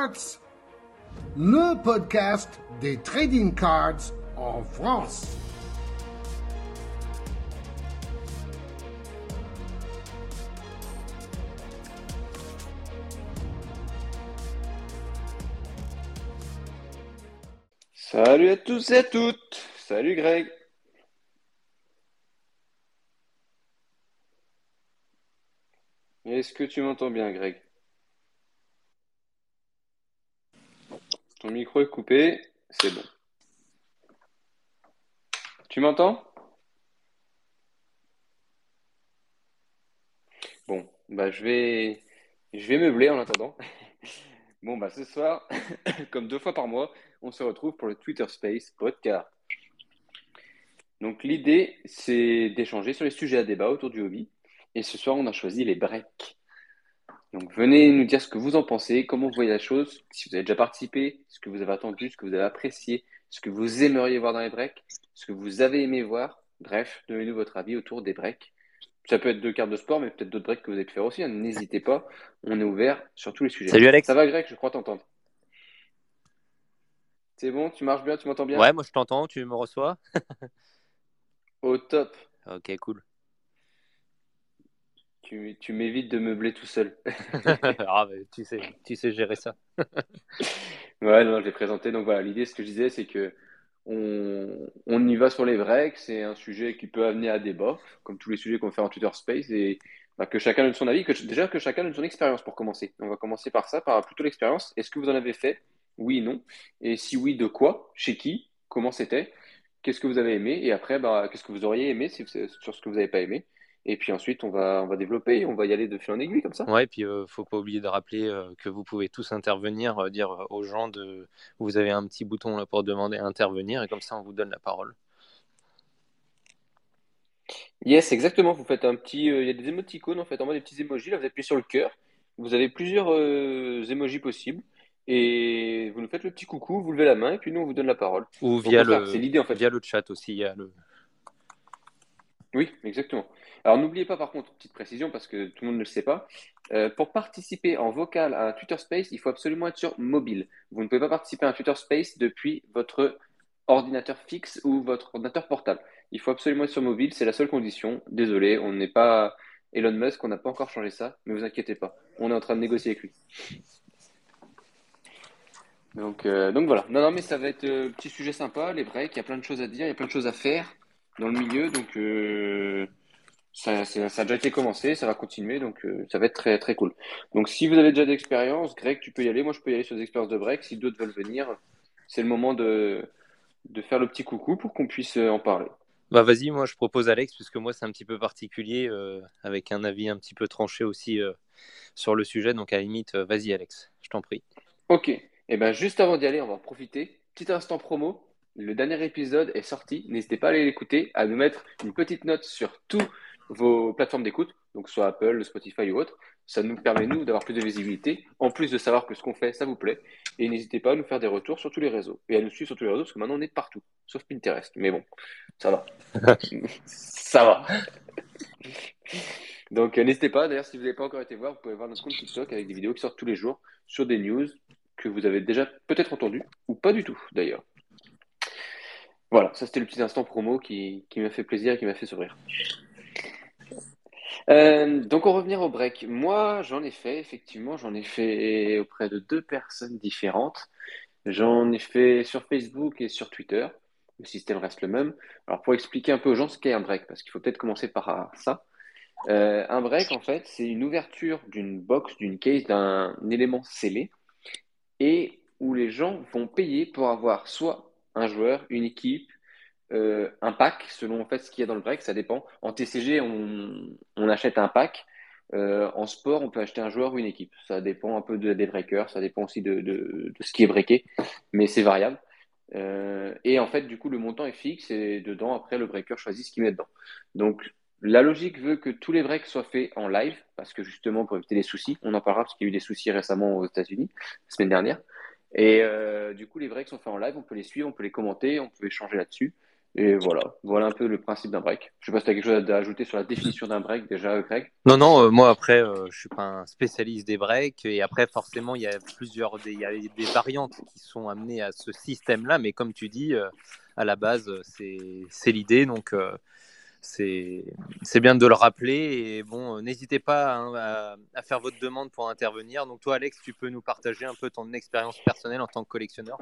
Cards, le podcast des trading cards en France. Salut à tous et à toutes. Salut Greg. Est-ce que tu m'entends bien, Greg? Ton micro est coupé, c'est bon. Tu m'entends? Bon, bah je vais meubler en attendant. Bon, bah ce soir, comme 2 fois par mois, on se retrouve pour le Twitter Space Podcast. Donc l'idée, c'est d'échanger sur les sujets à débat autour du hobby. Et ce soir, on a choisi les breaks. Donc venez nous dire ce que vous en pensez, comment vous voyez la chose, si vous avez déjà participé, ce que vous avez attendu, ce que vous avez apprécié, ce que vous aimeriez voir dans les breaks, ce que vous avez aimé voir. Bref, donnez-nous votre avis autour des breaks. Ça peut être de cartes de sport, mais peut-être d'autres breaks que vous avez pu faire aussi, hein. N'hésitez pas, on est ouvert sur tous les sujets. Salut Alex. Ça va Greg, je crois t'entendre. C'est bon, tu marches bien, tu m'entends bien? Ouais, moi je t'entends, tu me reçois? Au top. Ok, cool. Tu m'évites de meubler tout seul. Ah, bah, tu sais gérer ça. Ouais, non, je l'ai présenté. Donc voilà, l'idée, ce que je disais, c'est que on y va sur les breaks. C'est un sujet qui peut amener à débat, comme tous les sujets qu'on fait en Twitter Space, et bah, que chacun donne son avis, déjà que chacun donne son expérience pour commencer. On va commencer par ça, par plutôt l'expérience. Est-ce que vous en avez fait? Oui, non. Et si oui, de quoi? Chez qui? Comment c'était? Qu'est-ce que vous avez aimé? Et après, bah, qu'est-ce que vous auriez aimé sur ce que vous n'avez pas aimé? Et puis ensuite, on va développer, on va y aller de fil en aiguille comme ça. Ouais, et puis faut pas oublier de rappeler que vous pouvez tous intervenir, dire aux gens vous avez un petit bouton là pour demander à intervenir et comme ça on vous donne la parole. Yes, exactement. Vous faites un petit. Il y a des émoticônes en fait, en mode des petits emojis. Là, vous appuyez sur le cœur. Vous avez plusieurs emojis possibles. Et vous nous faites le petit coucou, vous levez la main, et puis nous, on vous donne la parole. Ou Donc, au contraire, c'est l'idée en fait. via le chat aussi. Il y a le... Oui, exactement. Alors, n'oubliez pas, par contre, petite précision, parce que tout le monde ne le sait pas. Pour participer en vocal à un Twitter Space, il faut absolument être sur mobile. Vous ne pouvez pas participer à un Twitter Space depuis votre ordinateur fixe ou votre ordinateur portable. Il faut absolument être sur mobile, c'est la seule condition. Désolé, on n'est pas Elon Musk, on n'a pas encore changé ça, mais vous inquiétez pas, on est en train de négocier avec lui. Donc voilà. Non, non, mais ça va être petit sujet sympa, les breaks, il y a plein de choses à dire, il y a plein de choses à faire dans le milieu, donc ça a déjà été commencé, ça va continuer, donc ça va être très très cool. Donc si vous avez déjà d'expérience, Greg, tu peux y aller, moi je peux y aller sur des expériences de break, si d'autres veulent venir, c'est le moment de faire le petit coucou pour qu'on puisse en parler. Bah vas-y, moi je propose Alex, puisque moi c'est un petit peu particulier, avec un avis un petit peu tranché aussi sur le sujet, donc à la limite, vas-y Alex, je t'en prie. Ok, et ben juste avant d'y aller, on va en profiter. Petit instant promo, le dernier épisode est sorti. N'hésitez pas à aller l'écouter, à nous mettre une petite note sur toutes vos plateformes d'écoute, donc soit Apple, Spotify ou autre. Ça nous permet, nous, d'avoir plus de visibilité, en plus de savoir que ce qu'on fait, ça vous plaît. Et n'hésitez pas à nous faire des retours sur tous les réseaux. Et à nous suivre sur tous les réseaux, parce que maintenant on est partout, sauf Pinterest. Mais bon, ça va. Ça va. Donc n'hésitez pas, d'ailleurs, si vous n'avez pas encore été voir, vous pouvez voir notre compte TikTok avec des vidéos qui sortent tous les jours sur des news que vous avez déjà peut-être entendues, ou pas du tout d'ailleurs. Voilà, ça c'était le petit instant promo qui m'a fait plaisir et qui m'a fait sourire. Donc on revenir au break. Moi, j'en ai fait, effectivement, j'en ai fait auprès de 2 personnes différentes. J'en ai fait sur Facebook et sur Twitter. Le système reste le même. Alors pour expliquer un peu aux gens ce qu'est un break, parce qu'il faut peut-être commencer par ça. Un break, en fait, c'est une ouverture d'une box, d'une case, d'un élément scellé, et où les gens vont payer pour avoir soit un joueur, une équipe, un pack, selon en fait ce qu'il y a dans le break, ça dépend. En TCG, on achète un pack. En sport, on peut acheter un joueur ou une équipe. Ça dépend un peu des breakers, ça dépend aussi de ce qui est breaké, mais c'est variable. Et en fait, du coup, le montant est fixe et dedans, après, le breaker choisit ce qu'il met dedans. Donc, la logique veut que tous les breaks soient faits en live, parce que justement, pour éviter les soucis, on en parlera parce qu'il y a eu des soucis récemment aux États-Unis, la semaine dernière. Et du coup, les breaks sont faits en live, on peut les suivre, on peut les commenter, on peut échanger là-dessus. Et voilà un peu le principe d'un break. Je sais pas si tu as quelque chose à ajouter sur la définition d'un break déjà, Greg. Non, non, moi après, je suis pas un spécialiste des breaks et après forcément il y a des variantes qui sont amenées à ce système-là, mais comme tu dis, à la base c'est l'idée, donc c'est c'est bien de le rappeler et bon, n'hésitez pas hein, à faire votre demande pour intervenir. Donc toi, Alex, tu peux nous partager un peu ton expérience personnelle en tant que collectionneur?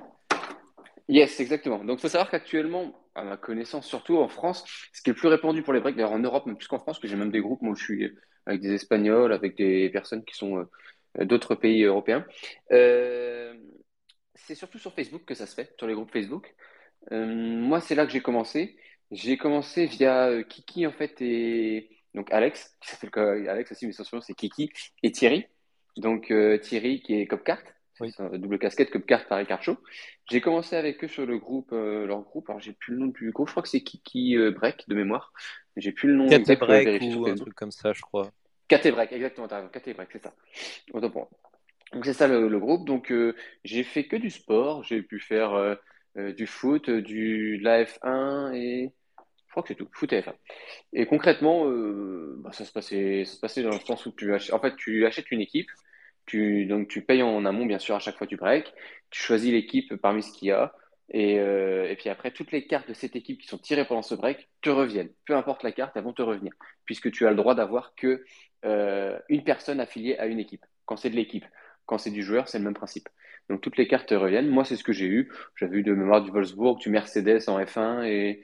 Yes, exactement. Donc, il faut savoir qu'actuellement, à ma connaissance, surtout en France, ce qui est le plus répandu pour les breaks, d'ailleurs en Europe, même plus qu'en France, parce que j'ai même des groupes, moi, où je suis avec des Espagnols, avec des personnes qui sont d'autres pays européens. Euh, c'est surtout sur Facebook que ça se fait, sur les groupes Facebook. Moi, c'est là que j'ai commencé. J'ai commencé via Kiki, en fait, et donc Alex, qui s'appelle Alex aussi, mais son surnom, c'est Kiki, et Thierry. Donc, Thierry, qui est Copcart, c'est Oui. sa double casquette, Copcart par Card Show. J'ai commencé avec eux sur le groupe, leur groupe. Alors, j'ai plus le nom du groupe, je crois que c'est Kiki Break de mémoire. J'ai plus le nom KT exact, il faudrait Break vérifier sur ou un Facebook. truc comme ça, je crois. KT Break, exactement, t'as raison, KT Break, c'est ça. Autant pour moi. Donc c'est ça le groupe. Donc j'ai fait que du sport. J'ai pu faire du foot, de la F1 et je crois que c'est tout. Foot et F1. Et concrètement, bah, ça se passait dans le sens où en fait, tu achètes une équipe. Donc tu payes en amont, bien sûr, à chaque fois tu break. Tu choisis l'équipe parmi ce qu'il y a. Et puis après, toutes les cartes de cette équipe qui sont tirées pendant ce break te reviennent. Peu importe la carte, elles vont te revenir. Puisque tu as le droit d'avoir que une personne affiliée à une équipe. Quand c'est de l'équipe. Quand c'est du joueur, c'est le même principe. Donc toutes les cartes te reviennent. Moi, c'est ce que j'ai eu. J'avais eu de mémoire du Wolfsburg, du Mercedes en F1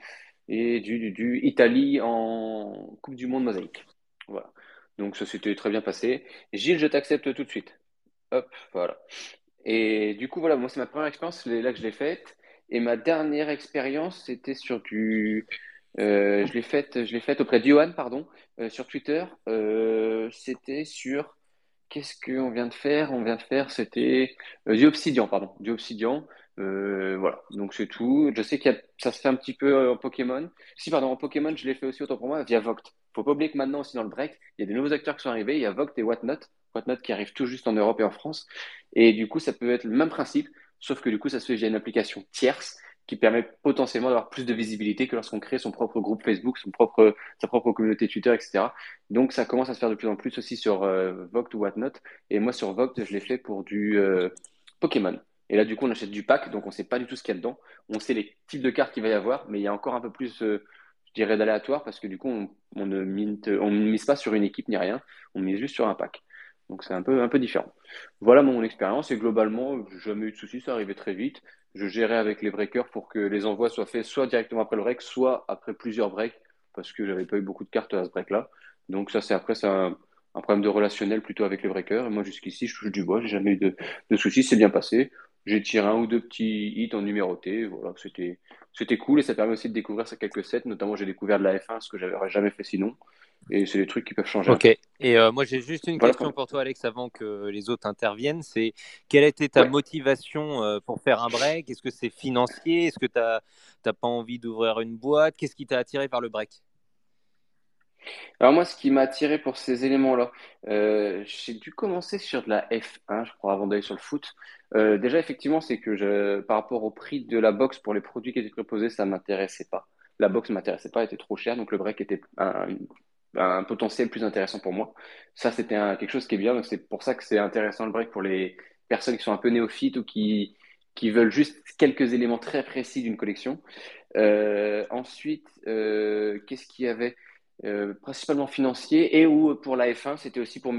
et du Italie en Coupe du Monde mosaïque. Voilà. Donc ça s'était très bien passé. Gilles, je t'accepte tout de suite. Hop, voilà. Et du coup, voilà, moi, c'est ma première expérience, c'est là que je l'ai faite. Et ma dernière expérience, c'était sur du. Je l'ai faite auprès d'Yohan, pardon, sur Twitter. C'était sur. Qu'est-ce qu'on vient de faire? On vient de faire, c'était du Obsidian, pardon. Du Obsidian. Voilà, donc c'est tout. Je sais ça se fait un petit peu en Pokémon. Si, pardon, en Pokémon, je l'ai fait aussi autant pour moi via Voct. Faut pas oublier que maintenant aussi dans le break, il y a des nouveaux acteurs qui sont arrivés. Il y a Voct et Whatnot. Whatnot qui arrivent tout juste en Europe et en France. Et du coup, ça peut être le même principe, sauf que du coup, ça se fait via une application tierce qui permet potentiellement d'avoir plus de visibilité que lorsqu'on crée son propre groupe Facebook, sa propre communauté Twitter, etc. Donc, ça commence à se faire de plus en plus aussi sur Vogt ou Whatnot. Et moi, sur Vogt, je l'ai fait pour du Pokémon. Et là, du coup, on achète du pack, donc on ne sait pas du tout ce qu'il y a dedans. On sait les types de cartes qu'il va y avoir, mais il y a encore un peu plus, je dirais, d'aléatoire parce que du coup, on ne mise pas sur une équipe ni rien, on mise juste sur un pack. Donc c'est un peu différent. Voilà mon expérience et globalement, j'ai jamais eu de soucis, ça arrivait très vite. Je gérais avec les breakers pour que les envois soient faits soit directement après le break, soit après plusieurs breaks, parce que j'avais pas eu beaucoup de cartes à ce break-là. Donc ça, c'est un problème de relationnel plutôt avec les breakers. Et moi, jusqu'ici, je touche du bois, j'ai jamais eu de soucis, c'est bien passé. J'ai tiré un ou deux petits hits en numéroté, voilà, c'était cool et ça permet aussi de découvrir ça quelques sets. Notamment, j'ai découvert de la F1, ce que j'avais jamais fait sinon. Et c'est des trucs qui peuvent changer un Ok. peu. Et moi, j'ai juste une Voilà question pour. pour toi, Alex, avant que les autres interviennent. C'est quelle a été ta Ouais. motivation pour faire un break? Est-ce que c'est financier? Est-ce que tu n'as pas envie d'ouvrir une boîte? Qu'est-ce qui t'a attiré par le break? Alors moi, ce qui m'a attiré pour ces éléments-là, j'ai dû commencer sur de la F1, je crois, avant d'aller sur le foot. Déjà, effectivement, c'est que par rapport au prix de la box pour les produits qui étaient proposés, ça m'intéressait pas. La box m'intéressait pas, elle était trop chère, donc le break était un potentiel plus intéressant pour moi. Ça, c'était quelque chose qui est bien, donc c'est pour ça que c'est intéressant le break pour les personnes qui sont un peu néophytes ou qui veulent juste quelques éléments très précis d'une collection. Ensuite, qu'est-ce qu'il y avait? Principalement financier et ou pour la F1, c'était aussi pour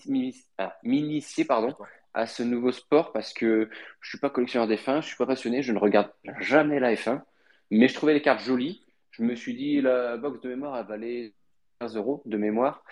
m'initier pardon, D'accord. à ce nouveau sport parce que je suis pas collectionneur de F1, je suis pas passionné, je ne regarde jamais la F1, mais je trouvais les cartes jolies. Je me suis dit, la box de mémoire, elle valait 15 euros de mémoire.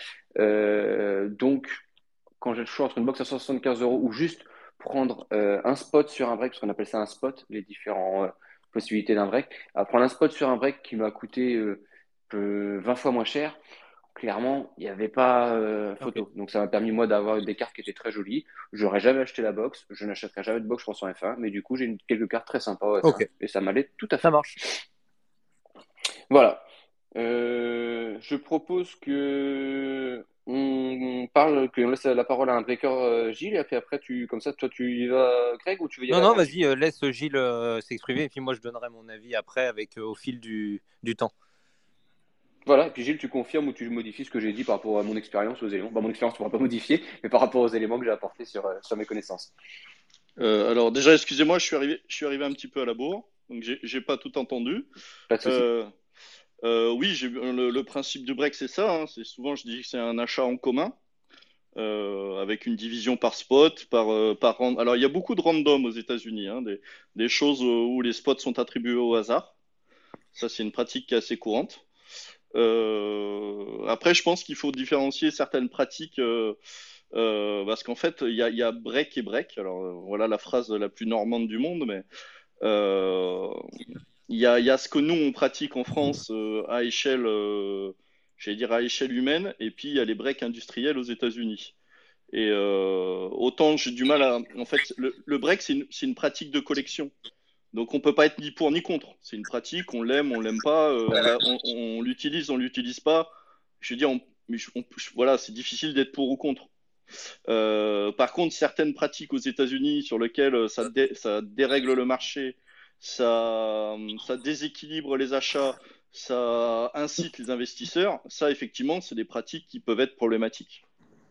Donc, quand j'ai le choix entre une box à 75 euros ou juste prendre un spot sur un break, parce qu'on appelle ça un spot, les différentes possibilités d'un break, à prendre un spot sur un break qui m'a coûté 20 fois moins cher, clairement, il n'y avait pas Ok. photo. Donc ça m'a permis moi d'avoir des cartes qui étaient très jolies. J'aurais jamais acheté la box, je n'achèterai jamais de box, je pense, en F1, mais du coup, j'ai quelques cartes très sympas en Ok. F1 et ça m'allait tout à Ça fait. marche. Voilà. Je propose que on parle, qu'on laisse la parole à un breaker, Gilles, et puis après, comme ça, toi, tu y vas, Greg, ou tu veux y Non, aller non, avant Gilles? vas-y, laisse Gilles s'exprimer et puis moi je donnerai mon avis après avec au fil du temps. Voilà, et puis Gilles, tu confirmes ou tu modifies ce que j'ai dit par rapport à mon expérience, aux éléments. Bah, mon expérience, tu ne pourras pas modifier, mais par rapport aux éléments que j'ai apportés sur mes connaissances. Alors déjà, excusez-moi, je suis arrivé un petit peu à la bourre, donc j'ai pas tout entendu. Pas de souci. Euh, oui, le principe du break, c'est ça, hein. C'est souvent, je dis que c'est un achat en commun, avec une division par spot, Alors, il y a beaucoup de random aux États-Unis, hein, des choses où les spots sont attribués au hasard. Ça, c'est une pratique qui est assez courante. Après, je pense qu'il faut différencier certaines pratiques, parce qu'en fait, il y a break et break. Alors, voilà la phrase la plus normande du monde, mais euh, il y a ce que nous, on pratique en France à échelle, j'allais dire à échelle humaine, et puis il y a les breaks industriels aux États-Unis. Et autant j'ai du mal à... En fait, le break, c'est une pratique de collection. Donc on peut pas être ni pour ni contre. C'est une pratique, on l'aime pas, on l'utilise, on l'utilise pas. Je veux dire, voilà, c'est difficile d'être pour ou contre. Par contre, certaines pratiques aux États-Unis sur lesquelles ça dérègle le marché, ça déséquilibre les achats, ça incite les investisseurs, ça effectivement, c'est des pratiques qui peuvent être problématiques.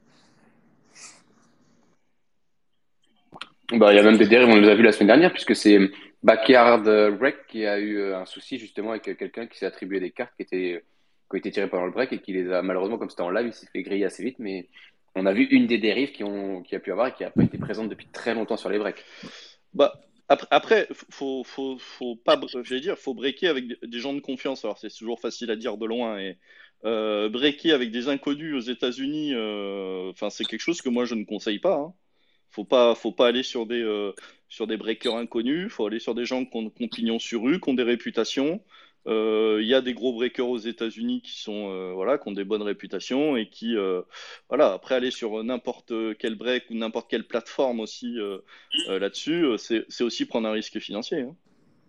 Bah, il y a même des dérives, on les a vu la semaine dernière, puisque c'est Backyard Break qui a eu un souci justement avec quelqu'un qui s'est attribué des cartes qui ont été tirées pendant le break et qui les a malheureusement, comme c'était en live, il s'est fait griller assez vite. Mais on a vu une des dérives qui a pu avoir et qui n'a pas été présente depuis très longtemps sur les breaks. Bah, après, faut pas, j'allais dire, faut breaker avec des gens de confiance. Alors, c'est toujours facile à dire de loin. Et breaker avec des inconnus aux États-Unis, enfin, c'est quelque chose que moi je ne conseille pas, hein. Faut pas aller sur des breakers inconnus. Faut aller sur des gens qui ont pignon sur rue, qui ont des réputations. Il y a des gros breakers aux États-Unis qui sont, voilà, qui ont des bonnes réputations et qui, voilà. Après, aller sur n'importe quel break ou n'importe quelle plateforme aussi. Là-dessus, c'est aussi prendre un risque financier, hein.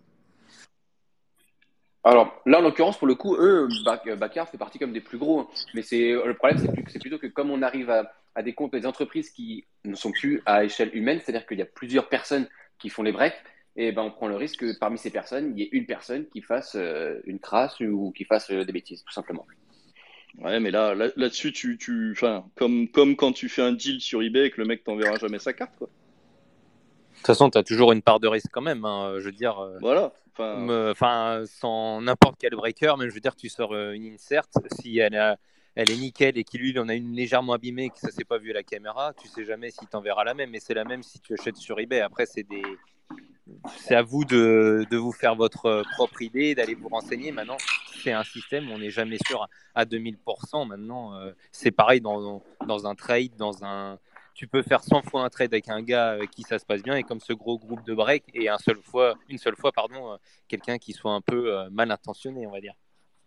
Alors là, en l'occurrence, pour le coup, Backyard fait partie comme des plus gros, hein. Mais le problème, c'est plutôt que comme on arrive à des comptes, des entreprises qui ne sont plus à échelle humaine, c'est-à-dire qu'il y a plusieurs personnes qui font les breaks, et ben on prend le risque que parmi ces personnes, il y ait une personne qui fasse une crasse ou qui fasse des bêtises, tout simplement. Ouais, mais là-dessus, enfin, comme quand tu fais un deal sur eBay et que le mec t'enverra jamais sa carte, quoi. De toute façon, tu as toujours une part de risque quand même, hein. Je veux dire, Voilà. Enfin, enfin, sans n'importe quel breaker, même je veux dire, tu sors une insert, si elle est nickel et qu'il lui il en a une légèrement abîmée et que ça s'est pas vu à la caméra, tu sais jamais s'il t'enverra la même. Mais c'est la même si tu achètes sur eBay. Après, c'est à vous de vous faire votre propre idée, d'aller vous renseigner. Maintenant, c'est un système, on n'est jamais sûr à 2000%. Maintenant, c'est pareil dans un trade, tu peux faire 100 fois un trade avec un gars avec qui ça se passe bien et comme ce gros groupe de break et une seule fois, pardon, quelqu'un qui soit un peu mal intentionné, on va dire.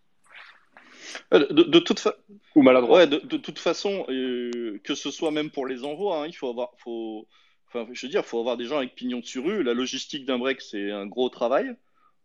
de toute Ou maladroit. ouais, de toute façon, que ce soit même pour les envois, hein, enfin, je veux dire, faut avoir des gens avec pignon sur rue. La logistique d'un break, c'est un gros travail.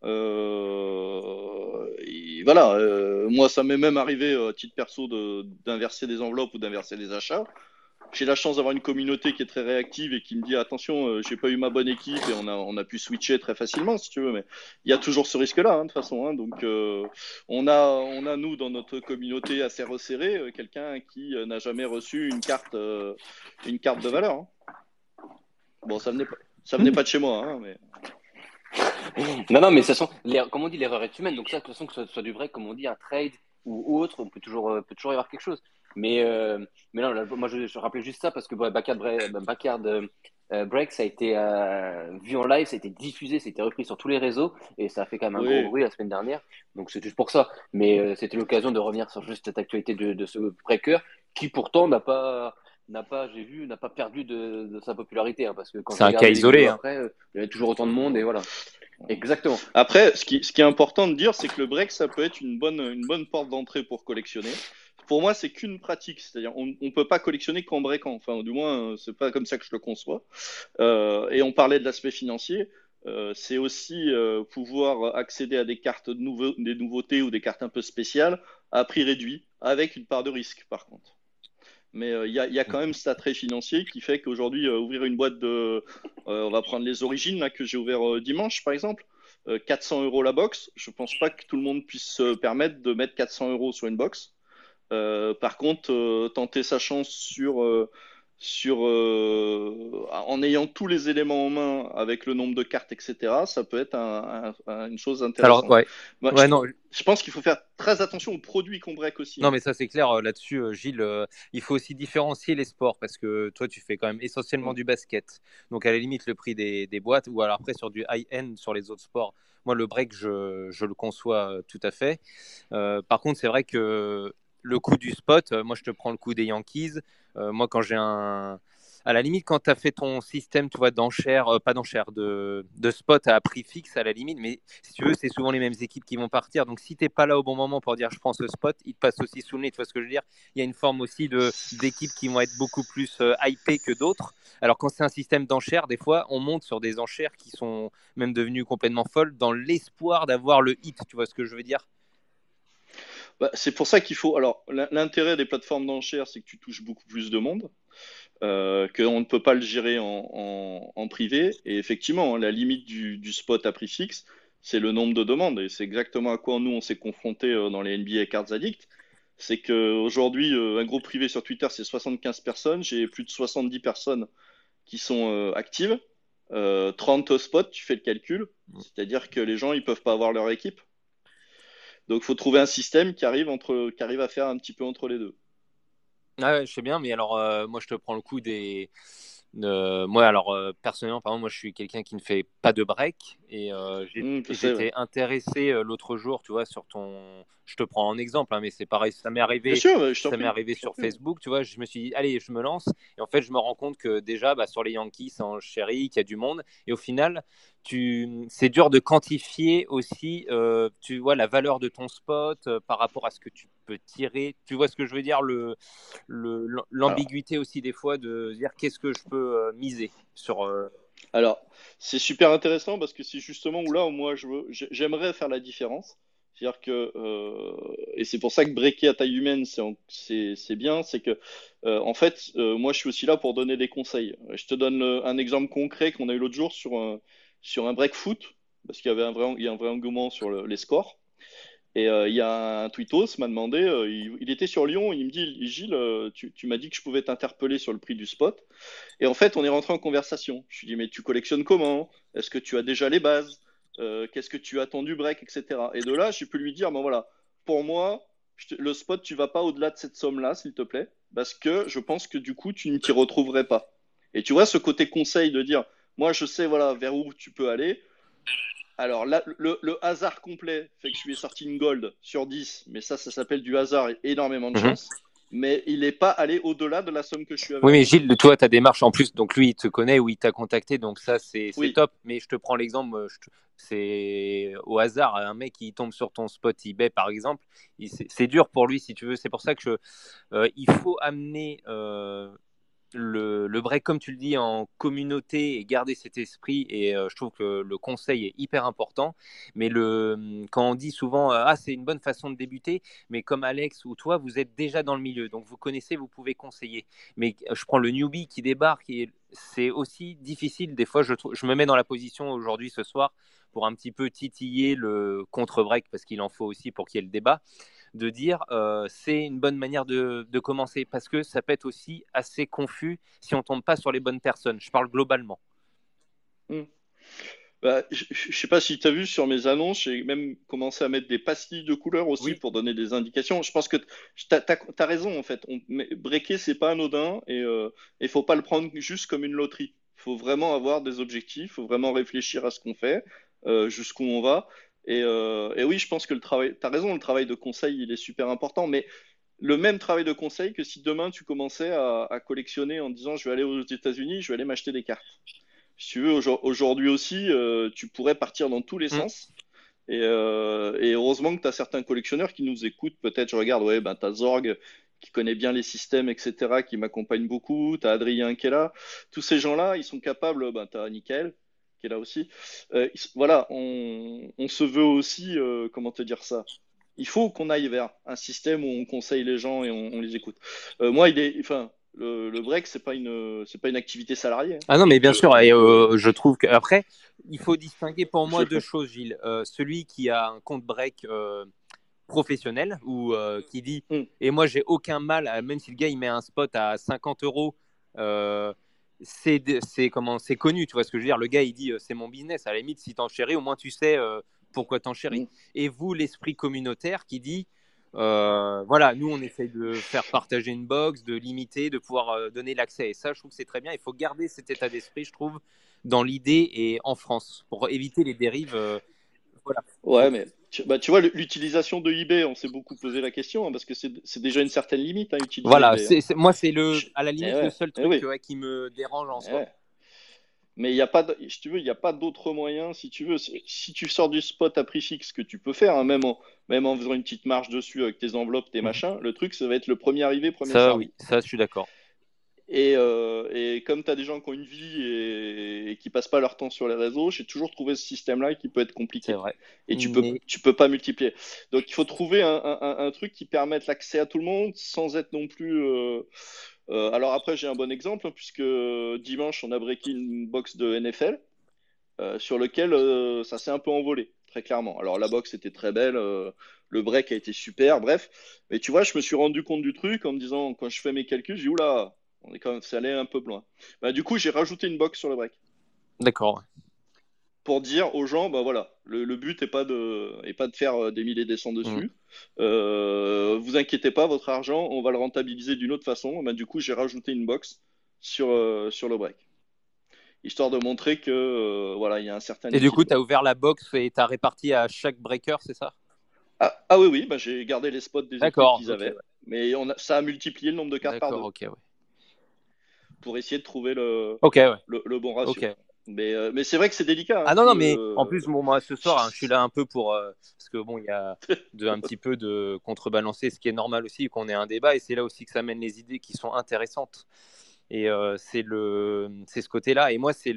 Et voilà, moi, ça m'est même arrivé à titre perso d'inverser des enveloppes ou d'inverser des achats. J'ai la chance d'avoir une communauté qui est très réactive et qui me dit attention, j'ai pas eu ma bonne équipe et on a pu switcher très facilement si tu veux, mais il y a toujours ce risque-là, hein, de toute façon, hein. Donc on a nous dans notre communauté assez resserré quelqu'un qui n'a jamais reçu une carte de valeur, hein. Bon, ça venait pas de chez moi, hein, mais Non, non, mais de toute façon, comme on dit, l'erreur est humaine. Donc ça, de toute façon, que ce soit du break, comme on dit, un trade ou autre, on peut toujours y avoir quelque chose. Mais non, là, moi, je rappelais juste ça parce que ouais, Backyard Break, ça a été vu en live, ça a été diffusé, ça a été repris sur tous les réseaux et ça a fait quand même un gros oui. bruit la semaine dernière. Donc c'est juste pour ça. Mais c'était l'occasion de revenir sur juste cette actualité de ce breaker qui pourtant n'a pas perdu de sa popularité, hein, parce que quand C'est j'ai un cas regardé les vidéos isolé, hein. après, il y avait toujours autant de monde et voilà. Exactement. Après, ce qui est important de dire, c'est que le break, ça peut être une bonne porte d'entrée pour collectionner. Pour moi, c'est qu'une pratique, c'est-à-dire on peut pas collectionner qu'en breakant. Enfin, du moins, c'est pas comme ça que je le conçois. Et on parlait de l'aspect financier. C'est aussi pouvoir accéder à des cartes des nouveautés ou des cartes un peu spéciales à prix réduit, avec une part de risque, par contre. mais il y a quand même cet attrait financier qui fait qu'aujourd'hui, ouvrir une boîte on va prendre les origines là, que j'ai ouvert dimanche par exemple, 400 euros la box, je pense pas que tout le monde puisse se permettre de mettre 400 euros sur une box. Par contre, tenter sa chance en ayant tous les éléments en main avec le nombre de cartes, etc., ça peut être une chose Alors, intéressante. ouais. Moi, Ouais, non, je pense qu'il faut faire très attention aux produits qu'on break aussi, non, hein. mais ça c'est clair là-dessus, Gilles. Il faut aussi différencier les sports parce que toi tu fais quand même essentiellement Mm. du basket. Donc à la limite le prix des boîtes ou alors après sur du high-end sur les autres sports. Moi le break je le conçois tout à fait. Par contre c'est vrai que le coût du spot, moi je te prends le coût des Yankees. Moi quand j'ai un à la limite, quand tu as fait ton système, tu vois, d'enchères, pas d'enchères, de spot à prix fixe, à la limite, mais si tu veux, c'est souvent les mêmes équipes qui vont partir. Donc, si tu n'es pas là au bon moment pour dire je prends ce spot, il te passe aussi sous le nez. Tu vois ce que je veux dire? Il y a une forme aussi d'équipes qui vont être beaucoup plus hypées que d'autres. Alors, quand c'est un système d'enchères, des fois, on monte sur des enchères qui sont même devenues complètement folles dans l'espoir d'avoir le hit. Tu vois ce que je veux dire? Bah, c'est pour ça qu'il faut. Alors, l'intérêt des plateformes d'enchères, c'est que tu touches beaucoup plus de monde, qu'on ne peut pas le gérer en privé. Et effectivement, hein, la limite du spot à prix fixe, c'est le nombre de demandes. Et c'est exactement à quoi nous, on s'est confronté dans les NBA Cards Addict. C'est qu'aujourd'hui, un groupe privé sur Twitter, c'est 75 personnes. J'ai plus de 70 personnes qui sont actives. 30 spots, tu fais le calcul. C'est-à-dire que les gens, ils peuvent pas avoir leur équipe. Donc, il faut trouver un système qui arrive à faire un petit peu entre les deux. Ah ouais, je sais bien, mais alors moi je te prends le coup moi alors personnellement par exemple moi je suis quelqu'un qui ne fait pas de break et Je sais, ouais. j'étais intéressé l'autre jour tu vois sur ton je te prends un exemple hein, mais c'est pareil Bien sûr, je t'en ça m'est prie. arrivé Je t'en sur prie. Facebook tu vois je me suis dit allez je me lance et en fait je me rends compte que déjà bah, sur les Yankees en chéri qu'il y a du monde et au final c'est dur de quantifier aussi, tu vois, la valeur de ton spot par rapport à ce que tu peux tirer. Tu vois ce que je veux dire, Alors, l'ambiguïté aussi des fois de dire qu'est-ce que je peux miser sur. alors, c'est super intéressant parce que c'est justement où là où moi j'aimerais faire la différence. C'est-à-dire que, et c'est pour ça que breaker à taille humaine, c'est bien, c'est que, en fait, moi je suis aussi là pour donner des conseils. Je te donne un exemple concret qu'on a eu l'autre jour sur un break foot, parce il y a un vrai engouement sur les scores. Et il y a un tweetos m'a demandé, il était sur Lyon, il me dit, Gilles, tu m'as dit que je pouvais t'interpeller sur le prix du spot. Et en fait, on est rentré en conversation. Je lui dis, mais tu collectionnes comment? Est-ce que tu as déjà les bases? Qu'est-ce que tu attends du break, etc. Et de là, j'ai pu lui dire, ben voilà, pour moi, le spot, tu vas pas au-delà de cette somme-là, s'il te plaît, parce que je pense que du coup, tu ne t'y retrouverais pas. Et tu vois, ce côté conseil de dire, moi, je sais, voilà, vers où tu peux aller. Alors là, le hasard complet fait que je lui ai sorti une gold sur 10, mais ça s'appelle du hasard et énormément de Mhm. chance. Mais il n'est pas allé au-delà de la somme que je lui avais Oui, mais annoncée. Gilles, toi, ta démarche en plus, donc lui, il te connaît ou il t'a contacté, donc ça, c'est Oui, top. Mais je te prends l'exemple, c'est au hasard, un mec qui tombe sur ton spot eBay, par exemple, c'est dur pour lui, si tu veux. C'est pour ça que il faut amener le break, comme tu le dis, en communauté et garder cet esprit. Et je trouve que le conseil est hyper important. Mais quand on dit souvent, ah, c'est une bonne façon de débuter, mais comme Alex ou toi, vous êtes déjà dans le milieu. Donc vous connaissez, vous pouvez conseiller. Mais je prends le newbie qui débarque et c'est aussi difficile. Des fois, je me mets dans la position aujourd'hui, ce soir, pour un petit peu titiller le contre-break parce qu'il en faut aussi pour qu'il y ait le débat de dire c'est une bonne manière de commencer parce que ça peut être aussi assez confus si on tombe pas sur les bonnes personnes. Je parle globalement. hmm. Bah, je sais pas si tu as vu sur mes annonces, j'ai même commencé à mettre des pastilles de couleurs aussi Oui, pour donner des indications. Je pense que t'as raison en fait. Breaker, c'est pas anodin et il faut pas le prendre juste comme une loterie. Il faut vraiment avoir des objectifs, il faut vraiment réfléchir à ce qu'on fait, jusqu'où on va. Et oui, je pense que t'as raison, le travail de conseil, il est super important, mais le même travail de conseil que si demain tu commençais à collectionner en disant je vais aller aux États-Unis, je vais aller m'acheter des cartes. Si tu veux, aujourd'hui aussi, tu pourrais partir dans tous les mm. sens. Et heureusement que tu as certains collectionneurs qui nous écoutent. Peut-être, je regarde, ouais, ben, tu as Zorg qui connaît bien les systèmes, etc., qui m'accompagne beaucoup. Tu as Adrien qui est là. Tous ces gens-là, ils sont capables. Ben, tu as Nickel qui est là aussi. Voilà, on se veut aussi, comment te dire ça? Il faut qu'on aille vers un système où on conseille les gens et on les écoute. Moi, le break, c'est pas une activité salariée. Hein. Ah non, mais bien sûr, et Donc, je trouve qu'après, il faut distinguer pour moi je, deux choses, Gilles. Celui qui a un compte break professionnel ou qui dit, Hmm. et moi j'ai aucun mal, même si le gars il met un spot à 50 euros, c'est connu, tu vois ce que je veux dire. Le gars il dit c'est mon business, à la limite, si t'enchéris, au moins tu sais pourquoi t'enchéris. Hmm. Et vous, l'esprit communautaire qui dit voilà, nous on essaye de faire partager une box, de limiter, de pouvoir donner l'accès. Et ça, je trouve que c'est très bien. Il faut garder cet état d'esprit, je trouve, dans l'idée et en France pour éviter les dérives. Voilà. Ouais, mais tu vois, l'utilisation de eBay, on s'est beaucoup posé la question, hein, parce que c'est déjà une certaine limite, hein, utiliser Voilà, eBay. Hein. moi c'est à la Eh limite le ouais, seul eh truc oui, ouais, qui me dérange en eh soi. ouais. Mais il y a pas, si tu veux, il n'y a pas d'autre moyen, si tu veux. Si tu sors du spot à prix fixe, que tu peux faire, hein, même en faisant une petite marge dessus avec tes enveloppes, tes Mhm. machins, le truc, ça va être le premier arrivé, premier Ça, servi. oui, ça, je suis d'accord. Et comme tu as des gens qui ont une vie et qui passent pas leur temps sur les réseaux, j'ai toujours trouvé ce système-là qui peut être C'est compliqué. vrai. Et Mais tu peux pas multiplier. Donc il faut trouver un truc qui permette l'accès à tout le monde sans être non plus. Alors après, j'ai un bon exemple, hein, puisque dimanche, on a breaké une box de NFL sur lequel ça s'est un peu envolé, très clairement. Alors la box était très belle, le break a été super, bref. Mais tu vois, je me suis rendu compte du truc en me disant, quand je fais mes calculs, j'ai dit, oula, on est quand même, ça allait un peu loin. Bah, du coup, j'ai rajouté une box sur le break d'accord. pour dire aux gens, bah voilà, le but est pas de faire des milliers et des cents Ouais. dessus. Vous inquiétez pas, votre argent, on va le rentabiliser d'une autre façon. Bah, du coup, j'ai rajouté une box sur le break, histoire de montrer que voilà, il y a un certain Et du coup, tu équilibre. as ouvert la box et tu as réparti à chaque breaker, c'est ça? Ah oui, oui, bah, j'ai gardé les spots des équipes D'accord, qu'ils ok, ouais. avaient, mais ça a multiplié le nombre de cartes par D'accord, deux ok, ouais. pour essayer de trouver Ok, ouais. le bon ratio. Ok. Mais c'est vrai que c'est délicat. Hein, Ah non, non, mais en plus, bon, moi, ce soir, hein, je suis je- là un peu pour. Parce que bon, il y a un petit peu de contrebalancer, ce qui est normal aussi, qu'on ait un débat, et c'est là aussi que ça mène les idées qui sont intéressantes. Et c'est ce côté-là. Et moi, c'est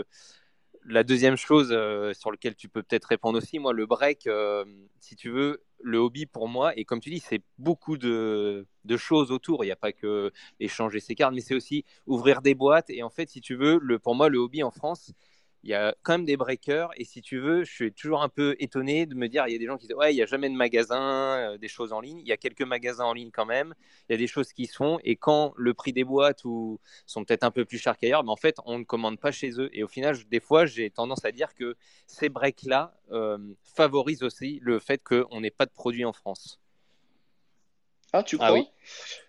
la deuxième chose sur laquelle tu peux peut-être répondre aussi. Moi, le break, si tu veux, le hobby pour moi, et comme tu dis, c'est beaucoup de choses autour. Il n'y a pas que échanger ses cartes, mais c'est aussi ouvrir des boîtes. Et en fait, si tu veux, pour moi, le hobby en France, il y a quand même des breakers. Et si tu veux, je suis toujours un peu étonné de me dire, il y a des gens qui disent, ouais, il n'y a jamais de magasin, des choses en ligne. Il y a quelques magasins en ligne quand même. Il y a des choses qui se font. Et quand le prix des boîtes sont peut-être un peu plus chers qu'ailleurs, mais en fait, on ne commande pas chez eux. Et au final, des fois, j'ai tendance à dire que ces breaks-là favorisent aussi le fait qu'on n'ait pas de produits en France. Ah, tu Ah oui. crois?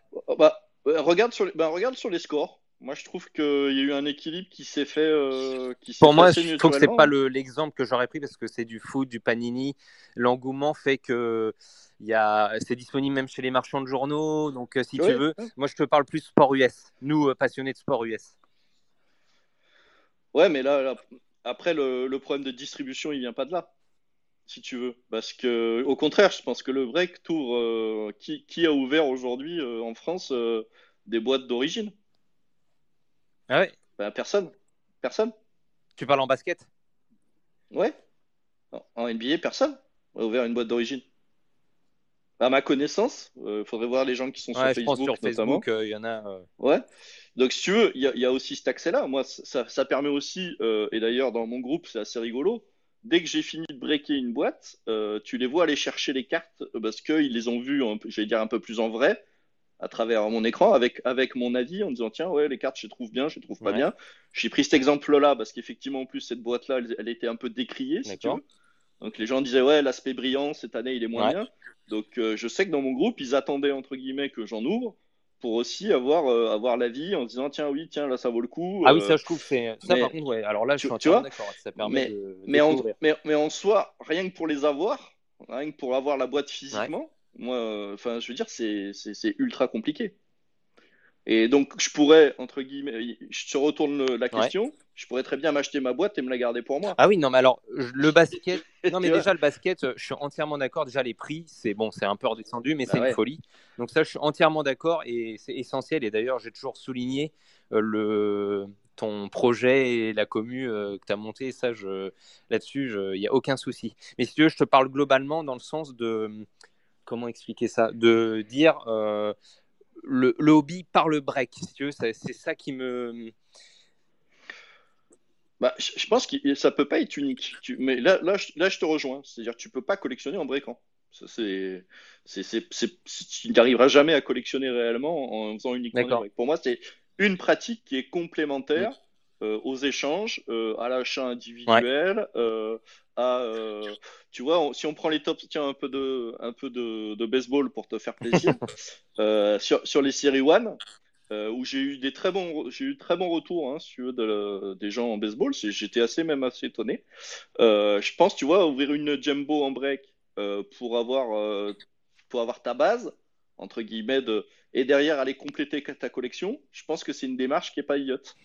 Regarde sur les scores. Moi, je trouve qu'il y a eu un équilibre qui s'est Pour fait moi, assez je trouve que c'est pas naturellement. Hein. l'exemple que j'aurais pris parce que c'est du foot, du panini. L'engouement fait que c'est disponible même chez les marchands de journaux. Donc, si tu Oui. veux, moi, je te parle plus sport US. Nous, passionnés de sport US. Ouais, mais là, après, le problème de distribution, il vient pas de là, si tu veux. Parce que, au contraire, je pense que le break tour, qui a ouvert aujourd'hui en France des boîtes d'origine? Ah ouais. Ben, personne. Personne. Tu parles en basket? Ouais. En NBA, personne a ouvert une boîte d'origine. À ma connaissance, il faudrait voir les gens qui sont sur Ouais, je pense Facebook sur Facebook, notamment. il y en a. Ouais. Donc, si tu veux, il y a aussi cet accès-là. Moi, ça permet aussi, et d'ailleurs, dans mon groupe, c'est assez rigolo. Dès que j'ai fini de breaker une boîte, tu les vois aller chercher les cartes parce qu'ils les ont vues, j'allais dire, un peu plus en vrai, à travers mon écran, avec mon avis, en disant, tiens, ouais, les cartes, je les trouve bien, je les trouve pas Ouais, bien. J'ai pris cet exemple-là parce qu'effectivement, en plus, cette boîte-là, elle était un peu décriée, si tu d'accord. veux. Donc, les gens disaient, ouais, l'aspect brillant, cette année, il est moins Ouais. bien. Donc, je sais que dans mon groupe, ils attendaient, entre guillemets, que j'en ouvre pour aussi avoir l'avis en se disant, tiens, oui, tiens, là, ça vaut le coup. Ah oui, ça, je trouve, c'est. Ça, par Mais, contre, ouais. Alors là, je suis tu entièrement vois, d'accord. Ça permet mais, de mais, en, découvrir. mais en soi, rien que pour les avoir, rien que pour avoir la boîte Ouais. physiquement, moi, enfin, je veux dire, c'est ultra compliqué. Et donc, je pourrais, entre guillemets, je te retourne la Ouais. question, je pourrais très bien m'acheter ma boîte et me la garder pour moi. Ah oui, non, mais alors, le basket. Non, mais Tu vois? déjà, le basket, je suis entièrement d'accord. Déjà, les prix, c'est bon, c'est un peu redescendu, mais c'est Bah une ouais. folie. Donc, ça, je suis entièrement d'accord et c'est essentiel. Et d'ailleurs, j'ai toujours souligné ton projet et la commu que tu as monté. Là-dessus, il n'y a aucun souci. Mais si tu veux, je te parle globalement dans le sens de comment expliquer ça? De dire le hobby par le break, si tu veux, c'est ça qui me. Bah, je pense que ça peut pas être unique. Mais là, je te rejoins. C'est-à-dire que tu peux pas collectionner en breakant. Ça, tu n'arriveras jamais à collectionner réellement en faisant uniquement des D'accord. breaks. Pour moi, c'est une pratique qui est Mm. complémentaire aux échanges, à l'achat Ouais. individuel, tu vois, si on prend les tops, tiens, un peu de baseball pour te faire plaisir, sur les séries One, où j'ai eu de très bons retours hein, sur des gens en baseball. J'étais même assez étonné. Je pense, tu vois, ouvrir une jumbo en break pour avoir ta base entre guillemets et derrière aller compléter ta collection. Je pense que c'est une démarche qui est pas idiote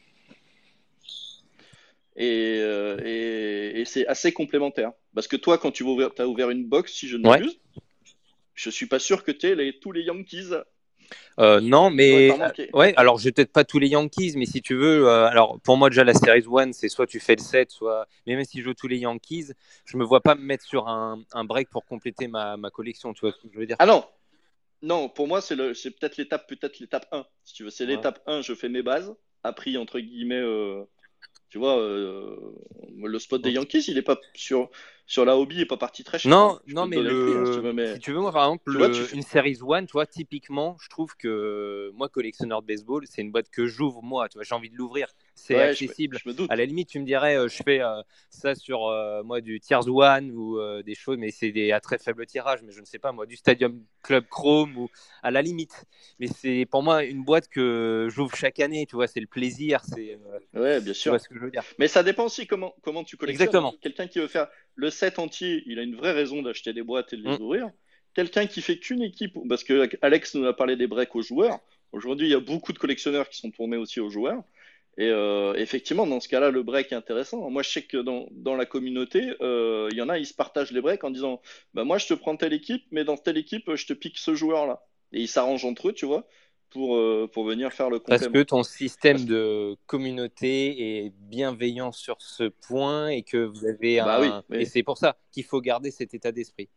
et c'est assez complémentaire. Parce que toi, quand t'as ouvert une box, si je ne Ouais. m'abuse, je suis pas sûr que tu tous les Yankees. Non, Il doit mais t'en manquer. ouais, alors j'ai peut-être pas tous les Yankees, mais si tu veux, alors pour moi déjà la Series One, c'est soit tu fais le 7, soit. Mais même si je joue tous les Yankees, je me vois pas me mettre sur un break pour compléter ma collection, tu vois ce que je veux dire? Ah non, non, pour moi, c'est peut-être l'étape un si tu veux. C'est Ouais. l'étape un je fais mes bases, appris entre guillemets, tu vois, le spot des Mm. Yankees, il est pas sur la hobby, il est pas parti très cher, hein. Non, Je peux non, te mais donner le prix, hein, si tu veux, si mais tu veux, moi, par exemple, tu vois, une Series One, tu vois, typiquement, je trouve que moi, collectionneur de baseball, c'est une boîte que j'ouvre moi, tu vois, j'ai envie de l'ouvrir. C'est ouais, accessible. je me À la doute. limite, tu me dirais, je fais ça sur moi du Tiers One ou des choses, mais c'est à très faible tirage, mais je ne sais pas, moi, du Stadium Club Chrome ou à la limite. Mais c'est pour moi une boîte que j'ouvre chaque année, tu vois, c'est le plaisir, Ouais, bien tu vois sûr. ce que je veux dire. Mais ça dépend aussi comment tu collectionnes, hein. Exactement. Quelqu'un qui veut faire le set entier, il a une vraie raison d'acheter des boîtes et de Mm. les ouvrir. Quelqu'un qui fait qu'une équipe, parce que Alex nous a parlé des breaks aux joueurs. Aujourd'hui, il y a beaucoup de collectionneurs qui sont tournés aussi aux joueurs. Et effectivement, dans ce cas-là, le break est intéressant. Moi, je sais que dans la communauté, il y en a, ils se partagent les breaks en disant, bah moi, je te prends telle équipe, mais dans telle équipe, je te pique ce joueur-là. Et ils s'arrangent entre eux, tu vois, pour venir faire le Parce que complément. ton système Parce que, de communauté est bienveillant sur ce point et que vous avez bah oui, un. Et oui. c'est pour ça qu'il faut garder cet état d'esprit.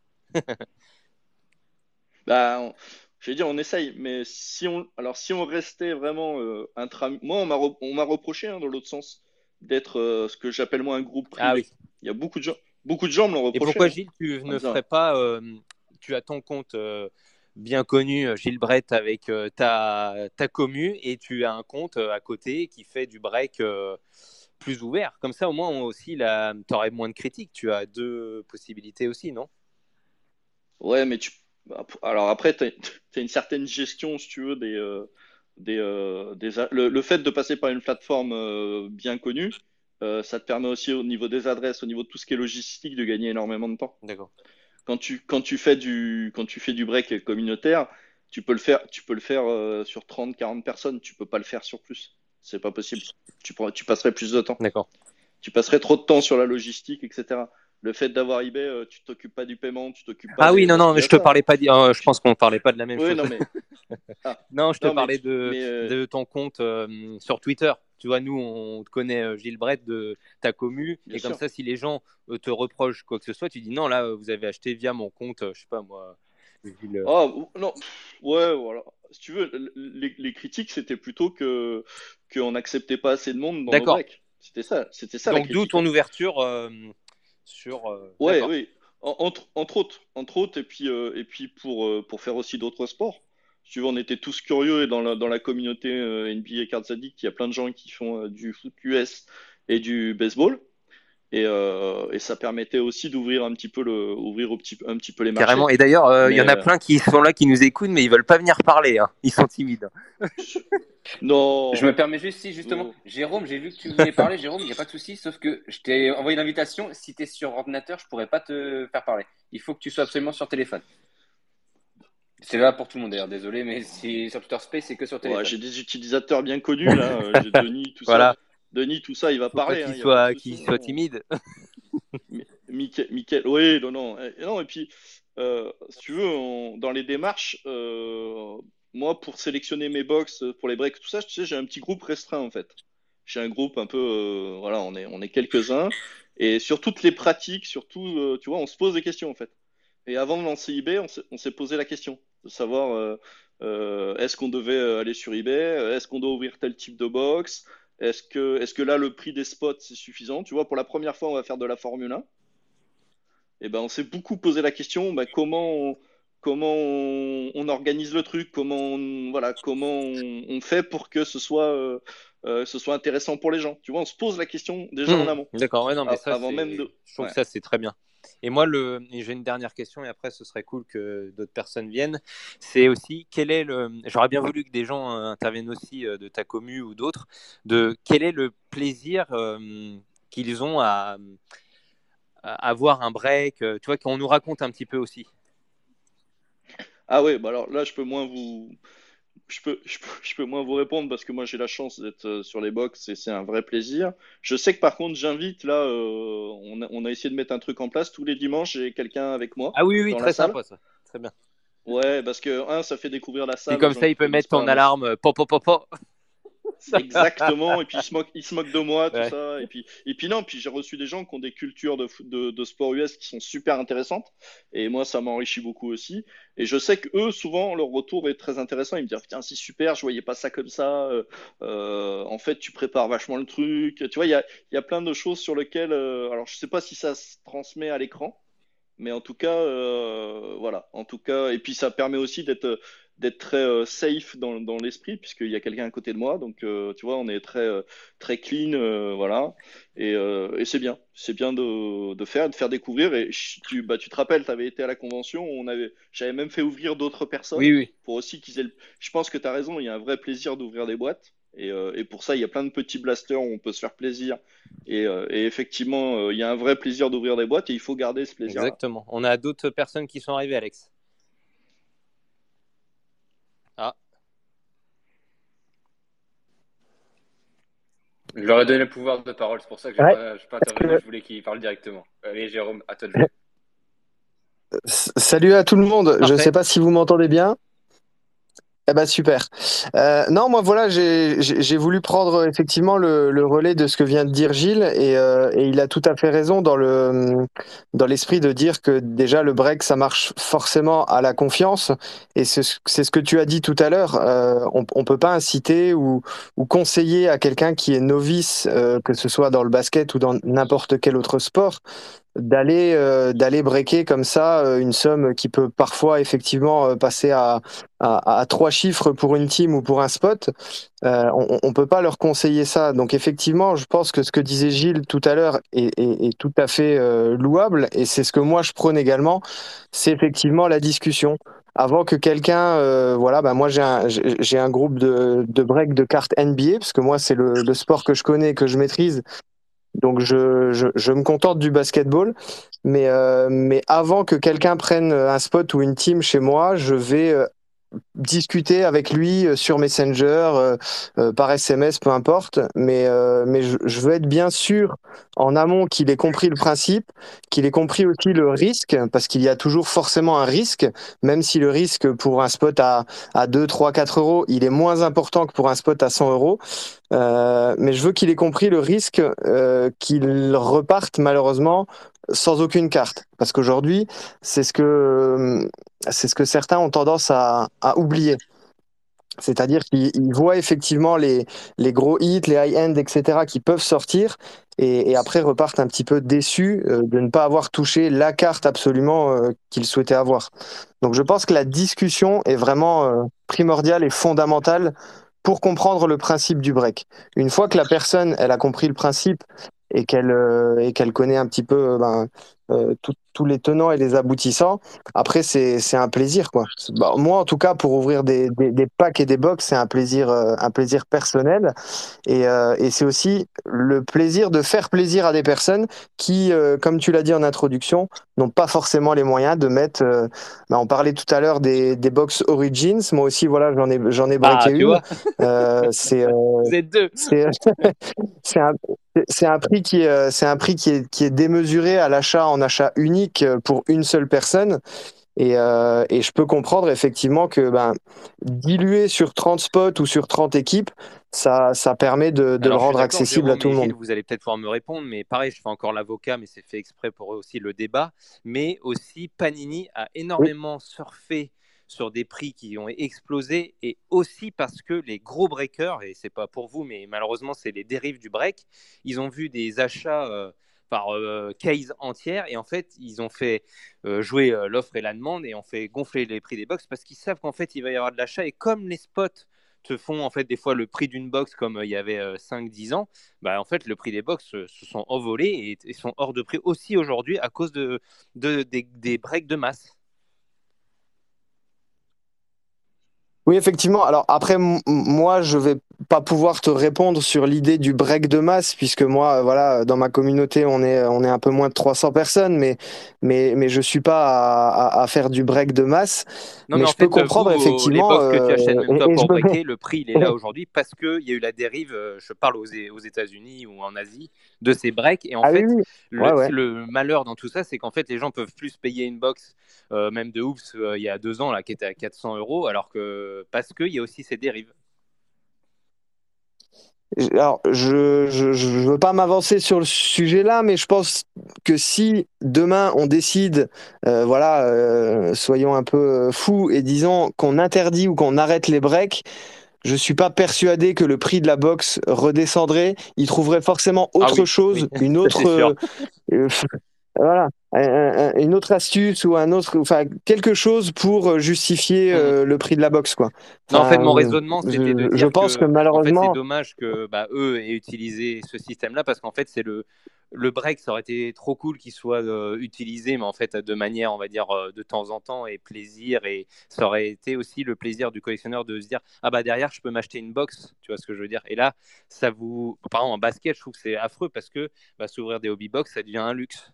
Bah, je vais dire, on essaye, mais si on restait vraiment moi, on m'a reproché hein, dans l'autre sens d'être ce que j'appelle moi un groupe Ah oui. privé. Il y a beaucoup de gens me l'ont Et reproché pourquoi, hein, Gilles, tu en ne disant, ferais pas. Tu as ton compte bien connu, Gilles Brett, avec ta commu, et tu as un compte à côté qui fait du break plus ouvert. Comme ça, au moins, aussi, tu aurais moins de critiques. Tu as deux possibilités aussi, non? ouais, mais alors après, t'as une certaine gestion, si tu veux, le fait de passer par une plateforme bien connue, ça te permet aussi au niveau des adresses, au niveau de tout ce qui est logistique, de gagner énormément de temps. D'accord. Quand tu fais du break communautaire, tu peux le faire sur 30, 40 personnes. Tu peux pas le faire sur plus. C'est pas possible. Tu passerais plus de temps. D'accord. Tu passerais trop de temps sur la logistique, etc. Le fait d'avoir eBay, tu t'occupes pas du paiement, tu t'occupes pas Ah oui, non, parce non, qu'il mais y a je te ça, hein. parlais pas. Je Tu- pense qu'on ne parlait pas de la même Oui, chose. non mais ah, Non, je te non parlais mais de ton compte sur Twitter. Tu vois, nous, on te connaît, Gilles Brett, de ta commu. bien Et comme sûr. ça, si les gens te reprochent quoi que ce soit, tu dis non, là, vous avez acheté via mon compte, je sais pas moi, Gilles. Oh non, ouais, voilà. Si tu veux, les critiques c'était plutôt qu'on n'acceptait pas assez de monde dans nos D'accord. breaks. C'était ça la Donc, d'où critique, hein. ton ouverture sur. Ouais, D'accord. oui. Entre autres, et puis pour faire aussi d'autres sports. Si tu veux, on était tous curieux et dans la communauté NBA Cards Addict, il y a plein de gens qui font du foot US et du baseball. Et ça permettait aussi d'ouvrir un petit peu un petit peu les Carrément. marchés. Et d'ailleurs, il y Mais en a plein qui sont là, qui nous écoutent, mais ils veulent pas venir parler, hein. Ils sont timides. Je non, me permets juste si, justement, non. Jérôme, j'ai vu que tu voulais parler, Jérôme, il n'y a pas de souci, sauf que je t'ai envoyé l'invitation. Si tu es sur ordinateur, je pourrais pas te faire parler. Il faut que tu sois absolument sur téléphone. C'est là pour tout le monde d'ailleurs, désolé, mais si sur Twitter Space, c'est que sur Ouais, téléphone. j'ai des utilisateurs bien connus là. J'ai Denis, tout ça. Voilà. Denis, tout ça, il va Faut pas parler, hein, il n'y a pas de qu'ils souci, soient hein. timides. Michael, oui, non, non. Non, et puis, si tu veux, dans les démarches, moi, pour sélectionner mes box, pour les breaks, tout ça, tu sais, j'ai un petit groupe restreint, en fait. J'ai un groupe un peu, voilà, on est quelques-uns. Et sur toutes les pratiques, surtout, tu vois, on se pose des questions, en fait. Et avant de lancer eBay, on s'est posé la question de savoir est-ce qu'on devait aller sur eBay, est-ce qu'on doit ouvrir tel type de box, est-ce que là le prix des spots c'est suffisant? Tu vois, pour la première fois, on va faire de la Formule 1. Et ben, on s'est beaucoup posé la question bah, on organise le truc, voilà, on fait pour que ce soit intéressant pour les gens. Tu vois, on se pose la question déjà en amont, D'accord, ouais, non, mais ça, avant même de. je trouve Ouais. que ça, c'est très bien. Et moi, j'ai une dernière question, et après, ce serait cool que d'autres personnes viennent. C'est aussi, j'aurais bien voulu que des gens interviennent aussi de ta commu ou d'autres, de quel est le plaisir qu'ils ont à avoir un break, tu vois, qu'on nous raconte un petit peu aussi. Ah ouais, bah alors là, je peux moins vous répondre parce que moi j'ai la chance d'être sur les box et c'est un vrai plaisir. Je sais que par contre j'invite là, on a essayé de mettre un truc en place tous les dimanches. J'ai quelqu'un avec moi Ah oui, oui, dans la très salle. sympa ça. Très bien. Ouais, parce que ça fait découvrir la Puis salle aux comme gens ça, il qui peut connaissent mettre pas. ton alarme, pop, pop, pop, pop. Exactement, et puis il se moque de moi, tout Ouais. ça. Et puis non, puis j'ai reçu des gens qui ont des cultures de sport US qui sont super intéressantes. Et moi, ça m'enrichit beaucoup aussi. Et je sais que eux, souvent, leur retour est très intéressant. Ils me disent, putain, c'est super, je voyais pas ça comme ça. En fait, tu prépares vachement le truc. Tu vois, il y a plein de choses sur lesquelles, alors je sais pas si ça se transmet à l'écran. Mais en tout cas, voilà. En tout cas, et puis ça permet aussi d'être très safe dans l'esprit, puisqu'il y a quelqu'un à côté de moi. Donc, tu vois, on est très clean, voilà. Et c'est bien de faire découvrir. Et bah, tu te rappelles, tu avais été à la convention, j'avais même fait ouvrir d'autres Oui, personnes oui, pour aussi qu'ils aient. Je pense que tu as raison, il y a un vrai plaisir d'ouvrir des boîtes. Et pour ça, il y a plein de petits blasters où on peut se faire plaisir. Et effectivement, il y a un vrai plaisir d'ouvrir des boîtes et il faut garder ce plaisir-là. exactement. On a d'autres personnes qui sont arrivées, Alex. Ah, Je leur ai donné le pouvoir de parole, c'est pour ça que Ouais, j'ai pas parce intervenu, que je voulais qu'ils parlent directement. Allez, Jérôme, à toi de jouer. salut à tout le monde. Je sais parfait. pas si vous m'entendez bien. Eh ben super. Non, moi voilà, j'ai voulu prendre effectivement le relais de ce que vient de dire Gilles et il a tout à fait raison dans l'esprit de dire que déjà le break ça marche forcément à la confiance et c'est ce que tu as dit tout à l'heure. On peut pas inciter ou conseiller à quelqu'un qui est novice, que ce soit dans le basket ou dans n'importe quel autre sport, d'aller breaker comme ça une somme qui peut parfois effectivement passer à trois chiffres pour une team ou pour un spot. On peut pas leur conseiller ça. Donc effectivement, je pense que ce que disait Gilles tout à l'heure est tout à fait louable et c'est ce que moi je prône également. C'est effectivement la discussion. Avant que quelqu'un, voilà, bah moi j'ai un groupe de break de cartes NBA parce que moi c'est le sport que je connais, que je maîtrise. Donc je me contente du basketball, mais avant que quelqu'un prenne un spot ou une team chez moi, je vais discuter avec lui sur Messenger, par SMS, peu importe, mais je veux être bien sûr en amont qu'il ait compris le principe, qu'il ait compris aussi le risque, parce qu'il y a toujours forcément un risque, même si le risque pour un spot à 2, 3, 4 euros, il est moins important que pour un spot à 100 euros. Mais je veux qu'il ait compris le risque qu'il reparte malheureusement sans aucune carte. Parce qu'aujourd'hui, c'est ce que certains ont tendance à oublier. C'est-à-dire qu'ils voient effectivement les gros hits, les high-end, etc., qui peuvent sortir et après repartent un petit peu déçus de ne pas avoir touché la carte absolument qu'ils souhaitaient avoir. Donc je pense que la discussion est vraiment primordiale et fondamentale pour comprendre le principe du break. Une fois que la personne elle a compris le principe et qu'elle connaît un petit peu tous les tenants et les aboutissants, après c'est un plaisir quoi. Bah, moi en tout cas pour ouvrir des packs et des box c'est un plaisir personnel et c'est aussi le plaisir de faire plaisir à des personnes qui comme tu l'as dit en introduction n'ont pas forcément les moyens de mettre on parlait tout à l'heure des box Origins. Moi aussi, voilà, j'en ai breaké Ah, tu une. vois, Euh, c'est euh, vous êtes deux. c'est c'est un c'est un prix qui est démesuré à l'achat en achat unique pour une seule personne. Et je peux comprendre effectivement que diluer sur 30 spots ou sur 30 équipes, ça permet de le Alors, je suis rendre d'accord, accessible à Jérôme tout et le Gilles, monde. vous allez peut-être pouvoir me répondre, mais pareil, je fais encore l'avocat, mais c'est fait exprès pour aussi le débat. Mais aussi, Panini a Oui, énormément surfé sur des prix qui ont explosé et aussi parce que les gros breakers, et c'est pas pour vous, mais malheureusement, c'est les dérives du break, ils ont vu des achats par case entière et en fait, ils ont fait jouer l'offre et la demande et ont fait gonfler les prix des box parce qu'ils savent qu'en fait, il va y avoir de l'achat et comme les spots te font en fait des fois le prix d'une box comme il y avait 5-10 ans, bah, en fait le prix des box se sont envolés et sont hors de prix aussi aujourd'hui à cause des breaks de masse. oui, effectivement. Alors après, moi, je vais pas pouvoir te répondre sur l'idée du break de masse, puisque moi, voilà, dans ma communauté, on est un peu moins de 300 personnes, mais je suis pas à faire du break de masse. Non, mais Mais en je peux fait, vous, comprendre les effectivement, box que tu achètes, même toi, et je pour me breaker, le prix, il est là aujourd'hui parce qu'il y a eu la dérive, je parle aux États-Unis ou en Asie, de ces breaks. Et en Ah oui, fait, oui, ouais, ouais. le malheur dans tout ça, c'est qu'en fait, les gens peuvent plus payer une box, même de Oops, il y a 2 ans, là, qui était à 400 euros, alors que parce qu'il y a aussi ces dérives. Alors, je veux pas m'avancer sur le sujet là, mais je pense que si demain on décide, voilà, soyons un peu fous et disons qu'on interdit ou qu'on arrête les breaks, je suis pas persuadé que le prix de la box redescendrait. Il trouverait forcément Ah autre oui, chose, oui, une ça c'est autre, sûr. euh, voilà, une autre astuce ou un autre, enfin quelque chose pour justifier Mm. le prix de la box, quoi. Non, en fait, Enfin, mon raisonnement, c'était de je dire pense que que, en fait, c'est malheureusement, dommage que bah, eux aient utilisé ce système-là parce qu'en fait, c'est le break, ça aurait été trop cool qu'il soit utilisé, mais en fait, de manière, on va dire, de temps en temps et plaisir. Et ça aurait été aussi le plaisir du collectionneur de se dire, ah bah derrière, je peux m'acheter une box, tu vois ce que je veux dire. Et là, ça vous, par exemple, en basket, je trouve que c'est affreux parce que bah, s'ouvrir des hobby box, ça devient un luxe.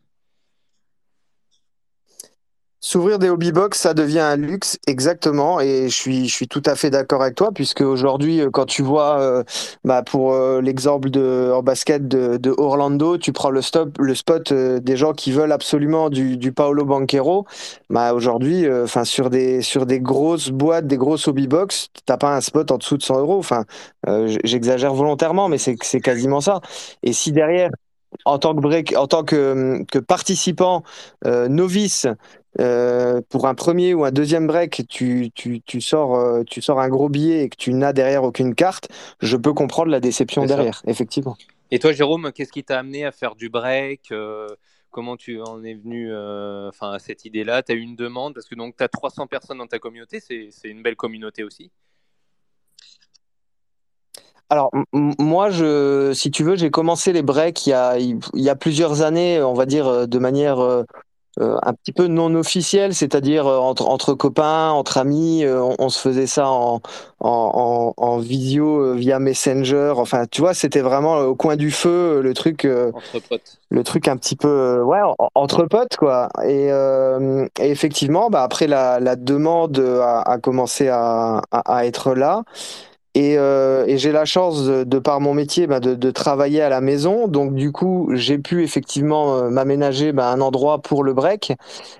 s'ouvrir des hobby box, ça devient un luxe, exactement, et je suis tout à fait d'accord avec toi, puisque aujourd'hui, quand tu vois, pour l'exemple en basket de Orlando, tu prends le spot des gens qui veulent absolument du Paolo Banchero, bah aujourd'hui, enfin sur des grosses boîtes, des grosses hobby box, t'as pas un spot en dessous de 100 euros. Enfin, j'exagère volontairement, mais c'est quasiment ça. Et si derrière en tant que participant novice, pour un premier ou un deuxième break, tu sors un gros billet et que tu n'as derrière aucune carte, je peux comprendre la déception C'est ça. derrière, effectivement. Et toi, Jérôme, qu'est-ce qui t'a amené à faire du break comment tu en es venu à cette idée-là? Tu as eu une demande parce que donc tu as 300 personnes dans ta communauté, c'est une belle communauté aussi. Alors, moi, si tu veux, j'ai commencé les breaks il y a plusieurs années, on va dire, de manière un petit peu non officiel, c'est-à-dire entre copains, entre amis, on se faisait ça en visio via Messenger. Enfin, tu vois, c'était vraiment au coin du feu, Entre potes. le truc un petit peu, ouais, entre potes, quoi. Et effectivement, après la demande a commencé à être là. Et j'ai la chance, de par mon métier, de travailler à la maison. Donc, du coup, j'ai pu effectivement m'aménager un endroit pour le break.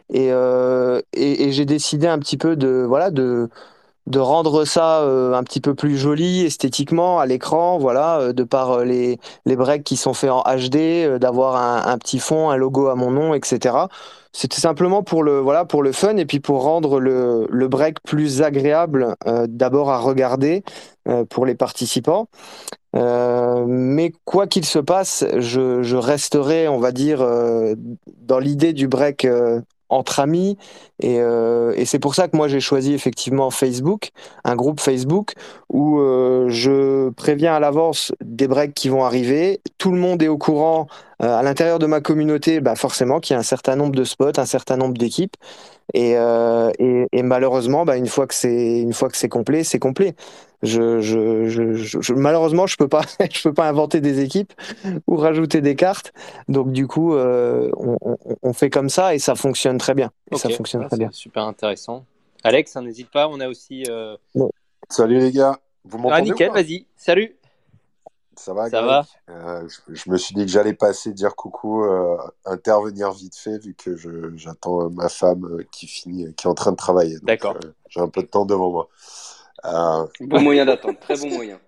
Et j'ai décidé un petit peu voilà, de rendre ça un petit peu plus joli esthétiquement à l'écran, voilà, de par les breaks qui sont faits en HD, d'avoir un petit fond, un logo à mon nom, etc. C'était simplement voilà, pour le fun et puis pour rendre le break plus agréable, d'abord à regarder pour les participants. Mais quoi qu'il se passe, je resterai, on va dire, dans l'idée du break entre amis. Et c'est pour ça que moi j'ai choisi effectivement Facebook, un groupe Facebook où je préviens à l'avance des breaks qui vont arriver. Tout le monde est au courant à l'intérieur de ma communauté, forcément qu'il y a un certain nombre de spots, un certain nombre d'équipes. Et malheureusement, une fois que c'est complet, c'est complet. Malheureusement, je peux pas, je peux pas inventer des équipes ou rajouter des cartes. Donc du coup, on fait comme ça et ça fonctionne très bien. Et Ok, ça fonctionne ouais, très bien. c'est super intéressant. Alex, hein, n'hésite pas, on a aussi... Bon. Salut les gars, vous Ah, m'entendez ou nickel, pas? vas-y, salut. Ça va, Ça Greg? va? Je me suis dit que j'allais passer dire coucou, intervenir vite fait, vu que j'attends ma femme qui est en train de travailler. Donc, D'accord. j'ai un peu de temps devant moi. Euh, Bon moyen d'attendre, très bon moyen.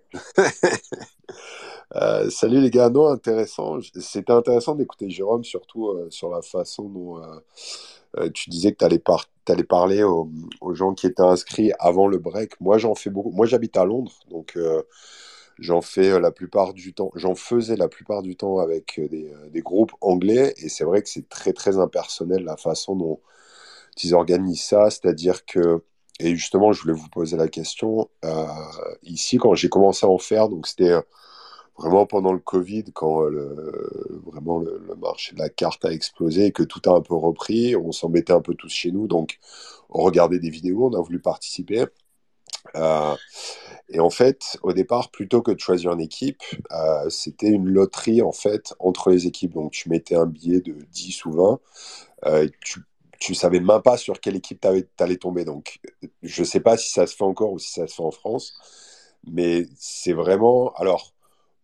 Salut les gars, non, intéressant. C'était intéressant d'écouter Jérôme, surtout sur la façon dont tu disais que t'allais parler aux gens qui étaient inscrits avant le break. Moi, j'en fais beaucoup. Moi, j'habite à Londres, donc j'en fais la plupart du temps. J'en faisais la plupart du temps avec des groupes anglais, et c'est vrai que c'est très très impersonnel la façon dont ils organisent ça. C'est-à-dire que, et justement, je voulais vous poser la question. Ici, quand j'ai commencé à en faire, donc c'était vraiment pendant le Covid, quand vraiment le marché de la carte a explosé et que tout a un peu repris, on s'embêtait un peu tous chez nous, donc on regardait des vidéos, on a voulu participer. Euh, et en fait, au départ, plutôt que de choisir une équipe, c'était une loterie en fait entre les équipes. Donc tu mettais un billet de 10 ou 20, et tu savais même pas sur quelle équipe t'allais tomber. Donc je sais pas si ça se fait encore ou si ça se fait en France, mais c'est vraiment... Alors,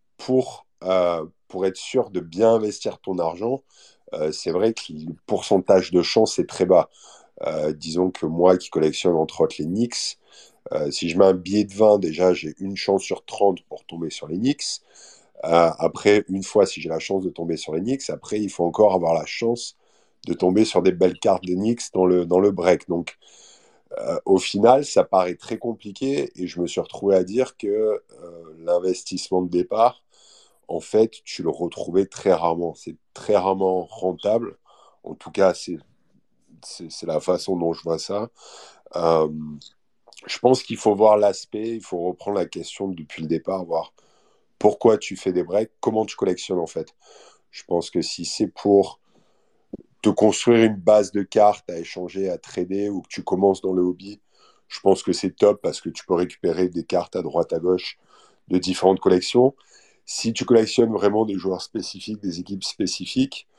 pour être sûr de bien investir ton argent, c'est vrai que le pourcentage de chance est très bas. Disons que moi qui collectionne entre autres les Knicks, si je mets un billet de 20, déjà j'ai une chance sur 30 pour tomber sur les Knicks. Après, une fois, si j'ai la chance de tomber sur les Knicks, après il faut encore avoir la chance de tomber sur des belles cartes des Knicks dans le break. Donc au final, ça paraît très compliqué et je me suis retrouvé à dire que l'investissement de départ, en fait, tu le retrouvais très rarement. C'est très rarement rentable. En tout cas, c'est la façon dont je vois ça. Euh, je pense qu'il faut voir l'aspect, il faut reprendre la question depuis le départ, voir pourquoi tu fais des breaks, comment tu collectionnes en fait. Je pense que si c'est pour te construire une base de cartes à échanger, à trader, ou que tu commences dans le hobby, je pense que c'est top parce que tu peux récupérer des cartes à droite, à gauche de différentes collections. Si tu collectionnes vraiment des joueurs spécifiques, des équipes spécifiques,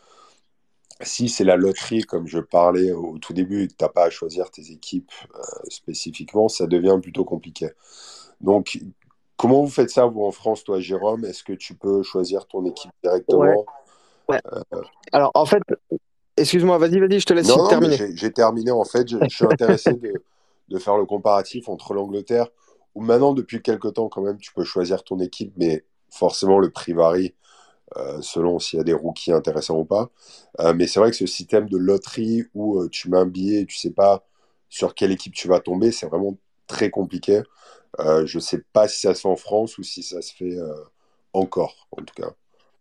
si c'est la loterie, comme je parlais au tout début, et que tu n'as pas à choisir tes équipes spécifiquement, ça devient plutôt compliqué. Donc, comment vous faites ça, vous, en France, toi, Jérôme? Est-ce que tu peux choisir ton équipe Ouais, directement? ouais. Alors, en fait, excuse-moi, vas-y, je te laisse Non, non, mais terminer. j'ai terminé. En fait, je suis intéressé de faire le comparatif entre l'Angleterre, où maintenant, depuis quelques temps, quand même, tu peux choisir ton équipe, mais forcément, le prix varie selon s'il y a des rookies intéressants ou pas. Mais c'est vrai que ce système de loterie où tu mets un billet et tu sais pas sur quelle équipe tu vas tomber, c'est vraiment très compliqué. Je sais pas si ça se fait en France ou si ça se fait encore, en tout cas.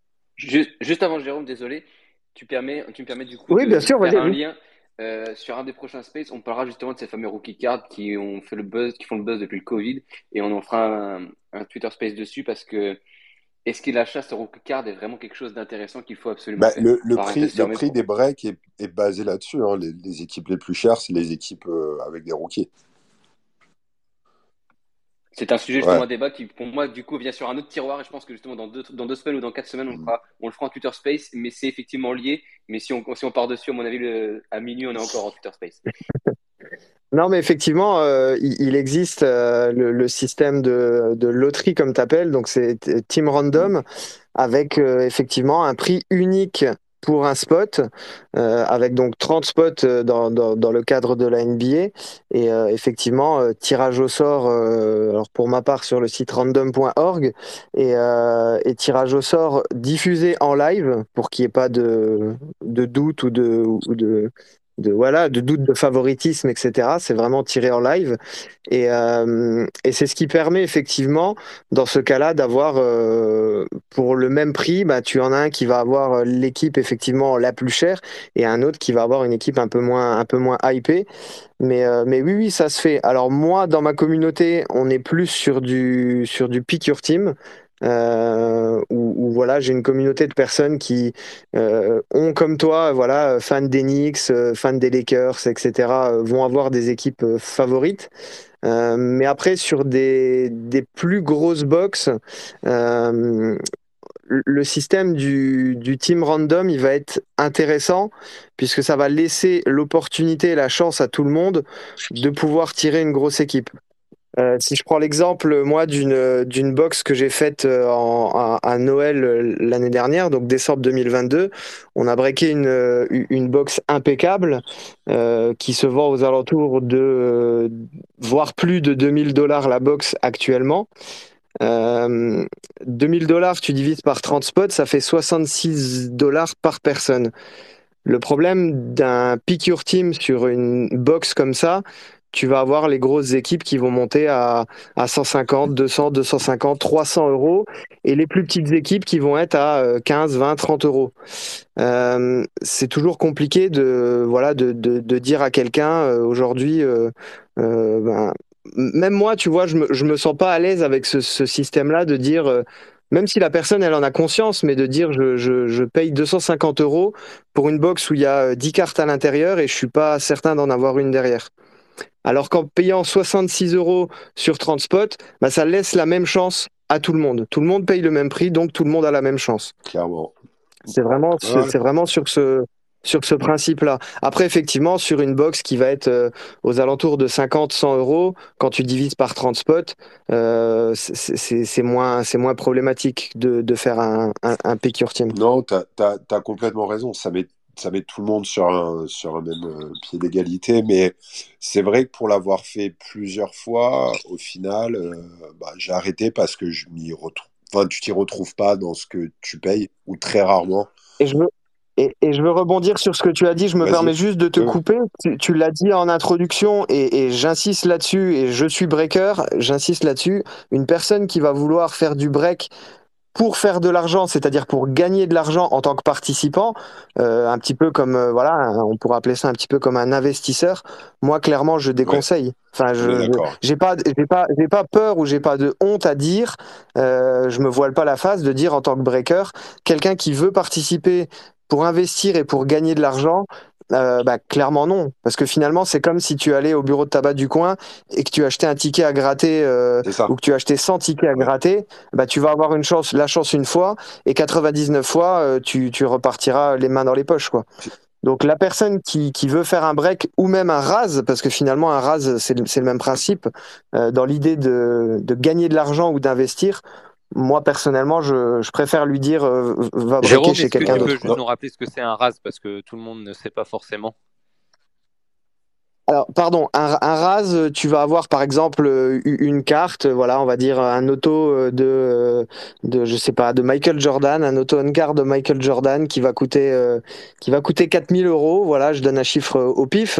Juste avant, Jérôme, désolé, tu me permets du coup Oui, bien de sûr, faire un vas-y. lien sur un des prochains Space. On parlera justement de ces fameux rookie cards qui ont fait le buzz, qui font le buzz depuis le Covid, et on en fera un Twitter Space dessus parce que est-ce que la chasse au rookie card est vraiment quelque chose d'intéressant qu'il faut absolument Bah, faire le par prix, le investisseur, mais prix pour... des breaks est basé là-dessus, hein. Les équipes les plus chères, c'est les équipes avec des rookies. C'est un sujet justement Ouais. à débat qui, pour moi, du coup, vient sur un autre tiroir. Et je pense que justement, dans 2 semaines ou dans 4 semaines, on le fera en Twitter Space. Mais c'est effectivement lié. Mais si on part dessus, à mon avis, à minuit, on est encore en Twitter Space. Non, mais effectivement, il existe le système de loterie, comme tu appelles, donc c'est Team Random, avec effectivement un prix unique pour un spot, avec donc 30 spots dans le cadre de la NBA. Et effectivement, tirage au sort, alors pour ma part sur le site random.org, et tirage au sort diffusé en live pour qu'il n'y ait pas de doute ou de doute de favoritisme, etc. C'est vraiment tiré en live. Et c'est ce qui permet effectivement, dans ce cas-là, d'avoir pour le même prix, bah, tu en as un qui va avoir l'équipe effectivement la plus chère et un autre qui va avoir une équipe un peu moins hypée. Mais oui, oui, ça se fait. Alors moi, dans ma communauté, on est plus sur du pick your team. Où voilà, j'ai une communauté de personnes qui ont comme toi, voilà, fans des Knicks, fans des Lakers, etc., vont avoir des équipes favorites. Mais après, sur des plus grosses box, euh, le système du team random, il va être intéressant puisque ça va laisser l'opportunité et la chance à tout le monde de pouvoir tirer une grosse équipe. Si je prends l'exemple, moi, d'une box que j'ai faite à Noël l'année dernière, donc décembre 2022, on a breaké une box impeccable qui se vend aux alentours de, voire plus de $2000 la box actuellement. Euh, $2000, tu divises par 30 spots, ça fait $66 par personne. Le problème d'un pick your team sur une box comme ça, tu vas avoir les grosses équipes qui vont monter à 150, 200, 250, 300 euros et les plus petites équipes qui vont être à 15, 20, 30 euros. C'est toujours compliqué voilà, de dire à quelqu'un aujourd'hui, ben, même moi, tu vois, je me sens pas à l'aise avec ce système-là de dire, même si la personne, elle en a conscience, mais de dire je paye 250 euros pour une box où il y a 10 cartes à l'intérieur et je suis pas certain d'en avoir une derrière. Alors qu'en payant 66 euros sur 30 spots, bah, ça laisse la même chance à tout le monde. Tout le monde paye le même prix, donc tout le monde a la même chance. Clairement. Ouais. C'est vraiment sur ce principe-là. Après, effectivement, sur une box qui va être aux alentours de 50, 100 euros, quand tu divises par 30 spots, c'est moins problématique de faire un pick your team. Non, t'as complètement raison. Ça met tout le monde sur un même pied d'égalité. Mais c'est vrai que pour l'avoir fait plusieurs fois, au final, bah, j'ai arrêté parce que je m'y retrouve. Enfin, tu t'y retrouves pas dans ce que tu payes, ou très rarement. Et je veux rebondir sur ce que tu as dit. Je me Vas-y. permets juste de te Ouais. couper. Tu l'as dit en introduction et j'insiste là-dessus. Et je suis breaker, j'insiste là-dessus. Une personne qui va vouloir faire du break pour faire de l'argent, c'est-à-dire pour gagner de l'argent en tant que participant, un petit peu comme, voilà, on pourrait appeler ça un petit peu comme un investisseur. Moi, clairement, je Ouais, déconseille. Enfin, on est d'accord. j'ai pas peur ou j'ai pas de honte à dire, je me voile pas la face de dire en tant que breaker, quelqu'un qui veut participer pour investir et pour gagner de l'argent, bah, clairement non. Parce que finalement, c'est comme si tu allais au bureau de tabac du coin et que tu achetais un ticket à gratter C'est ça. ou que tu achetais 100 tickets à Ouais. gratter, bah, tu vas avoir la chance une fois et 99 fois, tu repartiras les mains dans les poches, quoi. Donc la personne qui veut faire un break ou même un rase, parce que finalement un rase c'est le même principe, dans l'idée de gagner de l'argent ou d'investir, moi personnellement je préfère lui dire va breaker Jérôme, chez est-ce que quelqu'un tu Ouais. peux d'autre, juste quoi. Non, nous rappeler ce que c'est un RAS parce que tout le monde ne sait pas forcément. Alors, pardon, un rase, tu vas avoir par exemple une carte, voilà, on va dire un auto je sais pas, de Michael Jordan, un auto on-card de Michael Jordan qui va coûter 4000 euros, voilà, je donne un chiffre au pif.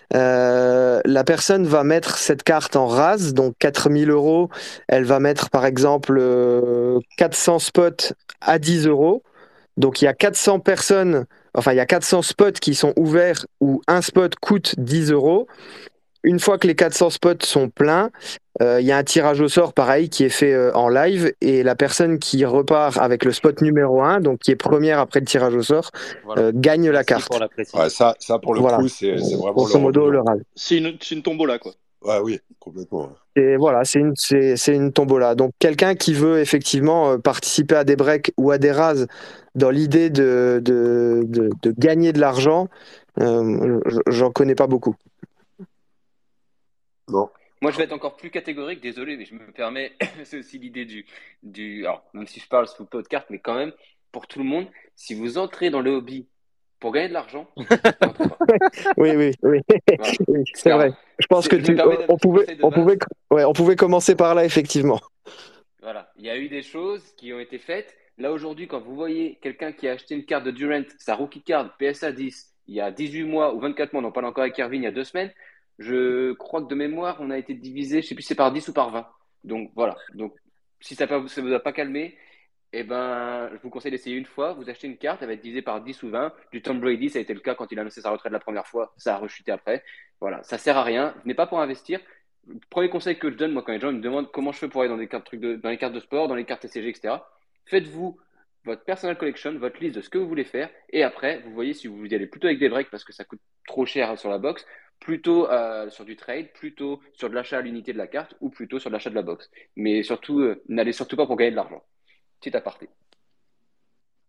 La personne va mettre cette carte en rase, donc 4000 euros, elle va mettre par exemple 400 spots à 10 euros. Donc il y a 400 personnes, enfin il y a 400 spots qui sont ouverts où un spot coûte 10 euros. Une fois que les 400 spots sont pleins, il y a un tirage au sort pareil qui est fait en live et la personne qui repart avec le spot numéro un, donc qui est première après le tirage au sort, Voilà. gagne la Merci pour carte. la ouais, précision. ça pour le Voilà, coup, c'est vraiment le grosso modo le revenant. rase. C'est une tombola, quoi. Ouais, oui, complètement. Et voilà, c'est une tombola. Donc quelqu'un qui veut effectivement participer à des breaks ou à des rases dans l'idée de gagner de l'argent, j'en connais pas beaucoup. Non. Moi, je vais être encore plus catégorique, désolé, mais je me permets, c'est aussi l'idée alors, même si je parle sous podcast, mais quand même, pour tout le monde, si vous entrez dans le hobby pour gagner de l'argent, n'entrez pas. Oui, oui, oui, Voilà, oui, c'est clairement. vrai. Je pense que Je me permets d'être conseil de base. ouais, on pouvait commencer par là, effectivement. Voilà, il y a eu des choses qui ont été faites. Là, aujourd'hui, quand vous voyez quelqu'un qui a acheté une carte de Durant, sa rookie card PSA 10, il y a 18 mois ou 24 mois, on en parle encore avec Erwin il y a 2 semaines, je crois que de mémoire, on a été divisé, je ne sais plus si c'est par 10 ou par 20. Donc voilà, donc si ça ne vous a pas calmé, eh ben, je vous conseille d'essayer une fois. Vous achetez une carte, elle va être divisée par 10 ou 20. Du Tom Brady, ça a été le cas quand il a annoncé sa retraite la première fois. Ça a rechuté après. Voilà, ça sert à rien. Venez pas pour investir. Le premier conseil que je donne, moi, quand les gens me demandent comment je fais pour aller dans des cartes, dans les cartes de sport, dans les cartes TCG, etc., faites-vous votre personal collection, votre liste de ce que vous voulez faire. Et après, vous voyez si vous y allez plutôt avec des breaks parce que ça coûte trop cher sur la box, plutôt sur du trade, plutôt sur de l'achat à l'unité de la carte ou plutôt sur de l'achat de la box. Mais surtout, n'allez surtout pas pour gagner de l'argent. Petit aparté.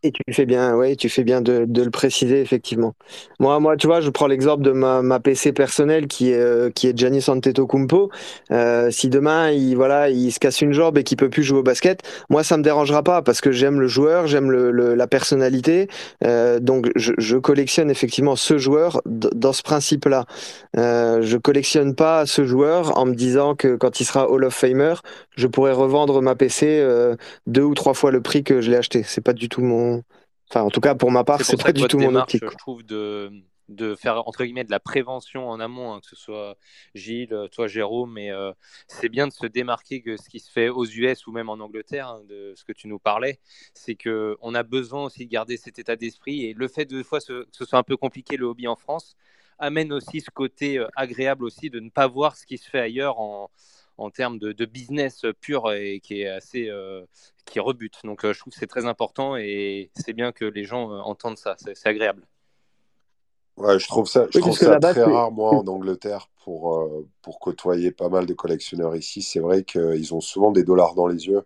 Et tu fais bien de le préciser, effectivement. Tu vois, je prends l'exemple de ma PC personnelle qui est Giannis Antetokounmpo. Si demain, il se casse une jambe et qu'il peut plus jouer au basket, moi, ça me dérangera pas parce que j'aime le joueur, j'aime la personnalité. Donc, je collectionne effectivement ce joueur dans ce principe-là. Je collectionne pas ce joueur en me disant que quand il sera Hall of Famer, je pourrais revendre ma PC 2 ou 3 fois le prix que je l'ai acheté. C'est pas du tout mon. Enfin, en tout cas, pour ma part, C'est c'est pour ça pas que du votre tout mon démarche, optique, quoi. je trouve, de faire entre guillemets de la prévention en amont, hein, que ce soit Gilles, toi Jérôme, mais c'est bien de se démarquer que ce qui se fait aux US ou même en Angleterre, hein, de ce que tu nous parlais, c'est que on a besoin aussi de garder cet état d'esprit et le fait de fois que ce soit un peu compliqué le hobby en France amène aussi ce côté agréable aussi de ne pas voir ce qui se fait ailleurs en termes de business pur et qui est assez qui rebute. Donc je trouve que c'est très important et c'est bien que les gens entendent ça, c'est agréable. Ouais, je Oui, trouve puisque ça là-bas, très c'est. rare, moi, en Angleterre, pour côtoyer pas mal de collectionneurs ici. C'est vrai qu'ils ont souvent des dollars dans les yeux.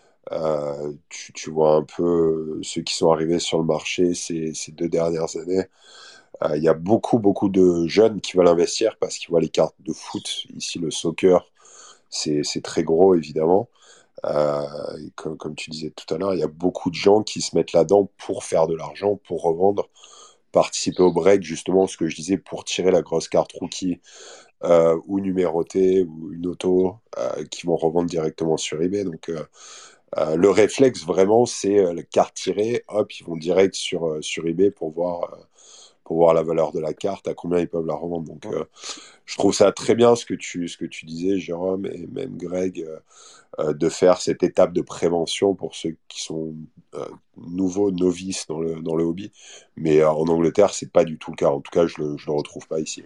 Tu vois un peu ceux qui sont arrivés sur le marché ces 2 dernières années. Il y a beaucoup, beaucoup de jeunes qui veulent investir parce qu'ils voient les cartes de foot. Ici, le soccer, c'est très gros, évidemment. Et comme tu disais tout à l'heure, il y a beaucoup de gens qui se mettent là-dedans pour faire de l'argent, pour revendre, participer au break, justement, ce que je disais, pour tirer la grosse carte rookie ou numérotée ou une auto qui vont revendre directement sur eBay. Donc, le réflexe, vraiment, c'est la carte tirée, hop, ils vont direct sur eBay pour voir la valeur de la carte, à combien ils peuvent la revendre. Donc, je trouve ça très bien ce que tu disais, Jérôme, et même Greg, de faire cette étape de prévention pour ceux qui sont nouveaux, novices dans le hobby. Mais en Angleterre, c'est pas du tout le cas. En tout cas, je le retrouve pas ici.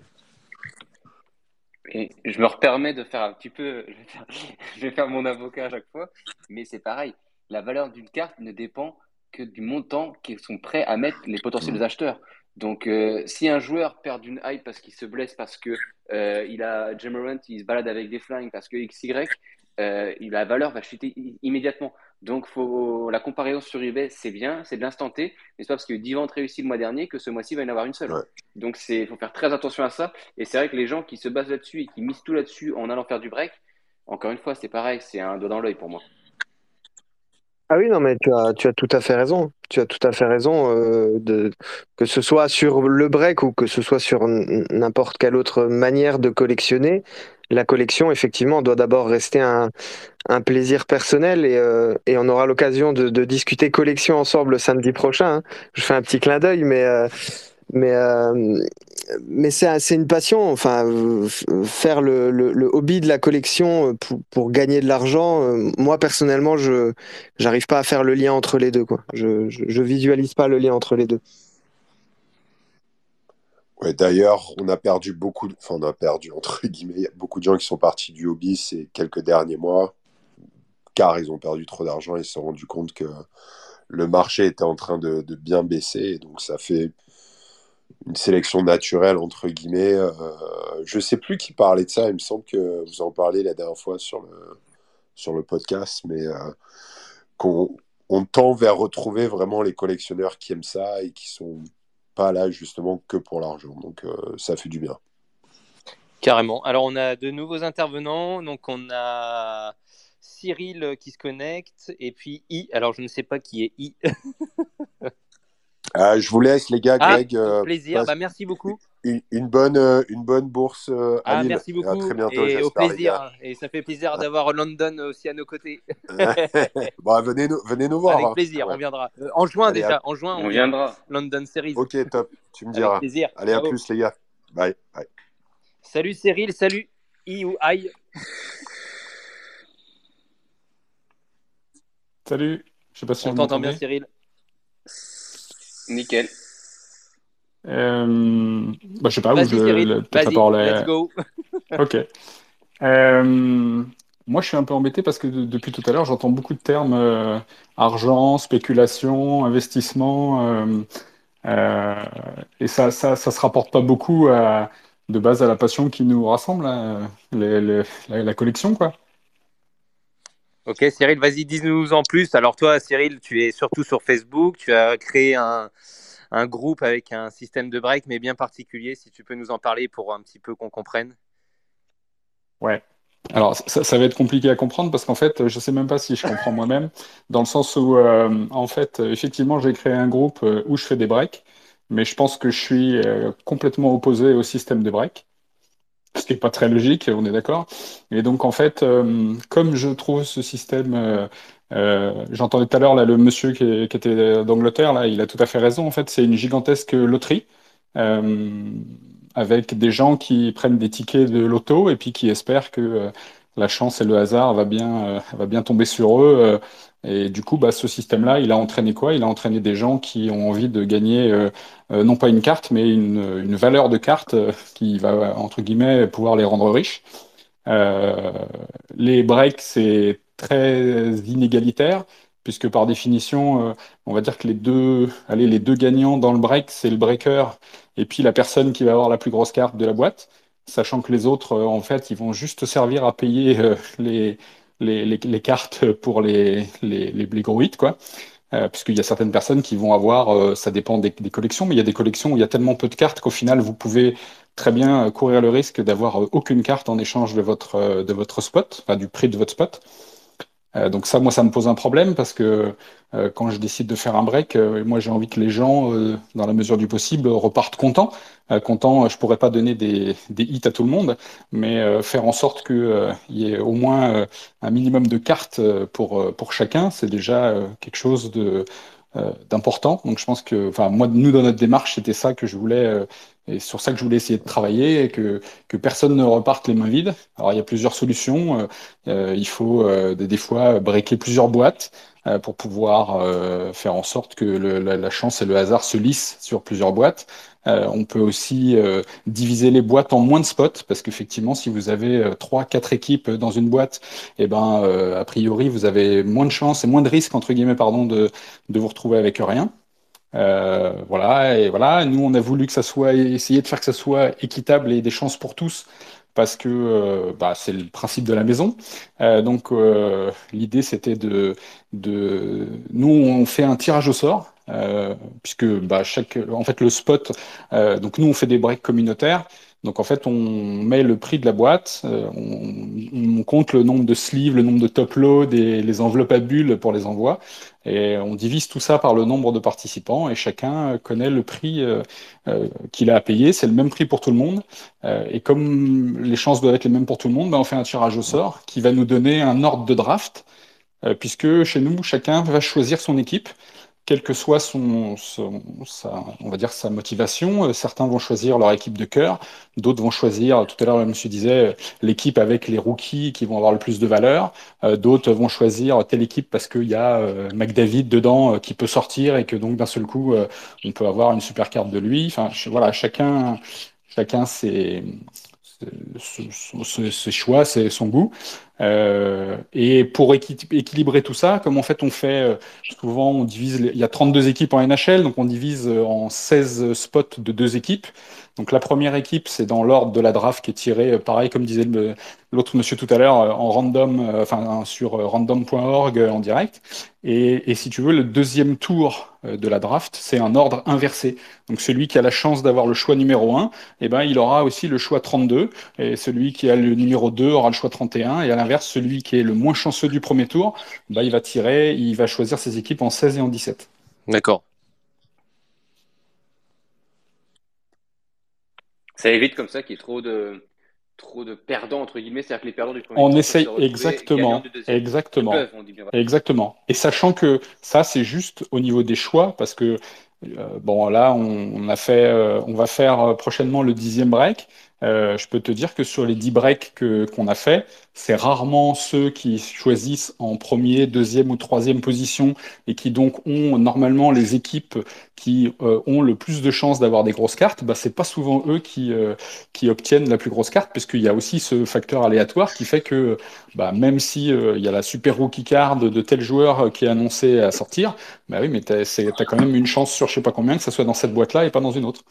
Et je me permets de faire un petit peu, je vais faire mon avocat à chaque fois, mais c'est pareil. La valeur d'une carte ne dépend que du montant qu'ils sont prêts à mettre les potentiels acheteurs. Donc, si un joueur perd d'une hype parce qu'il se blesse, parce que il a Jamorant, il se balade avec des flingues, parce que XY, la valeur va chuter immédiatement. Donc, la comparaison sur eBay, c'est bien, c'est de l'instant T, mais c'est pas parce qu'il y a eu 10 ventes réussies le mois dernier que ce mois-ci il va y en avoir une seule. Ouais. Donc, il faut faire très attention à ça. Et c'est vrai que les gens qui se basent là-dessus et qui misent tout là-dessus en allant faire du break, encore une fois, c'est pareil, c'est un doigt dans l'œil pour moi. Ah oui, non, mais tu as tout à fait raison. Tu as tout à fait raison, que ce soit sur le break ou que ce soit sur n'importe quelle autre manière de collectionner. La collection, effectivement, doit d'abord rester un plaisir personnel et on aura l'occasion de discuter collection ensemble samedi prochain, hein. Je fais un petit clin d'œil, mais, euh, mais c'est une passion. Enfin, faire le hobby de la collection pour gagner de l'argent, moi personnellement, je j'arrive pas à faire le lien entre les deux, quoi. Je visualise pas le lien entre les deux. Ouais, d'ailleurs, on a perdu enfin, on a perdu, entre guillemets, il y a beaucoup de gens qui sont partis du hobby ces quelques derniers mois, car ils ont perdu trop d'argent et se sont rendus compte que le marché était en train de bien baisser, et donc ça fait une sélection naturelle, entre guillemets. Je sais plus qui parlait de ça, il me semble que vous en parliez la dernière fois sur le podcast, mais qu'on on tend vers retrouver vraiment les collectionneurs qui aiment ça et qui sont pas là justement que pour l'argent. Donc ça fait du bien. Carrément. Alors on a de nouveaux intervenants, donc on a Cyril qui se connecte et puis I. Alors je ne sais pas qui est I. Je vous laisse les gars, Ah, Greg, plaisir. passe Bah merci beaucoup. une bonne bourse à Ah Lille. merci Et à très beaucoup bientôt, et au j'espère, les plaisir, gars. hein. Et ça fait plaisir d'avoir London aussi à nos côtés. Bon, venez nous voir, Avec hein, plaisir, quand on même. viendra. En juin Allez, déjà, en juin on On vient. viendra. London Series. ok, top, tu me Avec diras. plaisir. Allez, à Ciao. plus, les gars. Bye. Bye. Salut Cyril, salut I ou I. Salut, je sais pas si On vous t'entend bien m'entendez. Cyril. Nickel. Je sais pas où Vas-y Cyril, peut-être la vas-y, parole let's est. go. Ok. Euh, Moi, je suis un peu embêté parce que depuis tout à l'heure, j'entends beaucoup de termes argent, spéculation, investissement, euh, et ça se rapporte pas beaucoup de base à la passion qui nous rassemble, là, la collection, quoi. Ok, Cyril, vas-y, dis-nous en plus. Alors toi, Cyril, tu es surtout sur Facebook. Tu as créé un groupe avec un système de break, mais bien particulier. Si tu peux nous en parler pour un petit peu qu'on comprenne. Ouais. Alors, ça va être compliqué à comprendre parce qu'en fait, je sais même pas si je comprends moi-même, dans le sens où, en fait, effectivement, j'ai créé un groupe où je fais des breaks, mais je pense que je suis complètement opposé au système de break, ce qui est pas très logique, on est d'accord. Et donc, en fait, comme je trouve ce système, j'entendais tout à l'heure là le monsieur qui était d'Angleterre là, il a tout à fait raison. En fait, c'est une gigantesque loterie. Euh, Avec des gens qui prennent des tickets de loto et puis qui espèrent que la chance et le hasard va bien tomber sur eux. Et du coup, bah, ce système-là, il a entraîné quoi? Il a entraîné des gens qui ont envie de gagner non pas une carte, mais une valeur de carte qui va, entre guillemets, pouvoir les rendre riches. Euh, les breaks, c'est très inégalitaire, puisque par définition, on va dire que les deux gagnants dans le break, c'est le breaker et puis la personne qui va avoir la plus grosse carte de la boîte, sachant que les autres, en fait, ils vont juste servir à payer les cartes pour les gros hits, quoi. Puisqu'il y a certaines personnes qui vont avoir, ça dépend des collections, mais il y a des collections où il y a tellement peu de cartes qu'au final, vous pouvez très bien courir le risque d'avoir aucune carte en échange de votre spot, enfin, du prix de votre spot. Donc ça, moi, ça me pose un problème parce que quand je décide de faire un break, moi, j'ai envie que les gens, dans la mesure du possible, repartent contents. Contents, je pourrais pas donner des hits à tout le monde, mais faire en sorte que, il y ait au moins un minimum de cartes pour chacun, c'est déjà quelque chose d'important. Donc je pense que, enfin, moi, nous, dans notre démarche, c'était ça que je voulais, et sur ça que je voulais essayer de travailler, et que personne ne reparte les mains vides. Alors il y a plusieurs solutions. Il faut des fois breaker plusieurs boîtes pour pouvoir faire en sorte que la chance et le hasard se lissent sur plusieurs boîtes. On peut aussi diviser les boîtes en moins de spots, parce qu'effectivement, si vous avez trois, quatre équipes dans une boîte, eh ben, a priori, vous avez moins de chances et moins de risques, entre guillemets, pardon, de vous retrouver avec rien. Voilà, et voilà. Nous, on a voulu que ça soit, essayer de faire que ça soit équitable et des chances pour tous, parce que bah, c'est le principe de la maison. L'idée, c'était nous, on fait un tirage au sort. Puisque bah, en fait le spot, donc nous on fait des breaks communautaires, donc en fait on met le prix de la boîte, on compte le nombre de sleeves, le nombre de top loads et les enveloppes à bulles pour les envois, et on divise tout ça par le nombre de participants et chacun connaît le prix qu'il a à payer. C'est le même prix pour tout le monde. Et comme les chances doivent être les mêmes pour tout le monde, ben, on fait un tirage au sort qui va nous donner un ordre de draft, puisque chez nous, chacun va choisir son équipe quelle que soit on va dire sa motivation. Certains vont choisir leur équipe de cœur, d'autres vont choisir, tout à l'heure, le monsieur disait, l'équipe avec les rookies qui vont avoir le plus de valeur. D'autres vont choisir telle équipe parce qu'il y a McDavid dedans qui peut sortir et que donc d'un seul coup, on peut avoir une super carte de lui. Enfin, voilà, chacun ses choix, son goût. Et pour équilibrer tout ça, comme en fait on fait souvent, on divise, il y a 32 équipes en NHL, donc on divise en 16 spots de deux équipes. Donc la première équipe, c'est dans l'ordre de la draft qui est tirée, pareil comme disait l'autre monsieur tout à l'heure, en random, enfin sur random.org en direct. Et si tu veux, le deuxième tour de la draft, c'est un ordre inversé. Donc celui qui a la chance d'avoir le choix numéro un, eh ben, il aura aussi le choix 32. Et celui qui a le numéro 2 aura le choix 31. Et à l'inverse, celui qui est le moins chanceux du premier tour, bah, il va choisir ses équipes en 16 et en 17. D'accord. Ça évite comme ça qu'il y ait trop de perdants, entre guillemets. C'est-à-dire que les perdants du premier On tour peuvent se essaye retrouver gagnants exactement, du deuxième. Ils exactement, peuvent, on dit bien. exactement. Et sachant que ça, c'est juste au niveau des choix, parce que bon, là, on va faire prochainement le 10e break. Je peux te dire que sur les 10 breaks qu'on a fait, c'est rarement ceux qui choisissent en premier, deuxième ou troisième position et qui donc ont normalement les équipes qui ont le plus de chances d'avoir des grosses cartes. Bah, c'est pas souvent eux qui obtiennent la plus grosse carte, puisqu'il y a aussi ce facteur aléatoire qui fait que bah, même si il y a la super rookie card de tel joueur qui est annoncé à sortir, bah oui, mais t'as quand même une chance sur je sais pas combien que ça soit dans cette boîte-là et pas dans une autre.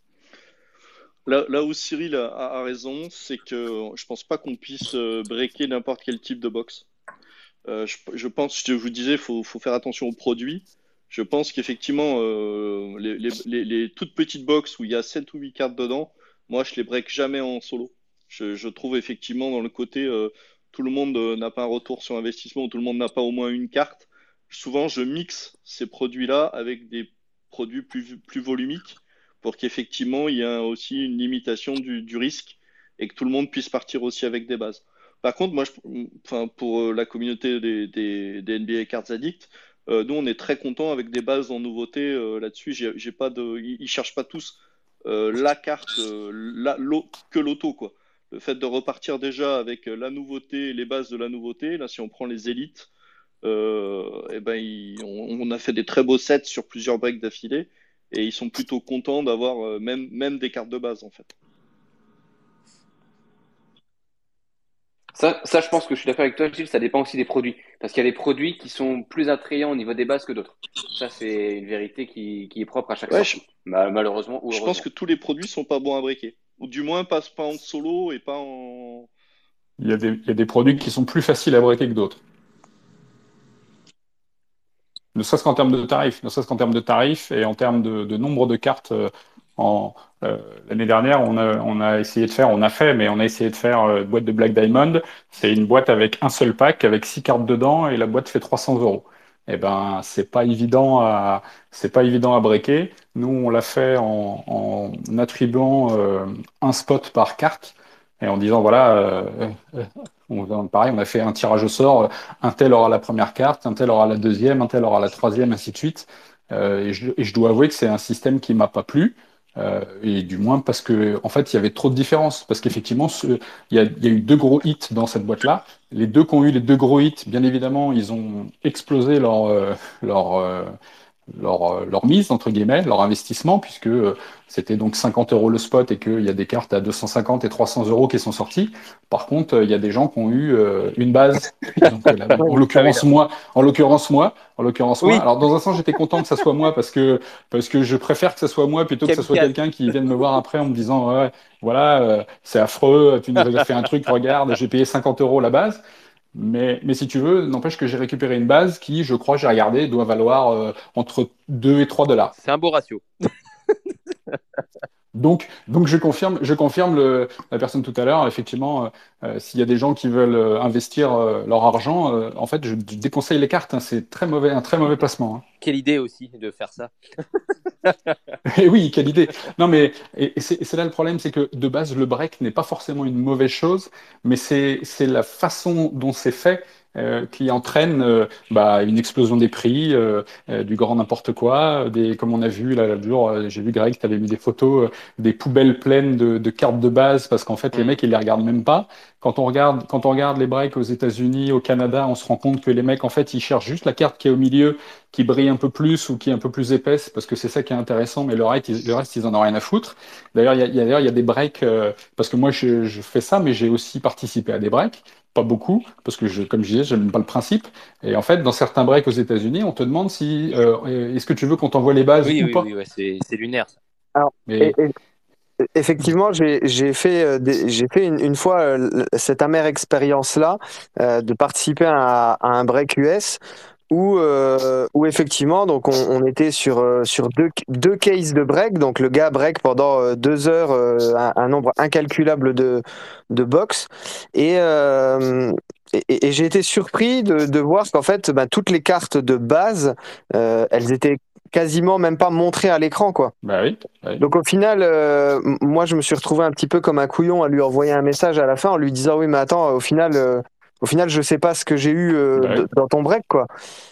Là où Cyril a raison, c'est que je pense pas qu'on puisse breaker n'importe quel type de box. Je pense, je vous disais, faut faire attention aux produits. Je pense qu'effectivement, les toutes petites box où il y a 7 ou 8 cartes dedans, moi, je les break jamais en solo. Je trouve effectivement dans le côté, tout le monde n'a pas un retour sur investissement, ou tout le monde n'a pas au moins une carte. Souvent, je mixe ces produits-là avec des produits plus volumiques pour qu'effectivement, il y ait aussi une limitation du risque et que tout le monde puisse partir aussi avec des bases. Par contre, enfin, pour la communauté des NBA Cards Addict, nous, on est très content avec des bases en nouveauté là-dessus. J'ai pas de, ils cherchent pas tous la carte, que l'auto, quoi. Le fait de repartir déjà avec la nouveauté, les bases de la nouveauté, là, si on prend les élites, eh ben, on a fait des très beaux sets sur plusieurs breaks d'affilée et ils sont plutôt contents d'avoir même des cartes de base, en fait. Ça, je pense que je suis d'accord avec toi, Gilles, ça dépend aussi des produits. Parce qu'il y a des produits qui sont plus attrayants au niveau des bases que d'autres. Ça, c'est une vérité qui est propre à chaque Ouais, sortie. Malheureusement ou je pense heureusement. que tous les produits sont pas bons à briquer. Ou du moins pas en solo et pas en. Il y a des produits qui sont plus faciles à breaker que d'autres. Ne serait-ce qu'en termes de tarifs, ne serait-ce qu'en termes de tarifs et en termes de nombre de cartes. En, L'année dernière, on a essayé de faire, on a fait, mais on a essayé de faire boîte de Black Diamond. C'est une boîte avec un seul pack, avec 6 cartes dedans, et la boîte fait 300 euros. Eh ben, c'est pas évident à breaker. Nous, on l'a fait en attribuant un spot par carte et en disant voilà, pareil, on a fait un tirage au sort. Un tel aura la première carte, un tel aura la deuxième, un tel aura la troisième, ainsi de suite. Et je dois avouer que c'est un système qui m'a pas plu. Et du moins parce que en fait il y avait trop de différences parce qu'effectivement il y a eu 2 gros hits dans cette boîte-là. Les deux qui ont eu les 2 gros hits, bien évidemment, ils ont explosé leur, euh, leur mise, entre guillemets, leur investissement, puisque c'était donc 50 euros le spot et qu'il y a des cartes à 250 et 300 euros qui sont sorties. Par contre, il y a des gens qui ont eu une base. Donc, en Ah oui, l'occurrence, moi, oui, Alors, dans un sens, j'étais content que ça soit moi parce que je préfère que ça soit moi plutôt que ça soit kamikaze. quelqu'un qui vienne me voir après en me disant, ouais, voilà, c'est affreux, tu nous as fait un truc, regarde, j'ai payé 50 euros la base. Mais si tu veux, n'empêche que j'ai récupéré une base qui, je crois, j'ai regardé, doit valoir entre 2 et 3 dollars. C'est un beau ratio. Donc je confirme la personne tout à l'heure. Effectivement, s'il y a des gens qui veulent investir leur argent, en fait, je déconseille les cartes, hein. C'est très mauvais, un très mauvais placement, hein. Quelle idée aussi de faire ça. Et oui, quelle idée. Non, mais c'est là le problème, c'est que de base, le break n'est pas forcément une mauvaise chose, mais c'est la façon dont c'est fait qui entraîne une explosion des prix, du grand n'importe quoi, comme on a vu là l'autre jour, j'ai vu Greg, tu avais mis des photos des poubelles pleines de cartes de base, parce qu'en fait, les Mm. mecs, ils les regardent même pas. Quand on regarde les breaks aux États-Unis, au Canada, on se rend compte que les mecs, en fait, ils cherchent juste la carte qui est au milieu, qui brille un peu plus ou qui est un peu plus épaisse, parce que c'est ça qui est intéressant, mais le reste, ils en ont rien à foutre. D'ailleurs, il y a des breaks, parce que moi, je fais ça, mais j'ai aussi participé à des breaks. Pas beaucoup, parce que, comme je disais, j'aime pas le principe. Et en fait, dans certains breaks aux États-Unis, on te demande si est-ce que tu veux qu'on t'envoie les bases Oui, ou oui, pas. oui, ouais, c'est lunaire, ça. Alors, et- Mais et- effectivement, j'ai fait une fois cette amère expérience-là de participer à un break US où effectivement, donc on était sur deux cases de break. Donc le gars break pendant 2 heures un nombre incalculable de box. Et, euh, et j'ai été surpris de voir qu'en fait, ben, toutes les cartes de base, elles étaient quasiment même pas montrées à l'écran, quoi. bah oui, bah oui. Donc au final, moi je me suis retrouvé un petit peu comme un couillon à lui envoyer un message à la fin en lui disant oui mais attends au final je sais pas ce que j'ai eu Bah oui. dans ton break quoi.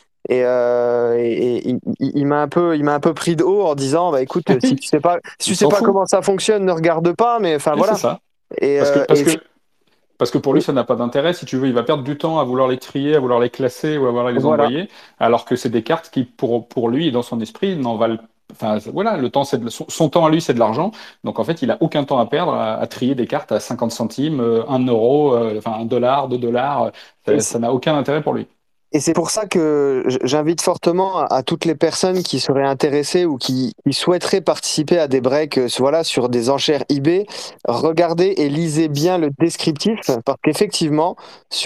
Et il m'a un peu pris de haut en disant bah écoute si Il tu sais s'en pas fout. comment ça fonctionne ne regarde pas mais enfin Et c'est voilà. ça. Et, Parce que, euh, parce et, que, parce que pour lui, ça n'a pas d'intérêt. Si tu veux, il va perdre du temps à vouloir les trier, à vouloir les classer ou à vouloir les voilà. envoyer, alors que c'est des cartes qui, pour lui, dans son esprit, n'en valent. Enfin, voilà, le temps, son temps à lui, c'est de l'argent. Donc, en fait, il a aucun temps à perdre à trier des cartes à 50 centimes, 1 euro, enfin, 1 dollar, 2 dollars. Et Ça n'a aucun intérêt pour lui. Et c'est pour ça que j'invite fortement à toutes les personnes qui seraient intéressées ou qui souhaiteraient participer à des breaks, voilà, sur des enchères eBay, regardez et lisez bien le descriptif, parce qu'effectivement,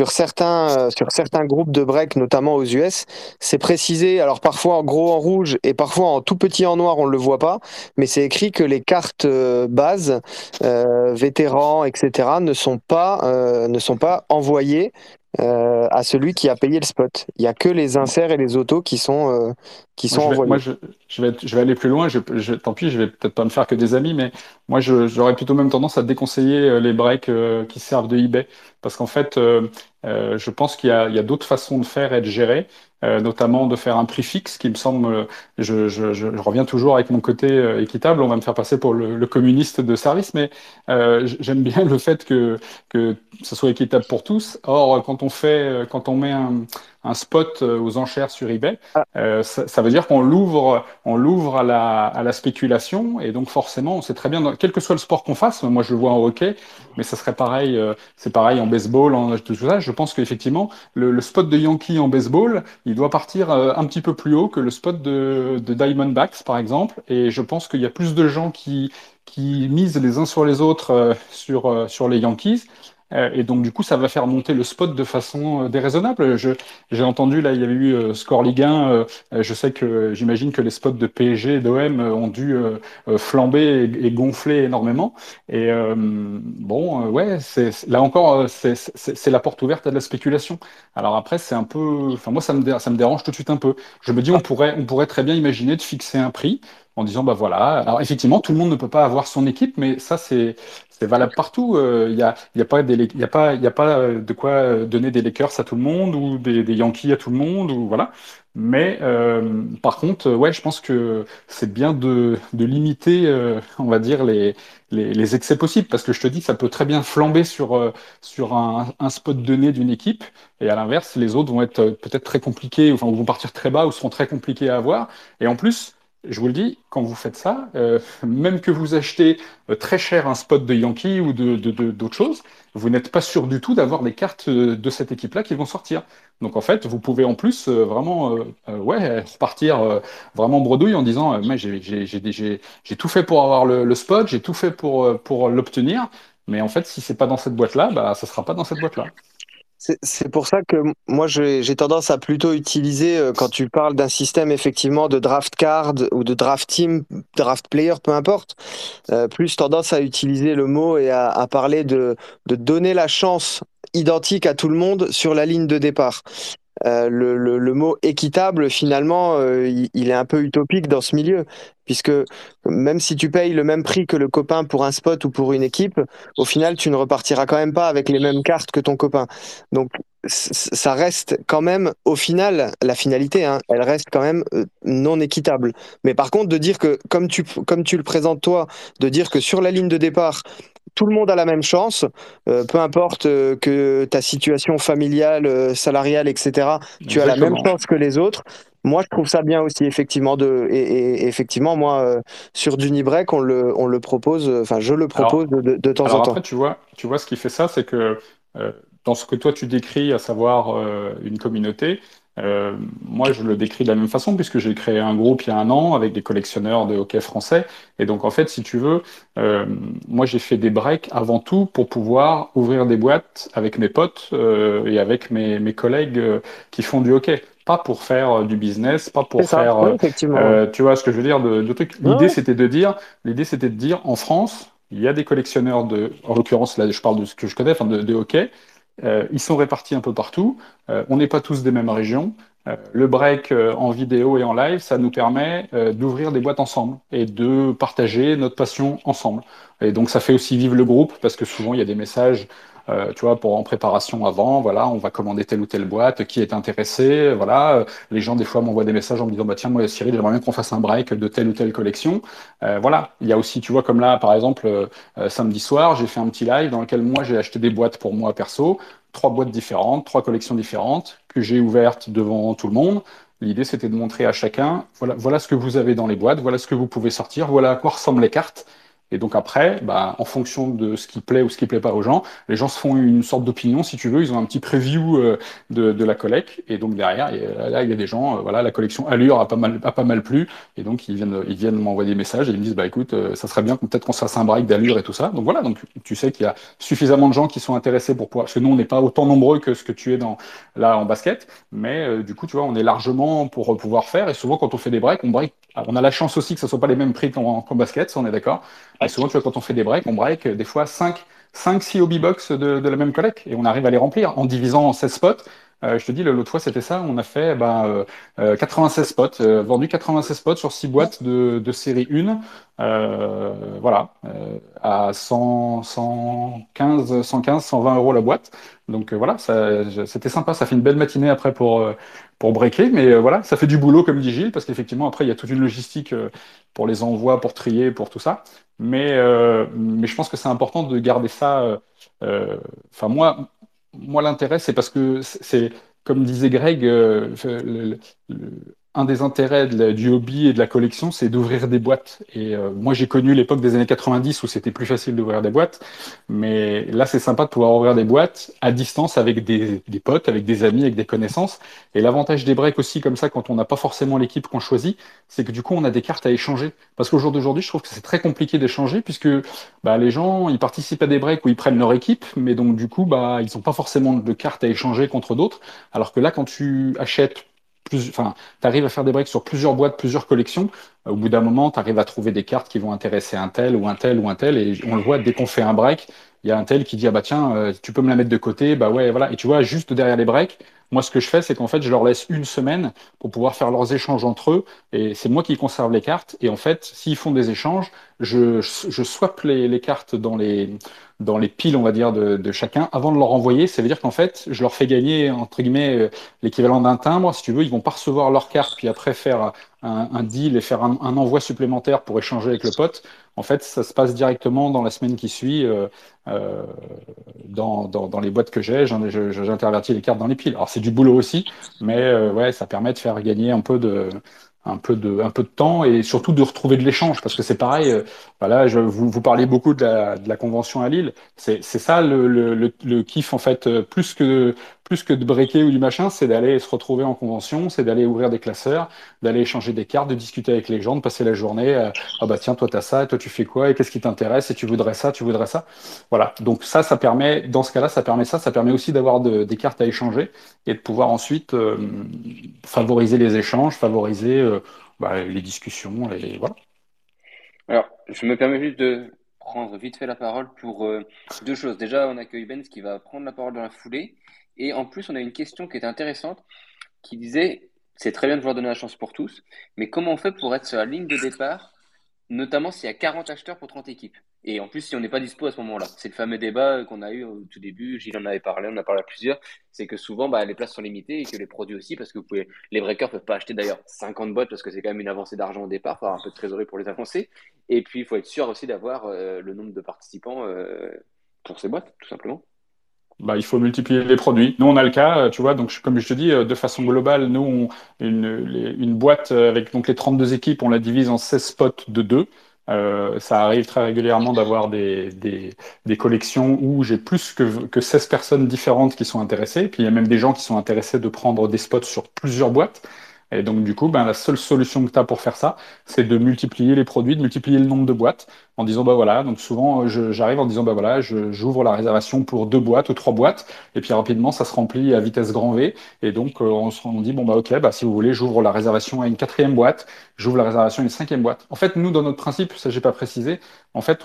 sur certains groupes de break, notamment aux US, c'est précisé, alors parfois en gros en rouge et parfois en tout petit en noir, on ne le voit pas, mais c'est écrit que les cartes bases, vétérans, etc., ne sont pas envoyées à celui qui a payé le spot. Il n'y a que les inserts et les autos qui Moi, sont envoyés. je vais aller plus loin. Tant pis, je vais peut-être pas me faire que des amis, mais moi, j'aurais plutôt même tendance à déconseiller les breaks qui servent de eBay. Parce qu'en fait, je pense il y a d'autres façons de faire et de gérer, notamment de faire un prix fixe qui me semble, je reviens toujours avec mon côté équitable, on va me faire passer pour le communiste de service, mais j'aime bien le fait que ce soit équitable pour tous. Or, quand on met un spot aux enchères sur eBay, Ah, ça veut dire on l'ouvre à la spéculation, et donc forcément, on sait très bien, quel que soit le sport qu'on fasse, moi je le vois en hockey, mais ça serait pareil, c'est pareil en baseball, en tout ça. Je pense qu'effectivement, le spot de Yankee en baseball, il doit partir un petit peu plus haut que le spot de Diamondbacks, par exemple, et je pense qu'il y a plus de gens qui misent les uns sur les autres sur les Yankees. Et donc, du coup, ça va faire monter le spot de façon déraisonnable. J'ai entendu, là, il y avait eu Score Ligue 1. Je sais que j'imagine que les spots de PSG et d'OM ont dû flamber et gonfler énormément. Et bon, ouais, là encore, c'est la porte ouverte à de la spéculation. Alors après, c'est un peu. Enfin, moi, ça me dérange tout de suite un peu. Je me dis, on pourrait très bien imaginer de fixer un prix en disant, bah voilà. Alors, effectivement, tout le monde ne peut pas avoir son équipe, mais ça, c'est valable partout. Il y a pas de quoi donner des Lakers à tout le monde ou des Yankees à tout le monde ou voilà. Mais par contre, ouais, je pense que c'est bien de limiter, on va dire les excès possibles, parce que je te dis, ça peut très bien flamber sur un spot donné d'une équipe, et à l'inverse, les autres vont être peut-être très compliqués, enfin, ou vont partir très bas ou seront très compliqués à avoir. Et en plus, je vous le dis, quand vous faites ça, même que vous achetez très cher un spot de Yankee ou d'autres choses, vous n'êtes pas sûr du tout d'avoir les cartes de cette équipe-là qui vont sortir. Donc en fait, vous pouvez en plus vraiment ouais, repartir vraiment bredouille en disant moi, j'ai tout fait pour avoir le spot, j'ai tout fait pour l'obtenir, mais en fait, si c'est pas dans cette boîte-là, bah, ça sera pas dans cette boîte-là. c'est pour ça que moi j'ai tendance à plutôt utiliser, quand tu parles d'un système effectivement de draft card ou de draft team, draft player, peu importe, plus tendance à utiliser le mot et à parler de donner la chance identique à tout le monde sur la ligne de départ. Le mot équitable, finalement, il est un peu utopique dans ce milieu, puisque même si tu payes le même prix que le copain pour un spot ou pour une équipe, au final, tu ne repartiras quand même pas avec les mêmes cartes que ton copain. Donc, ça reste quand même, au final, la finalité, hein, elle reste quand même non équitable. Mais par contre, de dire que, comme tu le présentes toi, de dire que sur la ligne de départ, tout le monde a la même chance, peu importe que ta situation familiale, salariale, etc., tu as la même Exactement. chance que les autres. Moi, je trouve ça bien aussi, effectivement. Et effectivement, moi, sur Dunibreak, on le propose, enfin, je le propose Alors, de temps en Alors temps. après, tu vois, ce qui fait ça, c'est que dans ce que toi tu décris, à savoir une communauté, moi je le décris de la même façon, puisque j'ai créé un groupe il y a un an avec des collectionneurs de hockey français. Et donc en fait, si tu veux, euh, moi j'ai fait des breaks avant tout pour pouvoir ouvrir des boîtes avec mes potes et avec mes collègues qui font du hockey. Pas pour faire du business, pas C'est pour ça, faire, oui, effectivement. Ouais. tu vois ce que je veux dire, de trucs. Ouais, ouais. L'idée c'était de dire, en France, il y a des collectionneurs en l'occurrence, là, je parle de ce que je connais, enfin, de hockey. Ils sont répartis un peu partout. On n'est pas tous des mêmes régions. Le break en vidéo et en live, ça nous permet d'ouvrir des boîtes ensemble et de partager notre passion ensemble. Et donc, ça fait aussi vivre le groupe parce que souvent, il y a des messages, tu vois, en préparation avant. Voilà, on va commander telle ou telle boîte. Qui est intéressé? Voilà. Les gens, des fois, m'envoient des messages en me disant, bah, tiens, moi, Cyril, j'aimerais bien qu'on fasse un break de telle ou telle collection. Voilà. Il y a aussi, tu vois, comme là, par exemple, samedi soir, j'ai fait un petit live dans lequel moi, j'ai acheté des boîtes pour moi perso, trois boîtes différentes, trois collections différentes que j'ai ouvertes devant tout le monde. L'idée, c'était de montrer à chacun, voilà, voilà ce que vous avez dans les boîtes, voilà ce que vous pouvez sortir, voilà à quoi ressemblent les cartes. Et donc après, bah, en fonction de ce qui plaît ou ce qui plaît pas aux gens, les gens se font une sorte d'opinion, si tu veux. Ils ont un petit preview de la collecte. Et donc derrière, là, il y a des gens, voilà, la collection Allure a pas mal plu. Et donc ils viennent m'envoyer des messages et ils me disent, bah écoute, ça serait bien peut-être qu'on se fasse un break d'Allure et tout ça. Donc voilà, donc tu sais qu'il y a suffisamment de gens qui sont intéressés pour pouvoir. Parce que nous, on n'est pas autant nombreux que ce que tu es là en basket. Mais du coup, tu vois, on est largement pour pouvoir faire. Et souvent, quand on fait des breaks, on a la chance aussi que ce ne soit pas les mêmes prix qu'en basket, ça on est d'accord. Mais Ouais. souvent, tu vois, quand on fait des breaks, on break des fois 6 hobby box de la même collecte et on arrive à les remplir en divisant en 16 spots. Je te dis, l'autre fois, c'était ça. On a fait 96 spots, vendu 96 spots sur 6 boîtes de série 1. Voilà, à 120 euros la boîte. Donc voilà, c'était sympa. Ça fait une belle matinée après pour breaker. Mais voilà, ça fait du boulot, comme dit Gilles, parce qu'effectivement, après, il y a toute une logistique pour les envois, pour trier, pour tout ça. Mais je pense que c'est important de garder ça. Enfin, moi l'intérêt, c'est parce que comme disait Greg, un des intérêts du hobby et de la collection, c'est d'ouvrir des boîtes. Et moi, j'ai connu l'époque des années 90 où c'était plus facile d'ouvrir des boîtes. Mais là, c'est sympa de pouvoir ouvrir des boîtes à distance avec des potes, avec des amis, avec des connaissances. Et l'avantage des breaks aussi, comme ça, quand on n'a pas forcément l'équipe qu'on choisit, c'est que du coup, on a des cartes à échanger. Parce qu'au jour d'aujourd'hui, je trouve que c'est très compliqué d'échanger puisque bah, les gens, ils participent à des breaks où ils prennent leur équipe, mais donc du coup, bah, ils n'ont pas forcément de cartes à échanger contre d'autres. Alors que là, quand tu achètes enfin, tu arrives à faire des breaks sur plusieurs boîtes, plusieurs collections. Au bout d'un moment, tu arrives à trouver des cartes qui vont intéresser un tel ou un tel ou un tel. Et on le voit, dès qu'on fait un break, il y a un tel qui dit, ah bah tiens, tu peux me la mettre de côté. Bah ouais, voilà. Et tu vois, juste derrière les breaks, moi, ce que je fais, c'est qu'en fait, je leur laisse une semaine pour pouvoir faire leurs échanges entre eux. Et c'est moi qui conserve les cartes. Et en fait, s'ils font des échanges, je swap les cartes dans les piles, on va dire, de chacun avant de leur envoyer. Ça veut dire qu'en fait, je leur fais gagner, entre guillemets, l'équivalent d'un timbre. Si tu veux, ils vont pas recevoir leur carte, puis après faire un deal et faire un envoi supplémentaire pour échanger avec le pote. En fait, ça se passe directement dans la semaine qui suit, euh, dans les boîtes que j'ai. J'intervertis les cartes dans les piles. Alors, c'est du boulot aussi, mais ouais, ça permet de faire gagner un peu de temps et surtout de retrouver de l'échange parce que c'est pareil. Voilà, vous parlez beaucoup de la convention à Lille. C'est ça le kiff en fait, plus que de breaker ou du machin, c'est d'aller se retrouver en convention, c'est d'aller ouvrir des classeurs, d'aller échanger des cartes, de discuter avec les gens, de passer la journée. Ah bah tiens, toi t'as ça, et toi tu fais quoi, et qu'est-ce qui t'intéresse, et tu voudrais ça, tu voudrais ça. Voilà. Donc ça permet, dans ce cas-là, ça permet aussi d'avoir des cartes à échanger et de pouvoir ensuite favoriser les échanges, favoriser bah, les discussions, et voilà. Alors, je me permets juste de prendre vite fait la parole pour deux choses. Déjà, on accueille Benz qui va prendre la parole dans la foulée. Et en plus, on a une question qui était intéressante qui disait, c'est très bien de vouloir donner la chance pour tous, mais comment on fait pour être sur la ligne de départ, notamment s'il y a 40 acheteurs pour 30 équipes? Et en plus, si on n'est pas dispo à ce moment-là. C'est le fameux débat qu'on a eu au tout début, Gilles en avait parlé, on en a parlé à plusieurs, c'est que souvent, bah, les places sont limitées et que les produits aussi, parce que les breakers peuvent pas acheter d'ailleurs 50 bots parce que c'est quand même une avancée d'argent au départ, il faut avoir un peu de trésorerie pour les avancer. Et puis, il faut être sûr aussi d'avoir le nombre de participants pour ces boîtes, tout simplement. Bah, il faut multiplier les produits. Nous, on a le cas, tu vois, donc comme je te dis, de façon globale, nous, une boîte avec donc les 32 équipes, on la divise en 16 spots de 2. Ça arrive très régulièrement d'avoir des collections où j'ai plus que 16 personnes différentes qui sont intéressées. Puis il y a même des gens qui sont intéressés de prendre des spots sur plusieurs boîtes. Et donc, du coup, ben, la seule solution que tu as pour faire ça, c'est de multiplier les produits, de multiplier le nombre de boîtes en disant, bah voilà, donc souvent, j'arrive en disant, bah voilà, j'ouvre la réservation pour 2 boîtes ou 3 boîtes, et puis rapidement, ça se remplit à vitesse grand V, et donc, on dit, bon, bah ok, bah si vous voulez, j'ouvre la réservation à une quatrième boîte, j'ouvre la réservation à une cinquième boîte. En fait, nous, dans notre principe, ça, j'ai pas précisé, en fait,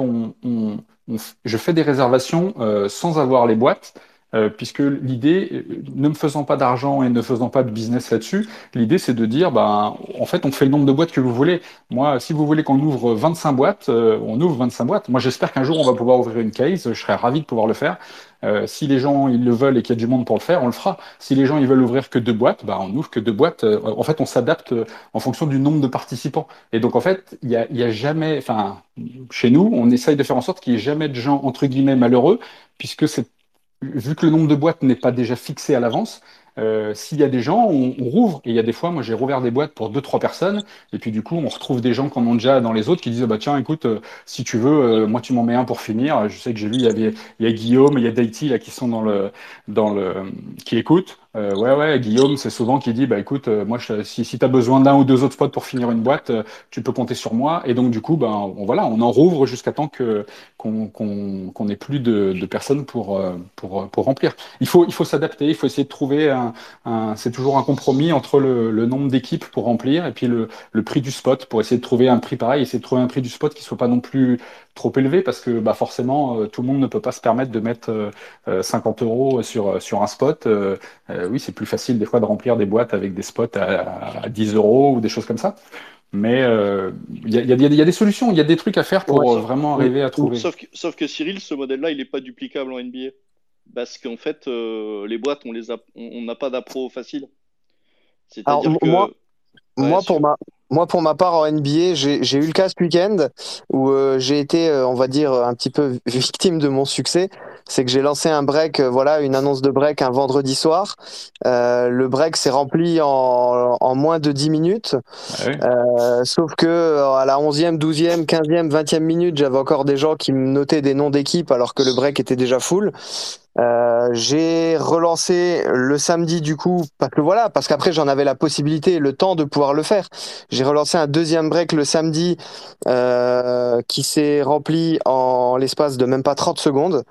je fais des réservations sans avoir les boîtes, puisque l'idée, ne me faisant pas d'argent et ne faisant pas de business là-dessus, l'idée, c'est de dire, ben, en fait, on fait le nombre de boîtes que vous voulez. Moi, si vous voulez qu'on ouvre 25 boîtes, on ouvre 25 boîtes. Moi, j'espère qu'un jour, on va pouvoir ouvrir une case. Je serais ravi de pouvoir le faire. Si les gens, ils le veulent et qu'il y a du monde pour le faire, on le fera. Si les gens, ils veulent ouvrir que 2 boîtes, ben, on ouvre que 2 boîtes. En fait, on s'adapte en fonction du nombre de participants. Et donc, en fait, il y a jamais, enfin, chez nous, on essaye de faire en sorte qu'il n'y ait jamais de gens, entre guillemets, malheureux, puisque vu que le nombre de boîtes n'est pas déjà fixé à l'avance, s'il y a des gens, on rouvre. Et il y a des fois, moi j'ai rouvert des boîtes pour deux, trois personnes. Et puis du coup, on retrouve des gens qu'on a déjà dans les autres qui disent bah tiens, écoute, si tu veux, moi tu m'en mets un pour finir. Je sais que j'ai vu, il y a Guillaume, il y a Daity là qui sont dans le, qui écoutent. Ouais, Guillaume, c'est souvent qui dit bah écoute, si tu as besoin d'un ou deux autres spots pour finir une boîte, tu peux compter sur moi. Et donc du coup, ben voilà, on en rouvre jusqu'à temps que qu'on ait plus de personnes pour remplir. Il faut s'adapter, il faut essayer de trouver c'est toujours un compromis entre le nombre d'équipes pour remplir et puis le prix du spot pour essayer de trouver un prix pareil, essayer de trouver un prix du spot qui soit pas non plus trop élevé parce que bah, forcément tout le monde ne peut pas se permettre de mettre 50 euros sur un spot. Oui, c'est plus facile des fois de remplir des boîtes avec des spots à 10 euros ou des choses comme ça. Mais il y a des solutions, il y a des trucs à faire Ouais. pour vraiment arriver à trouver. Sauf que Cyril, ce modèle-là, il n'est pas duplicable en NBA. Parce qu'en fait, les boîtes, on n'a pas d'appro facile. Alors, C'est-à-dire que. moi, Ouais, Moi, pour ma part, en NBA, j'ai eu le cas ce week-end où j'ai été, on va dire, un petit peu victime de mon succès. C'est que j'ai lancé un break, voilà, une annonce de break un vendredi soir. Le break s'est rempli en moins de 10 minutes. Ah oui. Sauf que à la 11e, 12e, 15e, 20e minute, j'avais encore des gens qui me notaient des noms d'équipes alors que le break était déjà full. J'ai relancé le samedi du coup parce qu'après j'en avais la possibilité et le temps de pouvoir le faire. J'ai relancé un deuxième break le samedi qui s'est rempli en l'espace de même pas 30 secondes.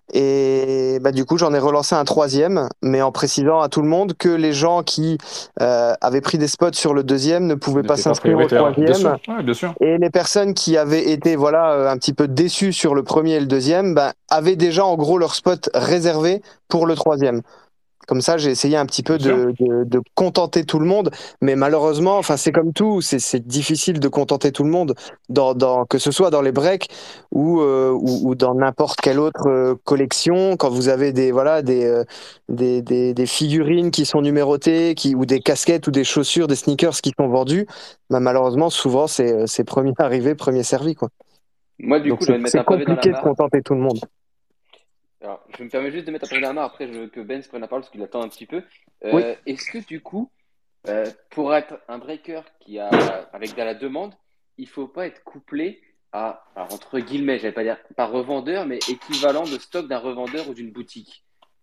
Et bah, du coup, j'en ai relancé un troisième, mais en précisant à tout le monde que les gens qui avaient pris des spots sur le deuxième ne pouvaient pas N'était pas s'inscrire au prioritaire, bien troisième. sûr. Ouais, bien sûr. Et les personnes qui avaient été voilà un petit peu déçues sur le premier et le deuxième, ben, avaient déjà en gros leur spot réservé pour le troisième. Comme ça, j'ai essayé un petit peu Bien sûr. de contenter tout le monde, mais malheureusement, enfin, c'est comme tout, c'est difficile de contenter tout le monde, que ce soit dans les breaks ou dans n'importe quelle autre collection. Quand vous avez voilà, des figurines qui sont numérotées, ou des casquettes ou des chaussures, des sneakers qui sont vendus, bah, malheureusement, souvent, c'est premier arrivé, premier servi, quoi. Moi, du Donc, coup, j'ai envie de mettre c'est un pavé dans la compliqué de mare. contenter tout le monde. Alors, je me permets juste de mettre un pavé dans la mare après que Ben se prenne la parole parce qu'il attend un petit peu. Oui. Est-ce que du coup, pour être un breaker avec de la demande, il faut pas être couplé alors, entre guillemets, j'allais pas dire pas revendeur, mais équivalent de stock d'un revendeur ou d'une boutique?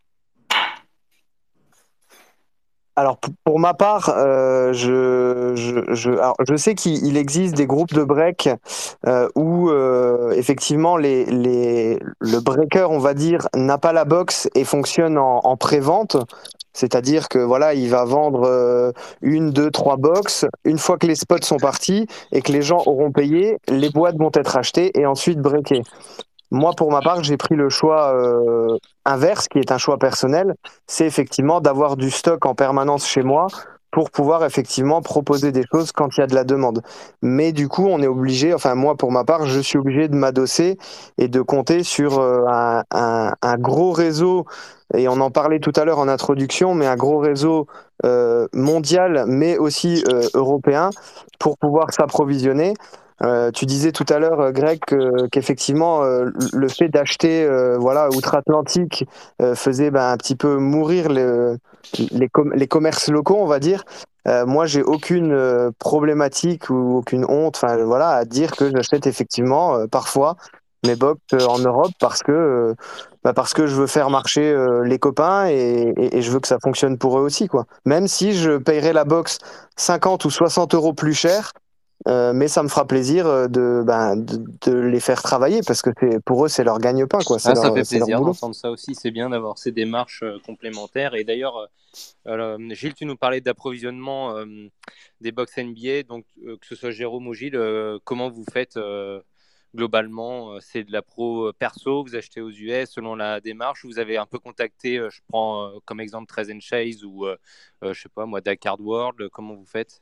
Alors pour ma part, alors, je sais qu'il existe des groupes de break où effectivement le breaker, on va dire, n'a pas la box et fonctionne en pré-vente. C'est-à-dire que voilà, il va vendre une, deux, trois box. Une fois que les spots sont partis et que les gens auront payé, les boîtes vont être achetées et ensuite breakées. Moi, pour ma part, j'ai pris le choix inverse, qui est un choix personnel, c'est effectivement d'avoir du stock en permanence chez moi pour pouvoir effectivement proposer des choses quand il y a de la demande. Mais du coup, on est obligé, enfin moi pour ma part, je suis obligé de m'adosser et de compter sur un gros réseau, et on en parlait tout à l'heure en introduction, mais un gros réseau mondial, mais aussi européen, pour pouvoir s'approvisionner. Tu disais tout à l'heure, Greg, qu'effectivement, le fait d'acheter voilà, outre-Atlantique faisait ben, un petit peu mourir les commerces locaux, on va dire. Moi, j'ai aucune problématique ou aucune honte, enfin voilà, à dire que j'achète effectivement parfois mes box en Europe parce que je veux faire marcher les copains et je veux que ça fonctionne pour eux aussi, quoi. Même si je payerais la box 50 ou 60 euros plus cher, mais ça me fera plaisir de les faire travailler parce que pour eux, c'est leur gagne-pain, quoi. Ah, ça fait C'est leur plaisir boulot. d'entendre ça aussi. C'est bien d'avoir ces démarches complémentaires. Et d'ailleurs, Gilles, tu nous parlais d'approvisionnement des box NBA. Donc, que ce soit Jérôme ou Gilles, comment vous faites globalement? C'est de la pro perso, vous achetez aux US selon la démarche. Vous avez un peu contacté, je prends comme exemple 13 Chase ou je sais pas moi, Dakar World. Comment vous faites?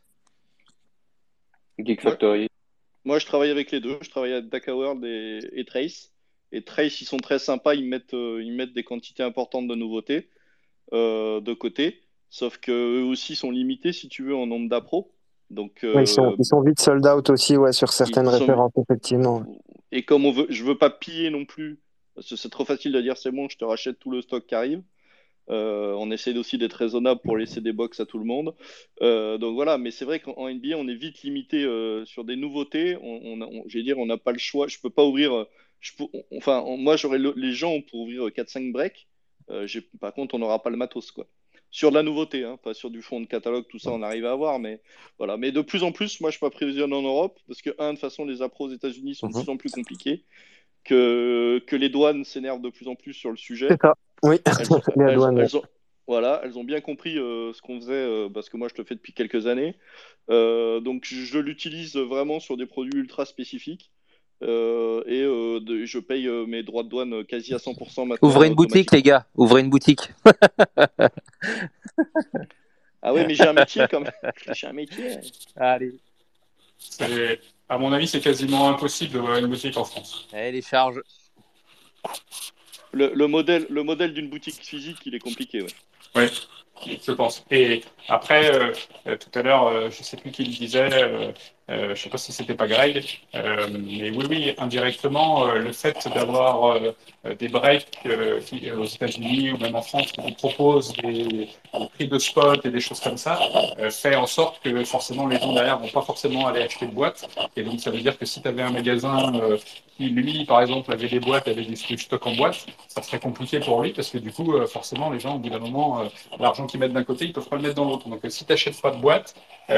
Geek Moi, Factory. moi, je travaille avec les deux. Je travaille avec Daka World et Trace. Et Trace, ils sont très sympas. Ils mettent des quantités importantes de nouveautés de côté. Sauf qu'eux aussi sont limités, si tu veux, en nombre d'appros. Donc, Ouais, ils sont vite sold out aussi, ouais, sur ils certaines sont. références, effectivement. Et je veux pas piller non plus, parce que c'est trop facile de dire c'est bon, je te rachète tout le stock qui arrive. On essaie aussi d'être raisonnable pour laisser des box à tout le monde. Donc voilà, mais c'est vrai qu'en NBA, on est vite limité sur des nouveautés. J'allais dire, on n'a pas le choix. Je peux pas ouvrir. Moi, j'aurais les gens pour ouvrir 4-5 breaks. Par contre, on n'aura pas le matos, quoi. Sur de la nouveauté, hein, pas sur du fond de catalogue, tout ça, on arrive à avoir, mais voilà. Mais de plus en plus, moi, je m'approvisionne en Europe parce que, de toute façon, les appros aux États-Unis sont de Mhm. plus en plus compliqués, que les douanes s'énervent de plus en plus sur le C'est sujet. ça. Oui, Elles, les elles, douanes. elles ont, voilà, elles ont bien compris ce qu'on faisait parce que moi je le fais depuis quelques années. Donc je l'utilise vraiment sur des produits ultra spécifiques je paye mes droits de douane quasi à 100% maintenant Ouvrez une boutique, les automatiquement. gars. Ouvrez une boutique. Ah oui, mais j'ai un métier quand même. J'ai un métier. Allez. À mon avis, c'est quasiment impossible d'avoir une boutique en France. Allez, les charges. Le modèle d'une boutique physique, il est compliqué, ouais. Oui, je pense. Et après, tout à l'heure, je ne sais plus qui le disait, je ne sais pas si c'était pas Greg, mais oui, indirectement, le fait d'avoir des breaks aux États-Unis ou même en France qui vous proposent des prix de spot et des choses comme ça, fait en sorte que forcément les gens derrière vont pas forcément aller acheter de boîtes. Et donc ça veut dire que si tu avais un magasin qui, lui, par exemple, avait des boîtes, avait du stock en boîte, ça serait compliqué pour lui parce que du coup, forcément, les gens, au bout d'un moment, l'argent qu'ils mettent d'un côté, ils peuvent pas le mettre dans l'autre. Donc, si tu n'achètes pas de boîte,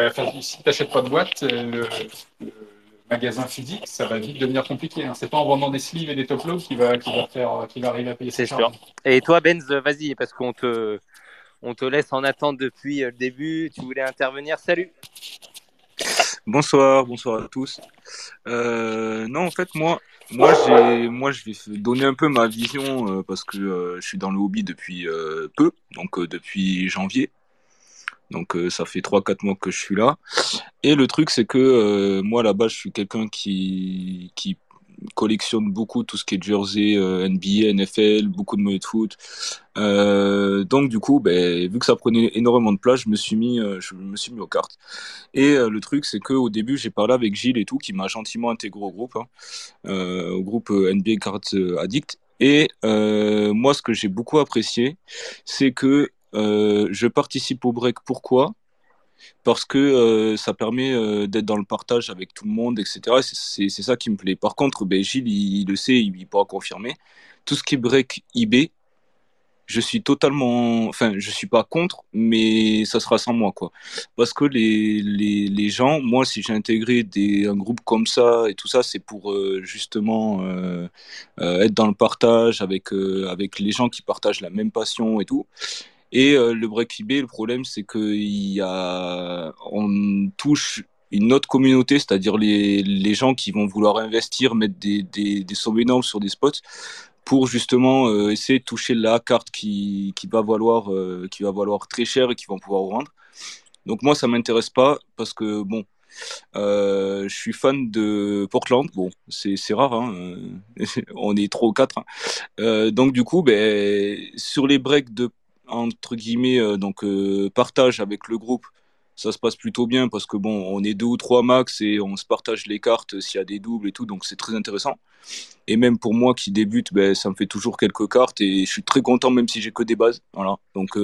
le magasin physique, ça va vite devenir compliqué. Hein. C'est pas en vendant des sleeves et des top loads qui va arriver à payer ses C'est sûr. charges. Et toi, Benz, vas-y, parce on te laisse en attente depuis le début. Tu voulais intervenir. Salut. Bonsoir à tous. Non, en fait, je vais donner un peu ma vision parce que je suis dans le hobby depuis peu, donc depuis janvier. Donc ça fait 3-4 mois que je suis là. Et le truc, c'est que moi, là-bas, je suis quelqu'un qui collectionne beaucoup tout ce qui est jersey, NBA, NFL, beaucoup de maillots de foot. Donc du coup, ben, vu que ça prenait énormément de place, je me suis mis aux cartes. Et le truc, c'est qu'au début, j'ai parlé avec Gilles et tout, qui m'a gentiment intégré au groupe, hein, au groupe NBA Cards Addict. Et moi, ce que j'ai beaucoup apprécié, c'est que je participe au break. Pourquoi? Parce que ça permet d'être dans le partage avec tout le monde, etc. C'est ça qui me plaît. Par contre, ben, Gilles, il le sait, il pourra confirmer. Tout ce qui est break eBay, je suis pas contre, mais ça sera sans moi, quoi. Parce que les gens, moi, si j'ai intégré un groupe comme ça et tout ça, c'est pour justement être dans le partage avec les gens qui partagent la même passion et tout. Et le break eBay, le problème, c'est on touche une autre communauté, c'est-à-dire les gens qui vont vouloir investir, mettre des sommes énormes sur des spots pour justement essayer de toucher la carte qui va valoir très cher et qui vont pouvoir vendre. Donc moi, ça m'intéresse pas parce que bon, je suis fan de Portland. Bon, c'est rare, hein, on est 3 ou 4. Hein. Donc du coup, ben, sur les breaks de entre guillemets donc partage avec le groupe, ça se passe plutôt bien parce que bon, on est 2 ou 3 max et on se partage les cartes s'il y a des doubles et tout, donc c'est très intéressant. Et même pour moi qui débute, ben, ça me fait toujours quelques cartes et je suis très content même si j'ai que des bases. Voilà. Donc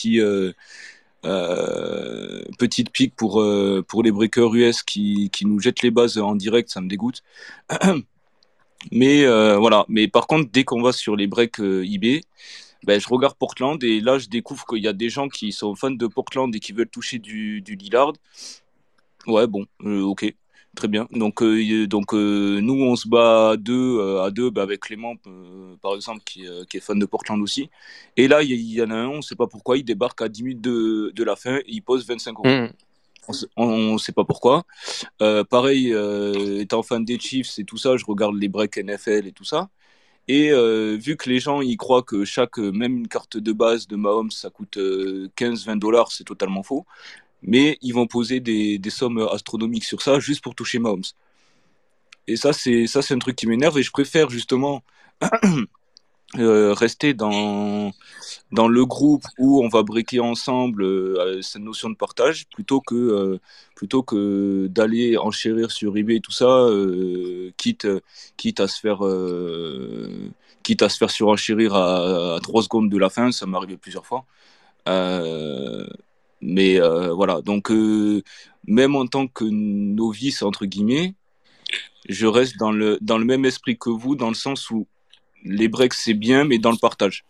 petite pique pour les breakers US qui nous jettent les bases en direct, ça me dégoûte. Mais voilà. Mais par contre, dès qu'on va sur les breaks eBay, ben, je regarde Portland et là je découvre qu'il y a des gens qui sont fans de Portland et qui veulent toucher du Lillard. Ouais, bon, ok, très bien. Donc, nous, on se bat à deux bah, avec Clément, par exemple, qui est fan de Portland aussi. Et là, il y en a un, on ne sait pas pourquoi, il débarque à 10 minutes de la fin et il pose 25 €. Mmh. On ne sait pas pourquoi. Pareil, étant fan des Chiefs et tout ça, je regarde les breaks NFL et tout ça. Et vu que les gens ils croient que même une carte de base de Mahomes, ça coûte 15-20 $, c'est totalement faux. Mais ils vont poser des sommes astronomiques sur ça juste pour toucher Mahomes. Et ça, c'est un truc qui m'énerve et je préfère justement rester dans le groupe où on va briquer ensemble cette notion de partage plutôt que d'aller enchérir sur eBay et tout ça, quitte à se faire surenchérir à 3 secondes de la fin. Ça m'est arrivé plusieurs fois. Euh, mais voilà, donc même en tant que novice, entre guillemets, je reste dans le même esprit que vous, dans le sens où les breaks c'est bien, mais dans le partage.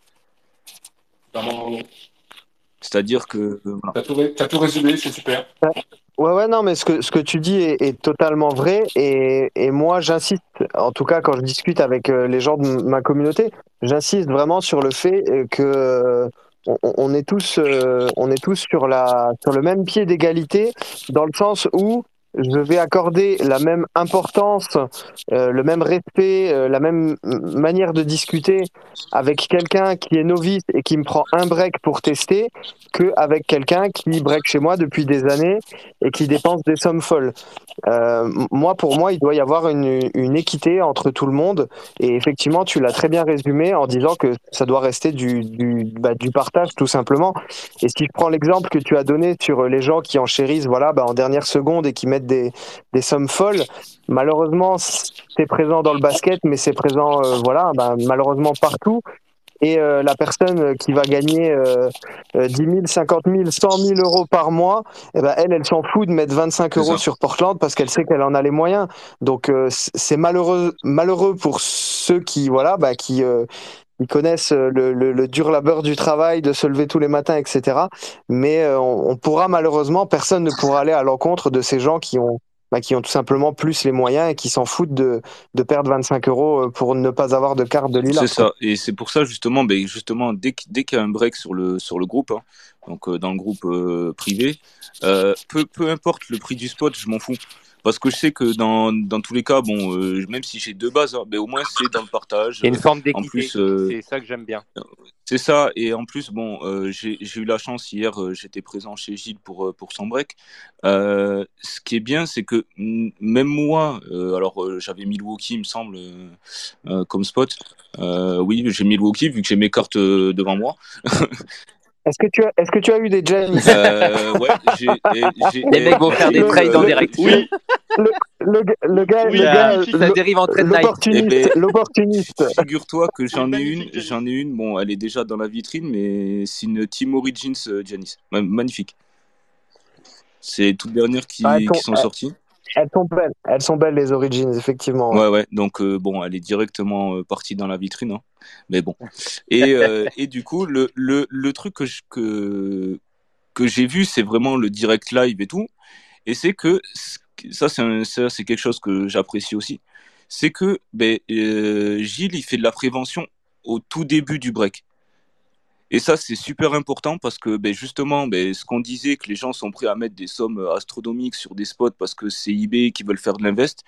C'est-à-dire que voilà. T'as tout résumé, c'est super. Ouais, non, mais ce que tu dis est totalement vrai. Et moi, j'insiste, en tout cas, quand je discute avec les gens de ma communauté, j'insiste vraiment sur le fait que on est tous sur le même pied d'égalité, dans le sens où je vais accorder la même importance, le même respect, la même manière de discuter avec quelqu'un qui est novice et qui me prend un break pour tester, qu'avec quelqu'un qui break chez moi depuis des années et qui dépensent des sommes folles. Pour moi, il doit y avoir une équité entre tout le monde. Et effectivement, tu l'as très bien résumé en disant que ça doit rester du partage, tout simplement. Et si je prends l'exemple que tu as donné sur les gens qui enchérissent en dernière seconde et qui mettent des sommes folles, malheureusement, c'est présent dans le basket, mais c'est présent malheureusement partout. Et la personne qui va gagner 10 000, 50 000, 100 000 euros par mois, elle s'en fout de mettre 25 C'est euros ça. sur Portland parce qu'elle sait qu'elle en a les moyens. Donc c'est malheureux pour ceux qui connaissent le dur labeur du travail, de se lever tous les matins, etc. Mais on pourra malheureusement, personne ne pourra aller à l'encontre de ces gens qui ont tout simplement plus les moyens et qui s'en foutent de perdre 25 euros pour ne pas avoir de carte de C'est Lillard, quoi. ça, et c'est pour ça justement, dès qu'il y a un break sur le groupe, hein, donc dans le groupe privé, peu importe le prix du spot, je m'en fous. Parce que je sais que dans tous les cas, bon, même si j'ai 2 bases, hein, mais au moins c'est dans le partage. Il y a une forme En d'équité. plus, C'est ça que j'aime bien. c'est ça, et en plus, bon, j'ai eu la chance hier, j'étais présent chez Gilles pour son break. Ce qui est bien, c'est que même moi, alors j'avais Milwaukee, il me semble, comme spot. Oui, j'ai Milwaukee vu que j'ai mes cartes devant moi. Est-ce que tu as eu des Giannis? Ouais, Les mecs vont faire des trades en direct. Oui, Le gars, oui, le gars, magnifique. Ça dérive en trade night. l'opportuniste. Figure-toi que j'en ai magnifique, Giannis. j'en ai une. Bon, elle est déjà dans la vitrine, mais c'est une Team Origins Giannis. Magnifique. C'est les toutes dernières Ah, qui sont sorties. elles sont belles les Origins, effectivement. Ouais. Ouais. Donc, bon, elle est directement partie dans la vitrine, hein. Mais bon. Et du coup, le truc que j'ai vu, c'est vraiment le direct live et tout. Et c'est que ça, c'est quelque chose que j'apprécie aussi. C'est que Gilles, il fait de la prévention au tout début du break. Et ça, c'est super important parce que justement, ce qu'on disait, que les gens sont prêts à mettre des sommes astronomiques sur des spots parce que c'est eBay qui veulent faire de l'invest.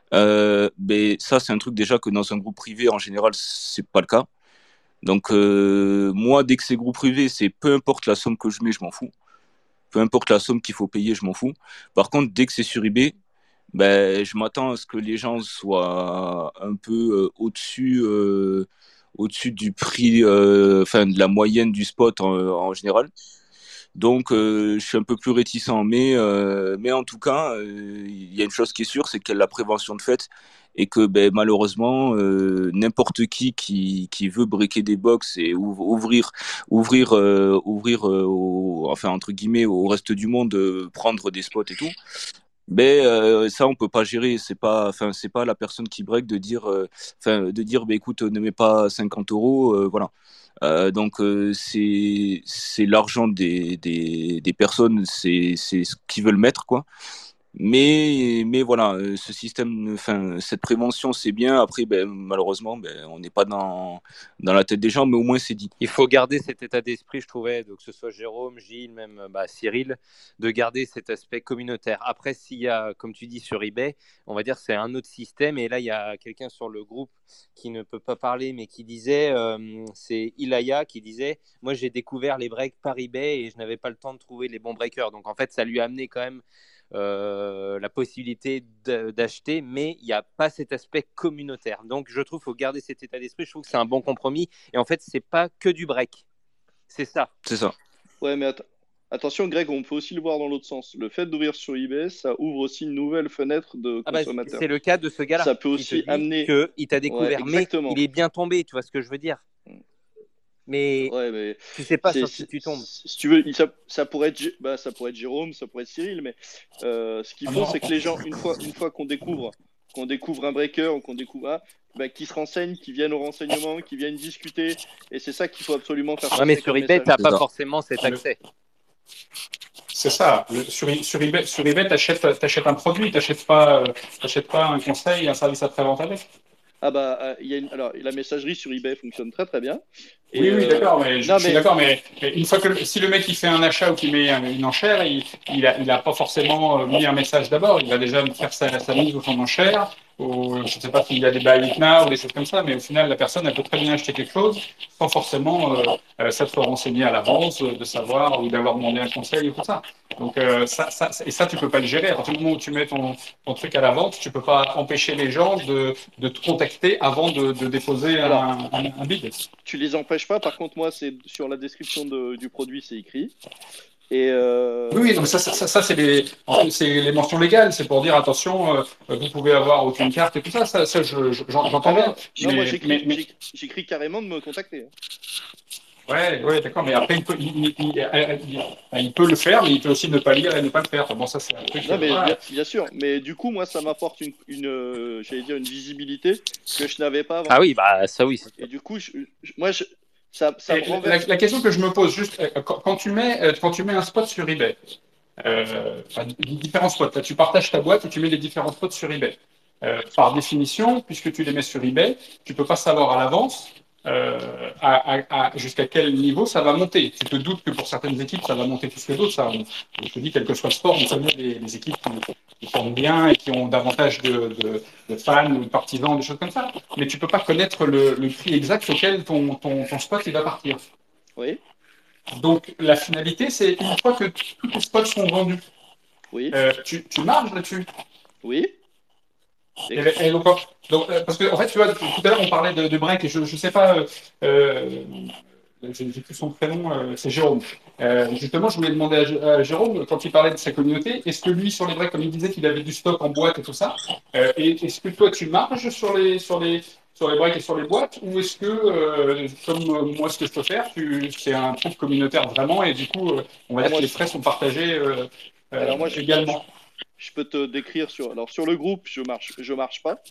Ça, c'est un truc déjà que dans un groupe privé, en général, c'est pas le cas. Donc, moi, dès que c'est groupe privé, c'est peu importe la somme que je mets, je m'en fous. Peu importe la somme qu'il faut payer, je m'en fous. Par contre, dès que c'est sur eBay, je m'attends à ce que les gens soient un peu au-dessus du prix, enfin de la moyenne du spot en général. Donc, je suis un peu plus réticent, mais en tout cas, il y a une chose qui est sûre, c'est qu'il y a la prévention de fait et que malheureusement, n'importe qui veut briquer des box et ouvrir, enfin entre guillemets, au reste du monde, prendre des spots et tout. Ça on peut pas gérer, c'est pas la personne qui break de dire écoute, ne mets pas 50 euros, voilà. Donc c'est l'argent des personnes, c'est ce qu'ils veulent mettre, quoi. Mais voilà, ce système, enfin cette prévention c'est bien. Après, malheureusement, on n'est pas dans la tête des gens, mais au moins c'est dit. Il faut garder cet état d'esprit, je trouvais, donc que ce soit Jérôme, Gilles, même Cyril, de garder cet aspect communautaire. Après, s'il y a, comme tu dis, sur eBay, on va dire c'est un autre système. Et là, il y a quelqu'un sur le groupe qui ne peut pas parler, mais qui disait, c'est Ilaya qui disait, moi j'ai découvert les breaks par eBay et je n'avais pas le temps de trouver les bons breakers. Donc en fait, ça lui a amené quand même la possibilité d'acheter, mais il n'y a pas cet aspect communautaire. Donc, je trouve qu'il faut garder cet état d'esprit. Je trouve que c'est un bon compromis. Et en fait, c'est pas que du break. C'est ça. C'est ça. Ouais, mais attention, Greg, on peut aussi le voir dans l'autre sens. Le fait d'ouvrir sur eBay, ça ouvre aussi une nouvelle fenêtre de consommateurs. C'est le cas de ce gars-là. Ça peut aussi amener. Qu'il t'a découvert, mais il est bien tombé, tu vois ce que je veux dire. Mais tu sais pas sur qui tu tombes. Si tu veux, ça pourrait être Jérôme, ça pourrait être Cyril, mais ce qu'il faut, c'est que les gens, une fois qu'on découvre un breaker ou qu'on découvre qui se renseignent, qui viennent au renseignement, qui viennent discuter, et c'est ça qu'il faut absolument faire. Ouais, mais sur eBay, t'as pas forcément cet accès. C'est ça. Sur eBay, t'achètes un produit, t'achètes pas un conseil, un service après-vente avec. Alors, la messagerie sur eBay fonctionne très très bien. Et oui, d'accord, mais je suis d'accord, mais une fois que si le mec il fait un achat ou qu'il met une enchère, il a pas forcément mis un message d'abord, il va déjà faire sa mise ou son enchère, ou je ne sais pas s'il y a des buy it now ou des choses comme ça, mais au final la personne elle peut très bien acheter quelque chose sans forcément s'être renseigné à l'avance, de savoir ou d'avoir demandé un conseil et tout ça. Donc ça tu peux pas le gérer. À partir du moment où tu mets ton truc à la vente, tu peux pas empêcher les gens de te contacter avant de déposer un bid. Tu les empêches pas. Par contre, moi, c'est sur la description du produit, c'est écrit. Et Oui, donc ça c'est les mentions légales. C'est pour dire attention, vous pouvez avoir aucune carte et tout ça. Ça j'entends bien. Non, moi j'écris carrément de me contacter. Ouais, d'accord, mais après il peut le faire, mais il peut aussi ne pas lire et ne pas le faire. Bon, ça c'est un truc. Non, mais bien sûr, mais du coup, moi, ça m'apporte j'allais dire une visibilité que je n'avais pas avant. Ah oui, bah ça oui. Et du coup, ça me renverse. La question que je me pose juste, quand tu mets un spot sur eBay, différents spots, là, tu partages ta boîte et tu mets les différents spots sur eBay. Par définition, puisque tu les mets sur eBay, tu peux pas savoir à l'avance jusqu'à quel niveau ça va monter. Tu te doutes que pour certaines équipes, ça va monter plus que d'autres. Ça, je te dis, quel que soit le sport, on connaît les équipes qui tournent bien et qui ont davantage de fans ou de partisans, des choses comme ça. Mais tu peux pas connaître le prix exact auquel ton spot il va partir. Oui. Donc la finalité, c'est une fois que tous tes spots sont vendus, oui. Tu marges là-dessus. Oui. Et donc, parce que en fait, tu vois, tout à l'heure on parlait de break et je sais pas, j'ai plus son prénom, c'est Jérôme. Justement, je voulais demander à Jérôme quand il parlait de sa communauté, est-ce que lui sur les breaks, comme il disait qu'il avait du stock en boîte et tout ça, et est-ce que toi tu marges sur les breaks et sur les boîtes, ou est-ce que, comme moi, ce que je peux faire, c'est un truc communautaire vraiment, et du coup, on va dire que les frais sont partagés alors moi, également. Je peux te décrire sur le groupe, je marche pas.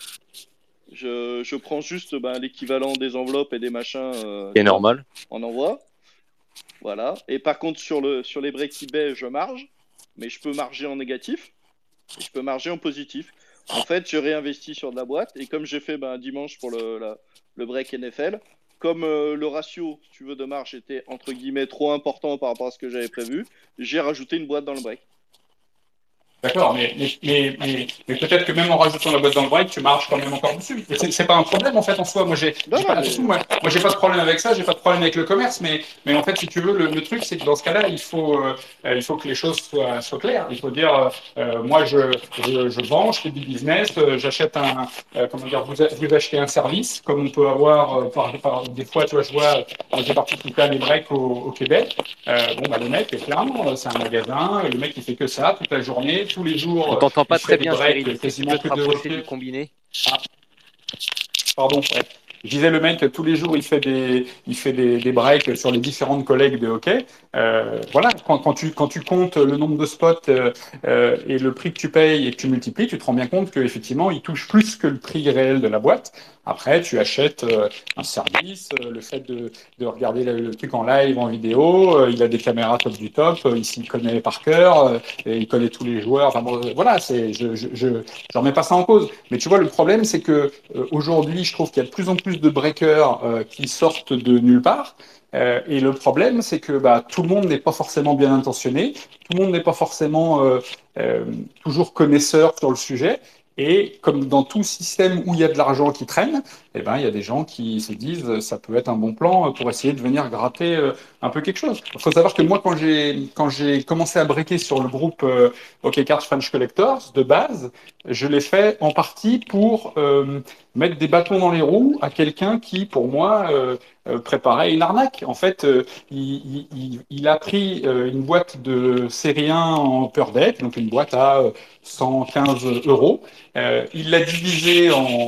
Je prends juste l'équivalent des enveloppes et des machins. C'est normal. On envoie. Voilà. Et par contre, sur les breaks eBay, je marge, mais je peux marger en négatif et je peux marger en positif. En fait, je réinvestis sur de la boîte et comme j'ai fait dimanche pour le break NFL, comme le ratio, si tu veux, de marge était entre guillemets trop important par rapport à ce que j'avais prévu, j'ai rajouté une boîte dans le break. D'accord, mais peut-être que même en rajoutant la boîte dans le break, tu marches quand même encore dessus. C'est pas un problème en fait en soi. Moi, j'ai pas de problème avec ça, j'ai pas de problème avec le commerce, mais en fait, si tu veux, le truc, c'est que dans ce cas-là, il faut que les choses soient claires. Il faut dire, moi, je vends, je fais du business, j'achète vous achetez un service, comme on peut avoir des fois, tu vois, je vois, j'ai participé à des breaks au Québec. Le mec, clairement, c'est un magasin, le mec, il fait que ça toute la journée. Tous les jours. On t'entend pas très bien, Cyril. Est-ce que tu peux te rapprocher du combiné? Pardon. Ouais. Je disais, le mec, tous les jours, il fait des breaks sur les différentes collègues de hockey. Voilà, quand tu comptes le nombre de spots et le prix que tu payes et que tu multiplies, tu te rends bien compte qu'effectivement, il touche plus que le prix réel de la boîte. Après, tu achètes un service, le fait de regarder le truc en live, en vidéo, il a des caméras top du top, il s'y connaît par cœur, et il connaît tous les joueurs. Enfin bon, voilà, je remets pas ça en cause. Mais tu vois, le problème, c'est que aujourd'hui, je trouve qu'il y a de plus en plus de breakers qui sortent de nulle part. Et le problème, c'est que tout le monde n'est pas forcément bien intentionné, tout le monde n'est pas forcément toujours connaisseur sur le sujet. Et comme dans tout système où il y a de l'argent qui traîne, eh ben, il y a des gens qui se disent ça peut être un bon plan pour essayer de venir gratter un peu quelque chose. Il faut savoir que moi, quand j'ai commencé à breaker sur le groupe OK Cards French Collectors, de base, je l'ai fait en partie pour mettre des bâtons dans les roues à quelqu'un qui, pour moi, préparait une arnaque. En fait, il a pris une boîte de série 1 en Upper Deck, donc une boîte à 115 euros. Il l'a divisé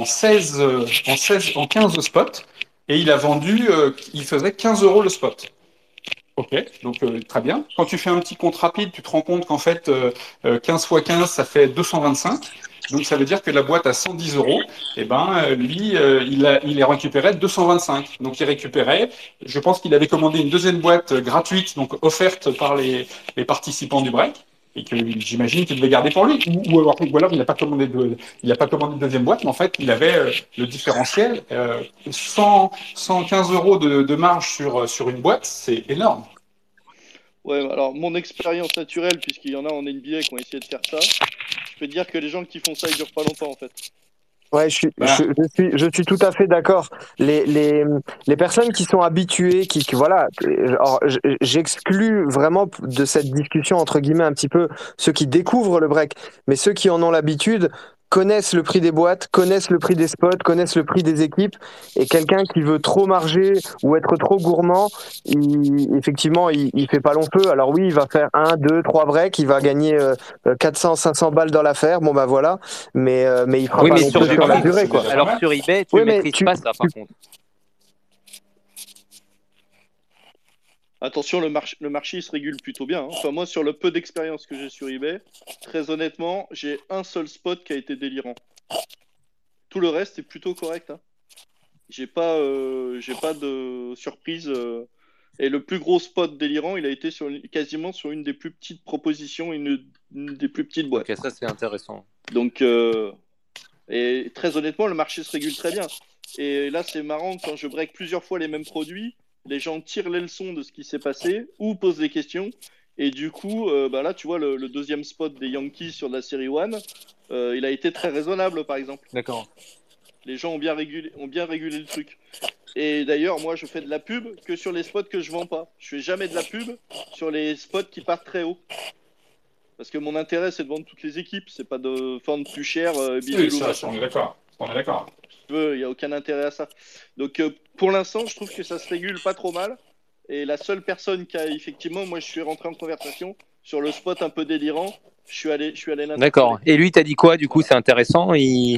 en 15 spots et il a vendu, il faisait 15 euros le spot. Ok, donc très bien. Quand tu fais un petit compte rapide, tu te rends compte qu'en fait, 15 fois 15, ça fait 225. Donc ça veut dire que la boîte à 110 euros, eh ben, lui, il a récupéré 225. Donc il récupérait, je pense qu'il avait commandé une deuxième boîte gratuite, donc offerte par les participants du break, et que j'imagine qu'il devait garder pour lui. Ou alors il n'a pas commandé de deuxième boîte, mais en fait, il avait le différentiel. 115 euros de marge sur une boîte, c'est énorme. Ouais, alors mon expérience naturelle, puisqu'il y en a en NBA qui ont essayé de faire ça, je peux te dire que les gens qui font ça, ils durent pas longtemps en fait. Ouais, je suis, Voilà. je suis tout à fait d'accord. Les personnes qui sont habituées, voilà, alors, j'exclus vraiment de cette discussion, entre guillemets, un petit peu ceux qui découvrent le break, mais ceux qui en ont l'habitude connaissent le prix des boîtes, connaissent le prix des spots, connaissent le prix des équipes, et quelqu'un qui veut trop marger ou être trop gourmand, effectivement, il fait pas long feu. Alors oui, il va faire 1, 2, 3 breaks, il va gagner 400, 500 balles dans l'affaire, bon bah voilà, mais il fera Oui, pas mais long sur feu sur la mal, durée, c'est quoi. déjà pas Alors mal. sur eBay, tu Oui, ne mais maîtrises pas ça, par contre. Attention, le marché il se régule plutôt bien, hein. Enfin, moi, sur le peu d'expérience que j'ai sur eBay, très honnêtement, j'ai un seul spot qui a été délirant. Tout le reste est plutôt correct, hein. J'ai pas de surprise. Et le plus gros spot délirant, il a été quasiment sur une des plus petites propositions, une des plus petites boîtes. Ok, ça c'est intéressant. Donc, et très honnêtement, le marché se régule très bien. Et là, c'est marrant, quand je break plusieurs fois les mêmes produits, les gens tirent les leçons de ce qui s'est passé ou posent des questions. Et du coup, bah là, tu vois, le deuxième spot des Yankees sur la série One, il a été très raisonnable, par exemple. D'accord. Les gens ont bien régulé le truc. Et d'ailleurs, moi, je fais de la pub que sur les spots que je vends pas. Je fais jamais de la pub sur les spots qui partent très haut. Parce que mon intérêt, c'est de vendre toutes les équipes. C'est pas de vendre plus cher, Oui, bidule ou ça, machin. on est d'accord. On est d'accord. Il n'y a aucun intérêt à ça. Donc, pour l'instant, je trouve que ça se régule pas trop mal. Et la seule personne qui a effectivement, moi, je suis rentré en conversation sur le spot un peu délirant. Je suis allé l'interpeller. D'accord. Et lui, t'as dit quoi, du coup, Voilà. c'est intéressant.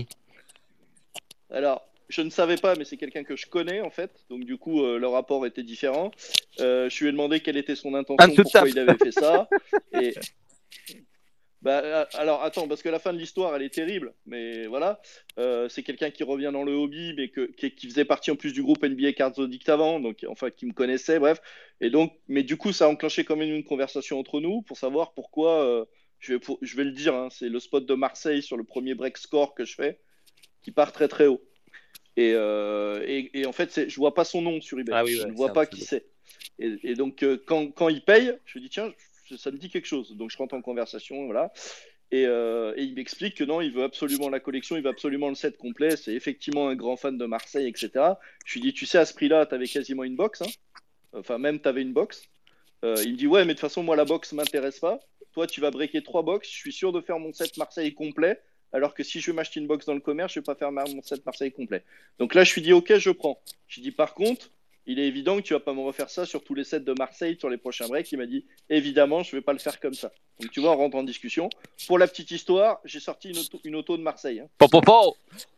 Alors, je ne savais pas, mais c'est quelqu'un que je connais en fait. Donc, du coup, le rapport était différent. Je lui ai demandé quelle était son intention, pourquoi il avait fait ça. Et bah, alors, attends, parce que la fin de l'histoire, elle est terrible. Mais voilà, c'est quelqu'un qui revient dans le hobby, mais qui faisait partie en plus du groupe NBA Cards Addict avant, donc enfin qui me connaissait, bref. Et donc, mais du coup, ça a enclenché quand même une conversation entre nous pour savoir pourquoi. Je vais le dire, hein, c'est le spot de Marseille sur le premier break score que je fais, qui part très très haut. Et en fait, je vois pas son nom sur eBay. Ah oui, Je ouais, ne vois c'est pas un qui truc. c'est. Et donc, quand il paye, je lui dis, tiens, ça me dit quelque chose. Donc, je rentre en conversation, voilà. Et il m'explique que non, il veut absolument la collection, il veut absolument le set complet. C'est effectivement un grand fan de Marseille, etc. Je lui dis, tu sais, à ce prix-là, tu avais quasiment une box, hein. Enfin, même, tu avais une box. Il me dit, ouais, mais de toute façon, moi, la box m'intéresse pas. Toi, tu vas breaker 3 box. Je suis sûr de faire mon set Marseille complet. Alors que si je vais m'acheter une box dans le commerce, je vais pas faire mon set Marseille complet. Donc là, je lui dis, ok, je prends. Je dis, par contre, il est évident que tu vas pas me refaire ça sur tous les sets de Marseille sur les prochains breaks. Il m'a dit, évidemment, je vais pas le faire comme ça. Donc tu vois, on rentre en discussion. Pour la petite histoire, j'ai sorti une auto de Marseille, hein. Po.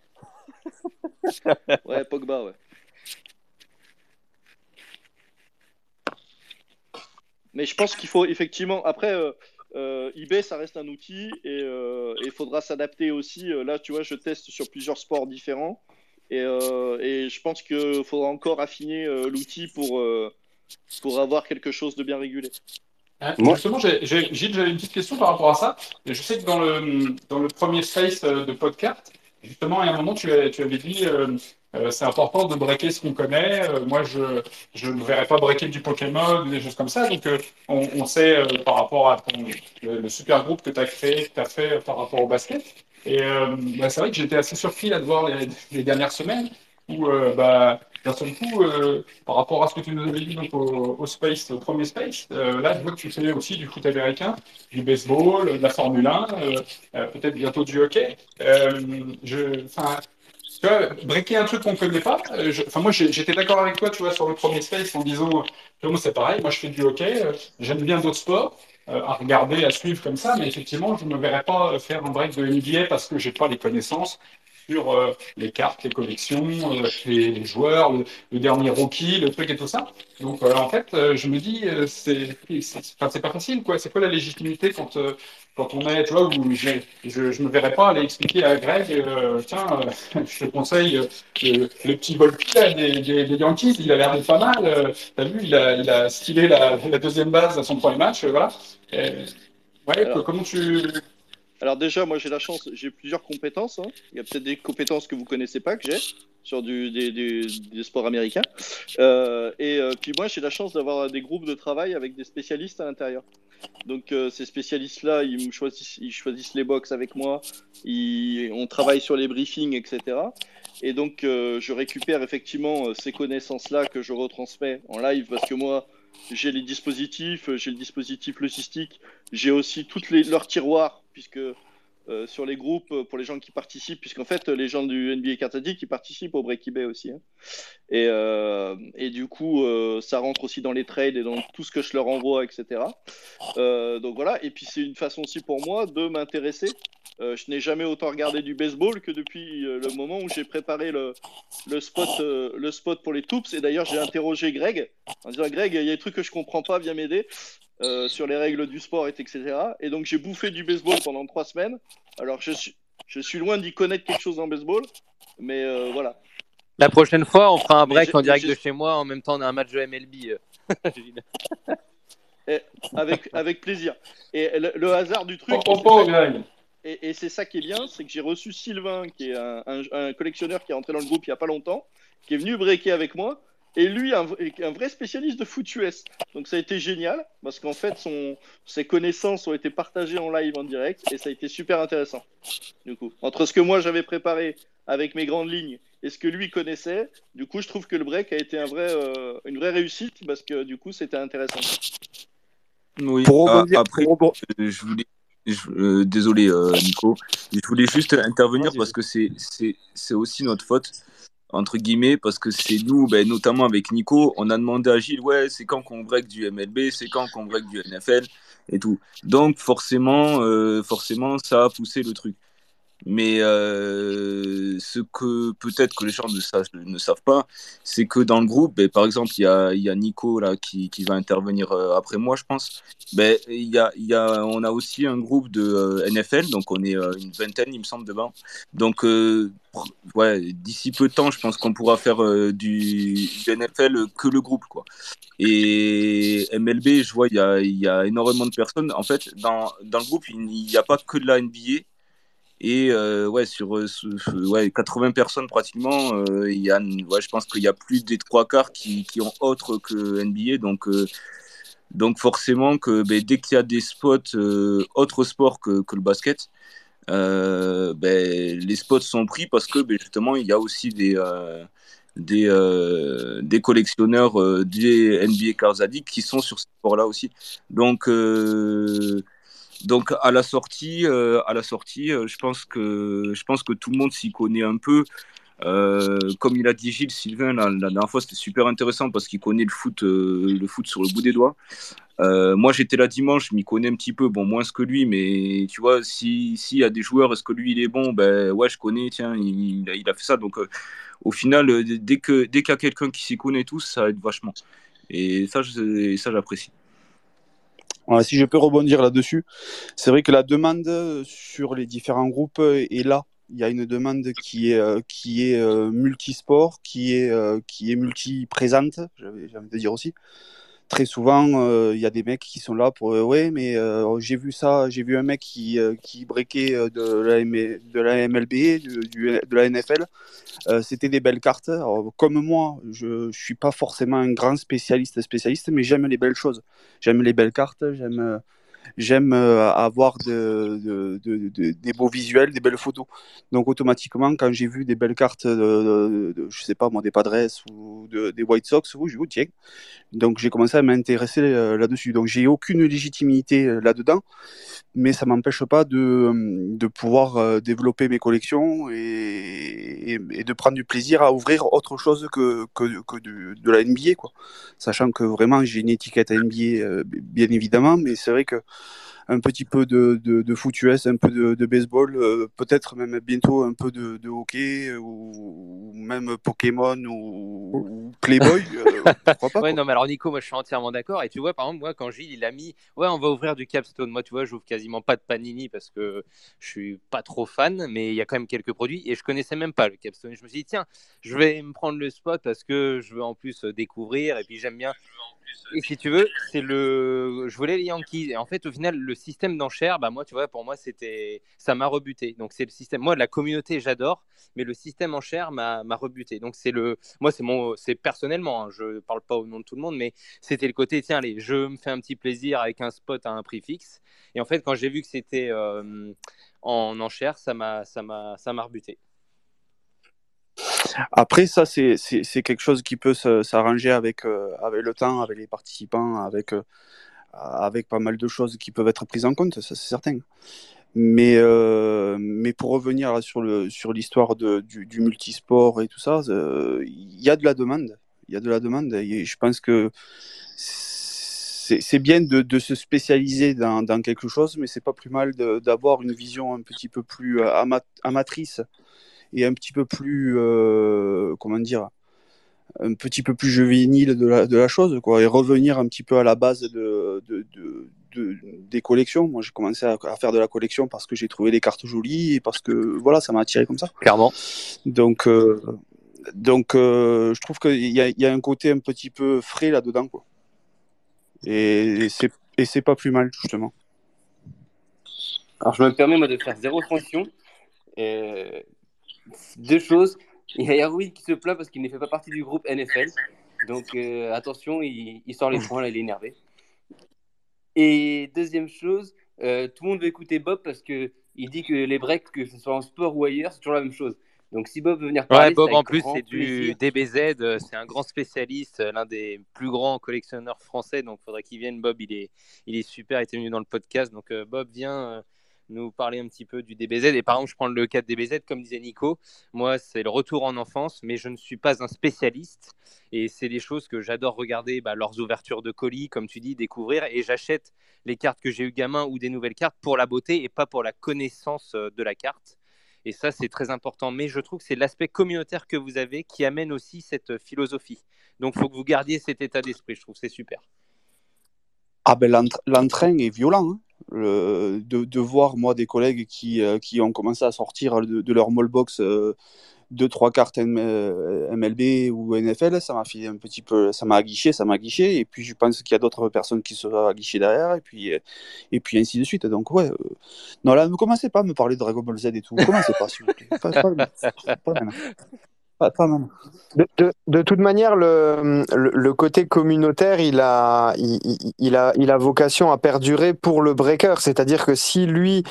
Ouais, Pogba, ouais. Mais je pense qu'il faut effectivement. Après, eBay, ça reste un outil et il faudra s'adapter aussi. Là, tu vois, je teste sur plusieurs sports différents et je pense qu'il faudra encore affiner l'outil pour avoir quelque chose de bien régulé. Moi, Justement, Gilles, j'avais une petite question par rapport à ça. Je sais que dans le premier space de podcast, justement, à un moment, tu avais dit c'est important de breaker ce qu'on connaît. Moi, je ne verrais pas breaker du Pokémon, des choses comme ça. Donc, on sait par rapport à le super groupe que tu as créé, que tu as fait par rapport au basket. Et c'est vrai que j'étais assez surpris là, de voir les dernières semaines où, d'un seul coup, par rapport à ce que tu nous avais dit donc, au Space, au premier Space, là, je vois que tu fais aussi du foot américain, du baseball, de la Formule 1, peut-être bientôt du hockey. Enfin, tu vois, breaker un truc qu'on ne connaît pas. Moi, j'étais d'accord avec toi, tu vois, sur le premier Space en disant, moi, c'est pareil, moi, je fais du hockey, j'aime bien d'autres sports à regarder, à suivre comme ça, mais effectivement, je ne me verrais pas faire un break de NBA parce que j'ai pas les connaissances sur les cartes, les collections, les joueurs, le dernier rookie, le truc et tout ça. Donc, en fait, je me dis, enfin, c'est pas facile, quoi. C'est quoi la légitimité quand on est, tu vois, où je me verrais pas aller expliquer à Greg, tiens, je te conseille le petit Volpi là, des Yankees, il a l'air d'être pas mal. T'as vu, il a stylé la deuxième base à son premier match, voilà. Ouais, Alors, comment tu. alors déjà, moi j'ai la chance, j'ai plusieurs compétences, hein. Il y a peut-être des compétences que vous connaissez pas que j'ai sur des sports américains. Puis moi j'ai la chance d'avoir des groupes de travail avec des spécialistes à l'intérieur. Donc ces spécialistes-là, ils choisissent les box avec moi, on travaille sur les briefings, etc. Et donc je récupère effectivement ces connaissances-là que je retransmets en live parce que moi j'ai les dispositifs, j'ai le dispositif logistique, j'ai aussi leurs tiroirs puisque sur les groupes pour les gens qui participent, puisqu'en fait les gens du NBA Card Addict qui participent au Break eBay aussi, hein. Et du coup, ça rentre aussi dans les trades et dans tout ce que je leur envoie, etc. Donc voilà, et puis c'est une façon aussi pour moi de m'intéresser. Je n'ai jamais autant regardé du baseball que depuis le moment où j'ai préparé le spot pour les Toops. Et d'ailleurs, j'ai interrogé Greg en disant Greg, il y a des trucs que je comprends pas, viens m'aider sur les règles du sport, etc. Et donc j'ai bouffé du baseball pendant 3 semaines. Alors je suis loin d'y connaître quelque chose en baseball, mais voilà. La prochaine fois, on fera un Mais break en mais direct de chez moi. En même temps, on a un match de MLB. Gilles. avec plaisir. Et le hasard du truc, Greg. et c'est ça qui est bien, c'est que j'ai reçu Sylvain, qui est un collectionneur qui est entré dans le groupe il n'y a pas longtemps, qui est venu breaker avec moi, et lui, un vrai spécialiste de foot US. Donc ça a été génial, parce qu'en fait, ses connaissances ont été partagées en live, en direct, et ça a été super intéressant. Du coup, entre ce que moi j'avais préparé avec mes grandes lignes et ce que lui connaissait, du coup, je trouve que le break a été une vraie réussite, parce que du coup, c'était intéressant. Oui, Pour rebondir, après, je voulais. Désolé, Nico. Je voulais juste intervenir parce que c'est aussi notre faute, entre guillemets, parce que c'est nous, notamment avec Nico, on a demandé à Gilles, ouais, c'est quand qu'on break du MLB, c'est quand qu'on break du NFL et tout. Donc, forcément, ça a poussé le truc. Mais ce que peut-être que les gens ne savent pas, c'est que dans le groupe, par exemple, il y a Nico là, qui va intervenir après moi, je pense. On a aussi un groupe de NFL, donc on est une vingtaine, il me semble, devant. Donc, ouais, d'ici peu de temps, je pense qu'on pourra faire du NFL que le groupe, quoi. Et MLB, je vois, il y a énormément de personnes. En fait, dans le groupe, il n'y a pas que de la NBA. Et ouais, ouais, 80 personnes pratiquement, ouais, je pense qu'il y a plus des trois quarts qui ont autre que NBA. Donc forcément que dès qu'il y a des spots autres sports que le basket, les spots sont pris parce que justement il y a aussi des collectionneurs des NBA Cards Addict qui sont sur ce sport-là aussi. Donc à la sortie, je pense que tout le monde s'y connaît un peu. Comme il a dit Gilles, Sylvain, la dernière fois, c'était super intéressant parce qu'il connaît le foot sur le bout des doigts. Moi, j'étais là dimanche, je m'y connais un petit peu, bon, moins que lui, mais tu vois, s'il y a des joueurs, est-ce que lui, il est bon? Ben ouais, je connais, tiens, il a fait ça. Donc, au final, dès qu'il y a quelqu'un qui s'y connaît tous, ça aide vachement. Et ça, j'apprécie. Voilà, si je peux rebondir là-dessus, c'est vrai que la demande sur les différents groupes est là. Il y a une demande qui est multisport, qui est multi-présente, j'ai envie de dire aussi. Très souvent, il y a des mecs qui sont là pour ouais, mais j'ai vu ça, j'ai vu un mec qui breakait de la MLB, de la NFL. C'était des belles cartes. Alors, comme moi, je suis pas forcément un grand spécialiste, mais j'aime les belles choses. J'aime les belles cartes, J'aime avoir des beaux visuels, des belles photos. Donc automatiquement, quand j'ai vu des belles cartes, je sais pas moi, des Padres ou des White Sox, j'ai dit, tiens. Donc j'ai commencé à m'intéresser là-dessus. Donc j'ai aucune légitimité là-dedans, mais ça m'empêche pas de pouvoir développer mes collections et de prendre du plaisir à ouvrir autre chose que de la NBA, quoi. Sachant que vraiment j'ai une étiquette NBA, bien évidemment, mais c'est vrai que un petit peu de foot US, un peu de baseball, peut-être même bientôt un peu de hockey ou même Pokémon ou Playboy, pourquoi pas, Ouais, quoi. non, mais alors Nico, moi je suis entièrement d'accord. Et tu vois, par exemple, moi quand Gilles il a mis, ouais, on va ouvrir du Capstone. Moi, tu vois, j'ouvre quasiment pas de Panini parce que je suis pas trop fan, mais il y a quand même quelques produits et je connaissais même pas le Capstone. Je me suis dit, tiens, je vais me prendre le spot parce que je veux en plus découvrir et puis j'aime bien. Et si tu veux, je voulais les Yankees. Et en fait, au final, le système d'enchères, bah moi, tu vois, pour moi, ça m'a rebuté. Donc c'est le système. Moi, la communauté, j'adore, mais le système enchères m'a rebuté. Donc moi, c'est personnellement. Hein, je parle pas au nom de tout le monde, mais c'était le côté, tiens, allez, je me fais un petit plaisir avec un spot à un prix fixe. Et en fait, quand j'ai vu que c'était en enchères, ça m'a rebuté. Après, ça, c'est quelque chose qui peut s'arranger avec le temps, avec les participants, avec pas mal de choses qui peuvent être prises en compte, ça c'est certain. Mais pour revenir là, sur l'histoire du multisport et tout ça, il y a de la demande. Il y a de la demande et je pense que c'est bien de se spécialiser dans quelque chose, mais c'est pas plus mal d'avoir une vision un petit peu plus amatrice et un petit peu plus, comment dire, un petit peu plus juvénile de la chose, quoi, et revenir un petit peu à la base des collections. Moi, j'ai commencé à faire de la collection parce que j'ai trouvé les cartes jolies et parce que voilà, ça m'a attiré comme ça. Clairement. Donc, je trouve qu'il y a un côté un petit peu frais là-dedans, quoi. Et c'est pas plus mal, justement. Alors, je me permets, moi, de faire zéro transition. Deux choses. Il y a Yarwin qui se plaint parce qu'il ne fait pas partie du groupe NFL. Donc, attention, il sort les points, là, il est énervé. Et deuxième chose, tout le monde veut écouter Bob parce qu'il dit que les breaks, que ce soit en sport ou ailleurs, c'est toujours la même chose. Donc, si Bob veut venir parler, Ouais, Bob, c'est en avec plus, grand c'est du plaisir. DBZ, c'est un grand spécialiste, l'un des plus grands collectionneurs français, donc il faudrait qu'il vienne. Bob, il est super, il était venu dans le podcast, donc Bob, viens nous parler un petit peu du DBZ. Et par exemple, je prends le cas de DBZ, comme disait Nico, moi, c'est le retour en enfance, mais je ne suis pas un spécialiste, et c'est des choses que j'adore regarder, leurs ouvertures de colis, comme tu dis, découvrir, et j'achète les cartes que j'ai eu gamin ou des nouvelles cartes pour la beauté et pas pour la connaissance de la carte. Et ça, c'est très important. Mais je trouve que c'est l'aspect communautaire que vous avez qui amène aussi cette philosophie. Donc, il faut que vous gardiez cet état d'esprit. Je trouve que c'est super. Ah ben l'entrain est violent, hein. De voir, moi, des collègues qui ont commencé à sortir de leur mollbox 2-3 cartes MLB ou NFL, ça m'a fait un petit peu, ça m'a aguiché, et puis je pense qu'il y a d'autres personnes qui se sont aguichées derrière, et puis ainsi de suite. Donc ouais, non là, ne commencez pas à me parler de Dragon Ball Z et tout, commencez pas, s'il vous plaît, pas maintenant. Pas maintenant. De toute manière, le côté communautaire, il a vocation à perdurer pour le breaker. C'est-à-dire que si lui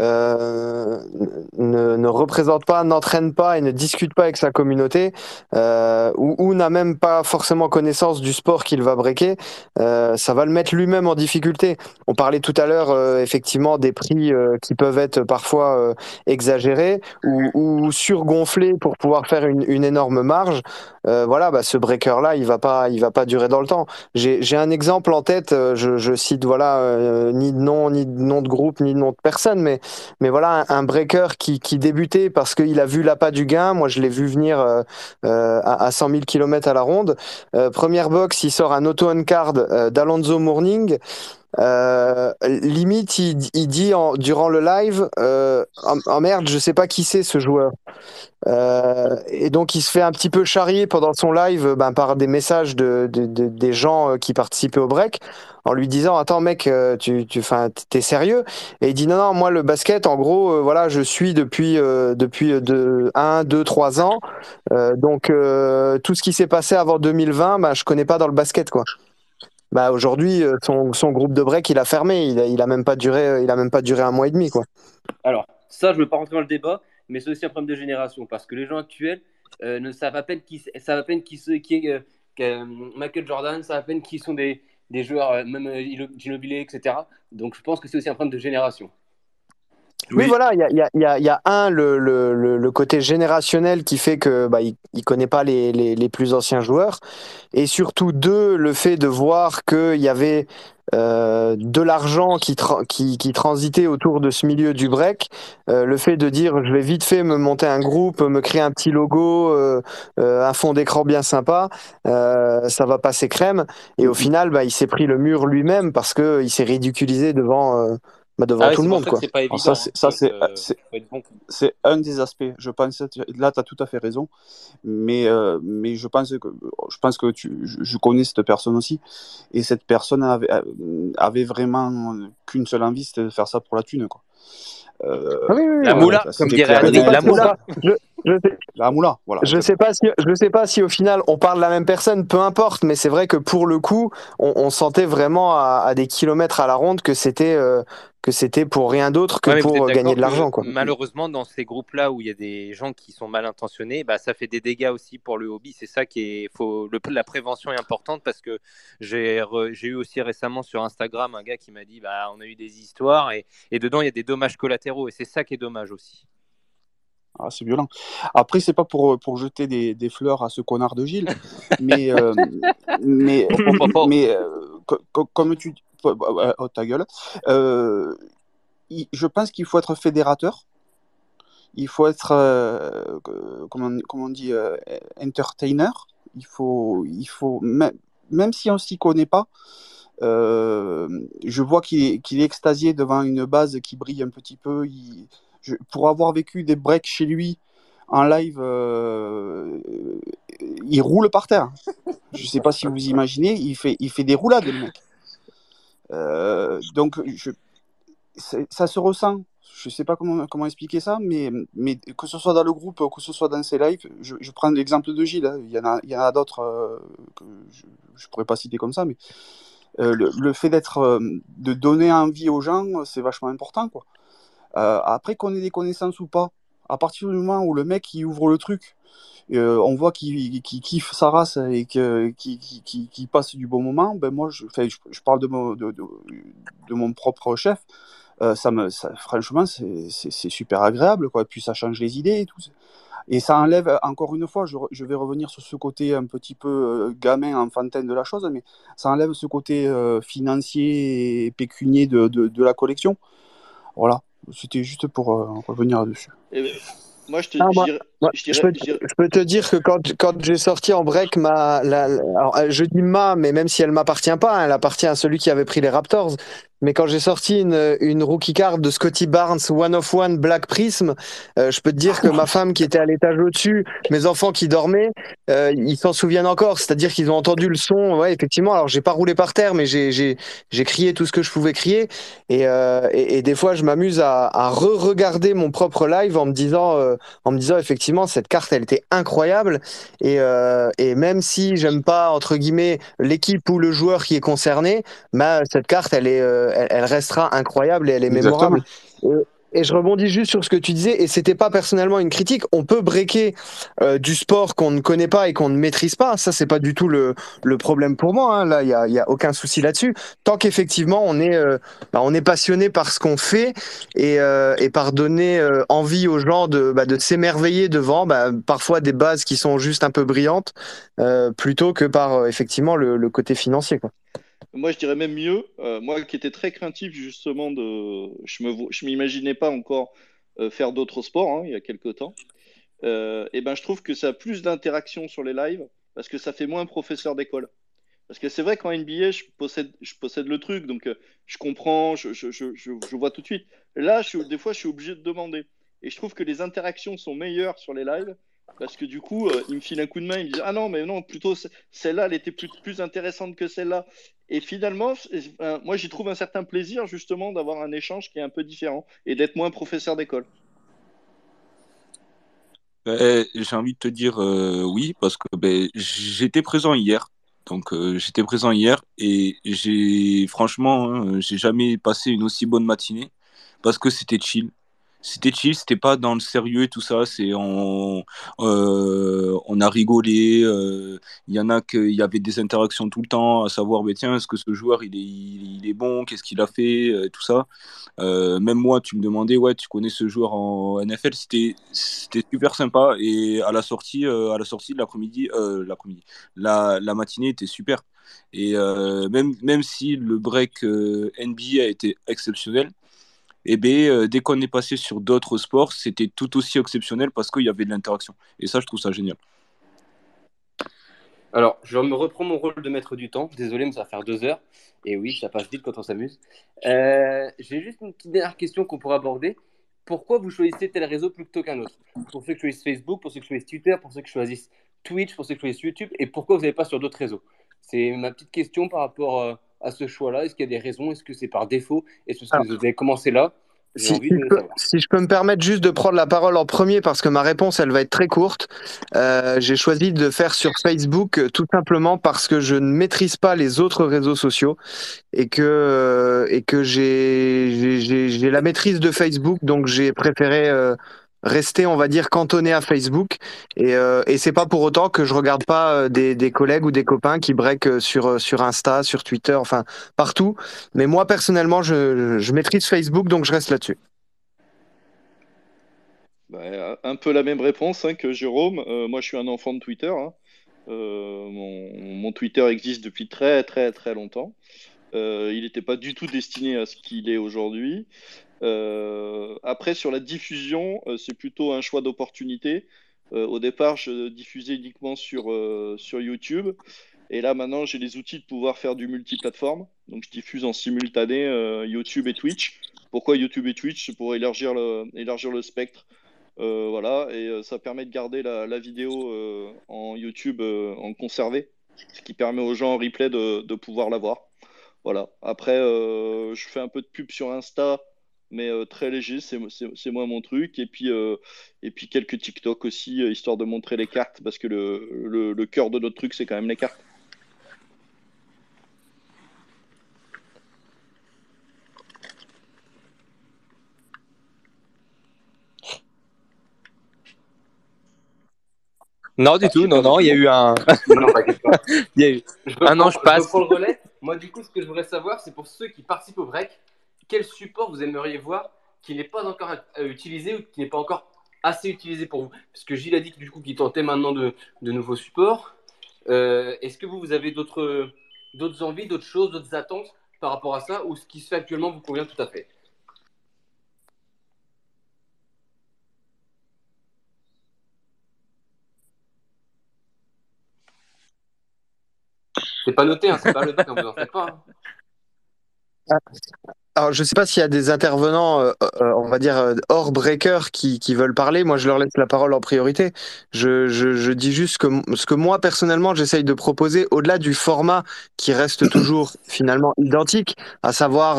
ne représente pas, n'entraîne pas et ne discute pas avec sa communauté, ou n'a même pas forcément connaissance du sport qu'il va breaker, ça va le mettre lui-même en difficulté. On parlait tout à l'heure effectivement des prix qui peuvent être parfois exagérés ou surgonflés pour pouvoir faire une énorme marge. Voilà, ce breaker-là, il va pas durer dans le temps. J'ai un exemple en tête. Je cite voilà ni de nom de groupe, ni de nom de personne, mais voilà un breaker qui débutait parce qu'il a vu l'appât du gain. Moi, je l'ai vu venir à 100 000 km à la ronde. Première box, il sort un auto-uncard d'Alonzo Mourning. Limite, il dit durant le live, oh merde, je sais pas qui c'est ce joueur. Et donc il se fait un petit peu charrier pendant son live par des messages des gens qui participaient au break en lui disant attends mec, t'es sérieux? Et il dit non, moi le basket en gros voilà, je suis depuis 1, 2, 3 ans, donc tout ce qui s'est passé avant 2020 je connais pas dans le basket, quoi. Bah aujourd'hui, son groupe de break, il a fermé. Il a même pas duré, il a même pas duré un mois et demi, quoi. Alors, ça, je ne veux pas rentrer dans le débat, mais c'est aussi un problème de génération, parce que les gens actuels ne savent à peine savent à peine qui est Michael Jordan, savent à peine qui sont des joueurs, même Ginobili, etc. Donc, je pense que c'est aussi un problème de génération. Oui, Oui, voilà, il y a le côté générationnel qui fait que il connaît pas les plus anciens joueurs, et surtout deux, le fait de voir qu'il y avait de l'argent qui transitait autour de ce milieu du break, le fait de dire je vais vite fait me monter un groupe, me créer un petit logo, un fond d'écran bien sympa, ça va passer crème, et au final, il s'est pris le mur lui-même parce que il s'est ridiculisé devant Ah ouais, tout c'est le pour monde, ça que quoi. c'est pas Alors ça, évident. c'est, ça, Faut être bon. c'est un des aspects. Je pense, là, tu as tout à fait raison. Mais je pense que je connais cette personne aussi. Et cette personne avait vraiment qu'une seule envie, c'était de faire ça pour la thune, quoi. Ah oui, oui, oui, La voilà. moula, comme C'était dirait clair et Je sais Adrien, net. pas la si c'est moula. ça. Je sais, La moula, voilà, je sais exactement. pas si, je sais pas si au final on parle de la même personne, peu importe, mais c'est vrai que pour le coup, on sentait vraiment à des kilomètres à la ronde que c'était pour rien d'autre que Ouais, mais vous êtes pour gagner d'accord de que l'argent, quoi. malheureusement, dans ces groupes-là où il y a des gens qui sont mal intentionnés, bah, ça fait des dégâts aussi pour le hobby. C'est ça qui est. La prévention est importante parce que j'ai eu aussi récemment sur Instagram un gars qui m'a dit bah, on a eu des histoires et dedans il y a des dommages collatéraux et c'est ça qui est dommage aussi. Ah, c'est violent. Après, c'est pas pour jeter des fleurs à ce connard de Gilles, mais, mais, comme tu. Oh, ta gueule. Euh, je pense qu'il faut être fédérateur. Il faut être, comment on dit, entertainer. Même si on s'y connaît pas, je vois qu'il est extasié devant une base qui brille un petit peu. Pour avoir vécu des breaks chez lui en live, il roule par terre. Je sais pas si vous imaginez, il fait des roulades, le mec. Donc, ça se ressent. Je sais pas comment expliquer ça, mais que ce soit dans le groupe, que ce soit dans ses lives, je prends l'exemple de Gilles, hein. Il y en a d'autres que je pourrais pas citer comme ça, mais le fait de donner envie aux gens, c'est vachement important, quoi. Après qu'on ait des connaissances ou pas, à partir du moment où le mec il ouvre le truc, on voit qu'il kiffe sa race et qu'il passe du bon moment, ben moi je parle de mon propre chef. Franchement, c'est super agréable, quoi. Et puis ça change les idées et tout. Et ça enlève, encore une fois, je vais revenir sur ce côté un petit peu gamin, enfantin de la chose, mais ça enlève ce côté financier et pécunier de la collection. Voilà, c'était juste pour revenir là-dessus. Et moi, Ah, moi, je je dirais, peux, je peux te dire que quand j'ai sorti en break alors, je dis mais même si elle m'appartient pas, hein, elle appartient à celui qui avait pris les Raptors. Mais quand j'ai sorti une rookie card de Scotty Barnes One of One Black Prism, je peux te dire que ma femme qui était à l'étage au-dessus, mes enfants qui dormaient, ils s'en souviennent encore. C'est-à-dire qu'ils ont entendu le son. Ouais, effectivement. Alors j'ai pas roulé par terre, mais j'ai crié tout ce que je pouvais crier. Et des fois, je m'amuse à re-regarder mon propre live en me disant effectivement cette carte elle était incroyable et même si j'aime pas entre guillemets l'équipe ou le joueur qui est concerné, cette carte elle restera incroyable et elle est Exactement. mémorable. Et je rebondis juste sur ce que tu disais, et c'était pas personnellement une critique. On peut breaker du sport qu'on ne connaît pas et qu'on ne maîtrise pas. Ça, c'est pas du tout le problème pour moi, hein. Là, y a aucun souci là-dessus. Tant qu'effectivement on est passionné par ce qu'on fait et par donner envie aux gens de s'émerveiller devant parfois des bases qui sont juste un peu brillantes, plutôt que par effectivement le côté financier, quoi. Moi, je dirais même mieux. Moi, qui étais très craintif justement je m'imaginais pas encore faire d'autres sports, hein, il y a quelques temps. Et ben, je trouve que ça a plus d'interaction sur les lives parce que ça fait moins professeur d'école. Parce que c'est vrai qu'en NBA, je possède le truc, donc je comprends, je vois tout de suite. Là, des fois, je suis obligé de demander. Et je trouve que les interactions sont meilleures sur les lives, parce que du coup, il me file un coup de main, il me dit, ah non, mais non, plutôt celle-là, elle était plus intéressante que celle-là. Et finalement, moi, j'y trouve un certain plaisir, justement, d'avoir un échange qui est un peu différent et d'être moins professeur d'école. J'ai envie de te dire oui, parce que j'étais présent hier Donc j'étais présent hier et franchement, hein, j'ai jamais passé une aussi bonne matinée parce que c'était chill. C'était chill, c'était pas dans le sérieux et tout ça. On a rigolé. Il y en a il y avait des interactions tout le temps, à savoir, mais tiens, est-ce que ce joueur il est bon, qu'est-ce qu'il a fait, tout ça. Même moi, tu me demandais, ouais, tu connais ce joueur en NFL, c'était super sympa. Et à la sortie de la matinée était super. Et même si le break NBA a été exceptionnel, et ben, dès qu'on est passé sur d'autres sports, c'était tout aussi exceptionnel parce qu'il y avait de l'interaction. Et ça, je trouve ça génial. Alors, je me reprends mon rôle de maître du temps. Désolé, mais ça va faire 2 heures. Et oui, ça passe vite quand on s'amuse. J'ai juste une petite dernière question qu'on pourrait aborder. Pourquoi vous choisissez tel réseau plutôt qu'un autre? Pour ceux qui choisissent Facebook, pour ceux qui choisissent Twitter, pour ceux qui choisissent Twitch, pour ceux qui choisissent YouTube, et pourquoi vous n'avez pas sur d'autres réseaux? C'est ma petite question par rapport à ce choix-là. Est-ce qu'il y a des raisons? Est-ce que c'est par défaut? Est-ce que vous avez commencé là? J'ai Si, envie si de je peux, savoir. si je peux me permettre juste de prendre la parole en premier parce que ma réponse elle va être très courte. J'ai choisi de faire sur Facebook tout simplement parce que je ne maîtrise pas les autres réseaux sociaux et que j'ai la maîtrise de Facebook, donc j'ai préféré rester, on va dire, cantonné à Facebook. Et c'est pas pour autant que je regarde pas des collègues ou des copains qui break sur Insta, sur Twitter, enfin partout. Mais moi personnellement, je maîtrise Facebook, donc je reste là-dessus. Bah, un peu la même réponse hein, que Jérôme. Moi, je suis un enfant de Twitter. Hein. Mon Twitter existe depuis très très très longtemps. Il n'était pas du tout destiné à ce qu'il est aujourd'hui. Après, sur la diffusion, c'est plutôt un choix d'opportunité. Au départ, je diffusais uniquement sur YouTube. Et là, maintenant, j'ai les outils de pouvoir faire du multiplateforme. Donc, je diffuse en simultané YouTube et Twitch. Pourquoi YouTube et Twitch? C'est pour élargir le spectre. Voilà, et ça permet de garder la vidéo en YouTube en conservé, ce qui permet aux gens en replay de pouvoir la voir. Voilà. Après, je fais un peu de pub sur Insta, mais très léger, c'est moi mon truc. Et puis quelques TikTok aussi, histoire de montrer les cartes, parce que le cœur de notre truc, c'est quand même les cartes. Non, du tout, J'ai non, perdu non, tout il le y a monde. eu un. Non, t'inquiète pas. Il y a eu. Ah non, je Je passe. reprends le relais. Moi, du coup, ce que je voudrais savoir, c'est pour ceux qui participent au break, quel support vous aimeriez voir qui n'est pas encore utilisé ou qui n'est pas encore assez utilisé pour vous? Parce que Gilles a dit que, du coup, qu'il tentait maintenant de nouveaux supports. Est-ce que vous avez d'autres envies, d'autres choses, d'autres attentes par rapport à ça, ou ce qui se fait actuellement vous convient tout à fait? C'est pas noté, hein, c'est pas le bac, hein, vous en faites pas. Hein. Alors, je sais pas s'il y a des intervenants, on va dire, hors breaker qui veulent parler. Moi, je leur laisse la parole en priorité. Je dis juste que ce que moi, personnellement, j'essaye de proposer, au-delà du format qui reste toujours finalement identique, à savoir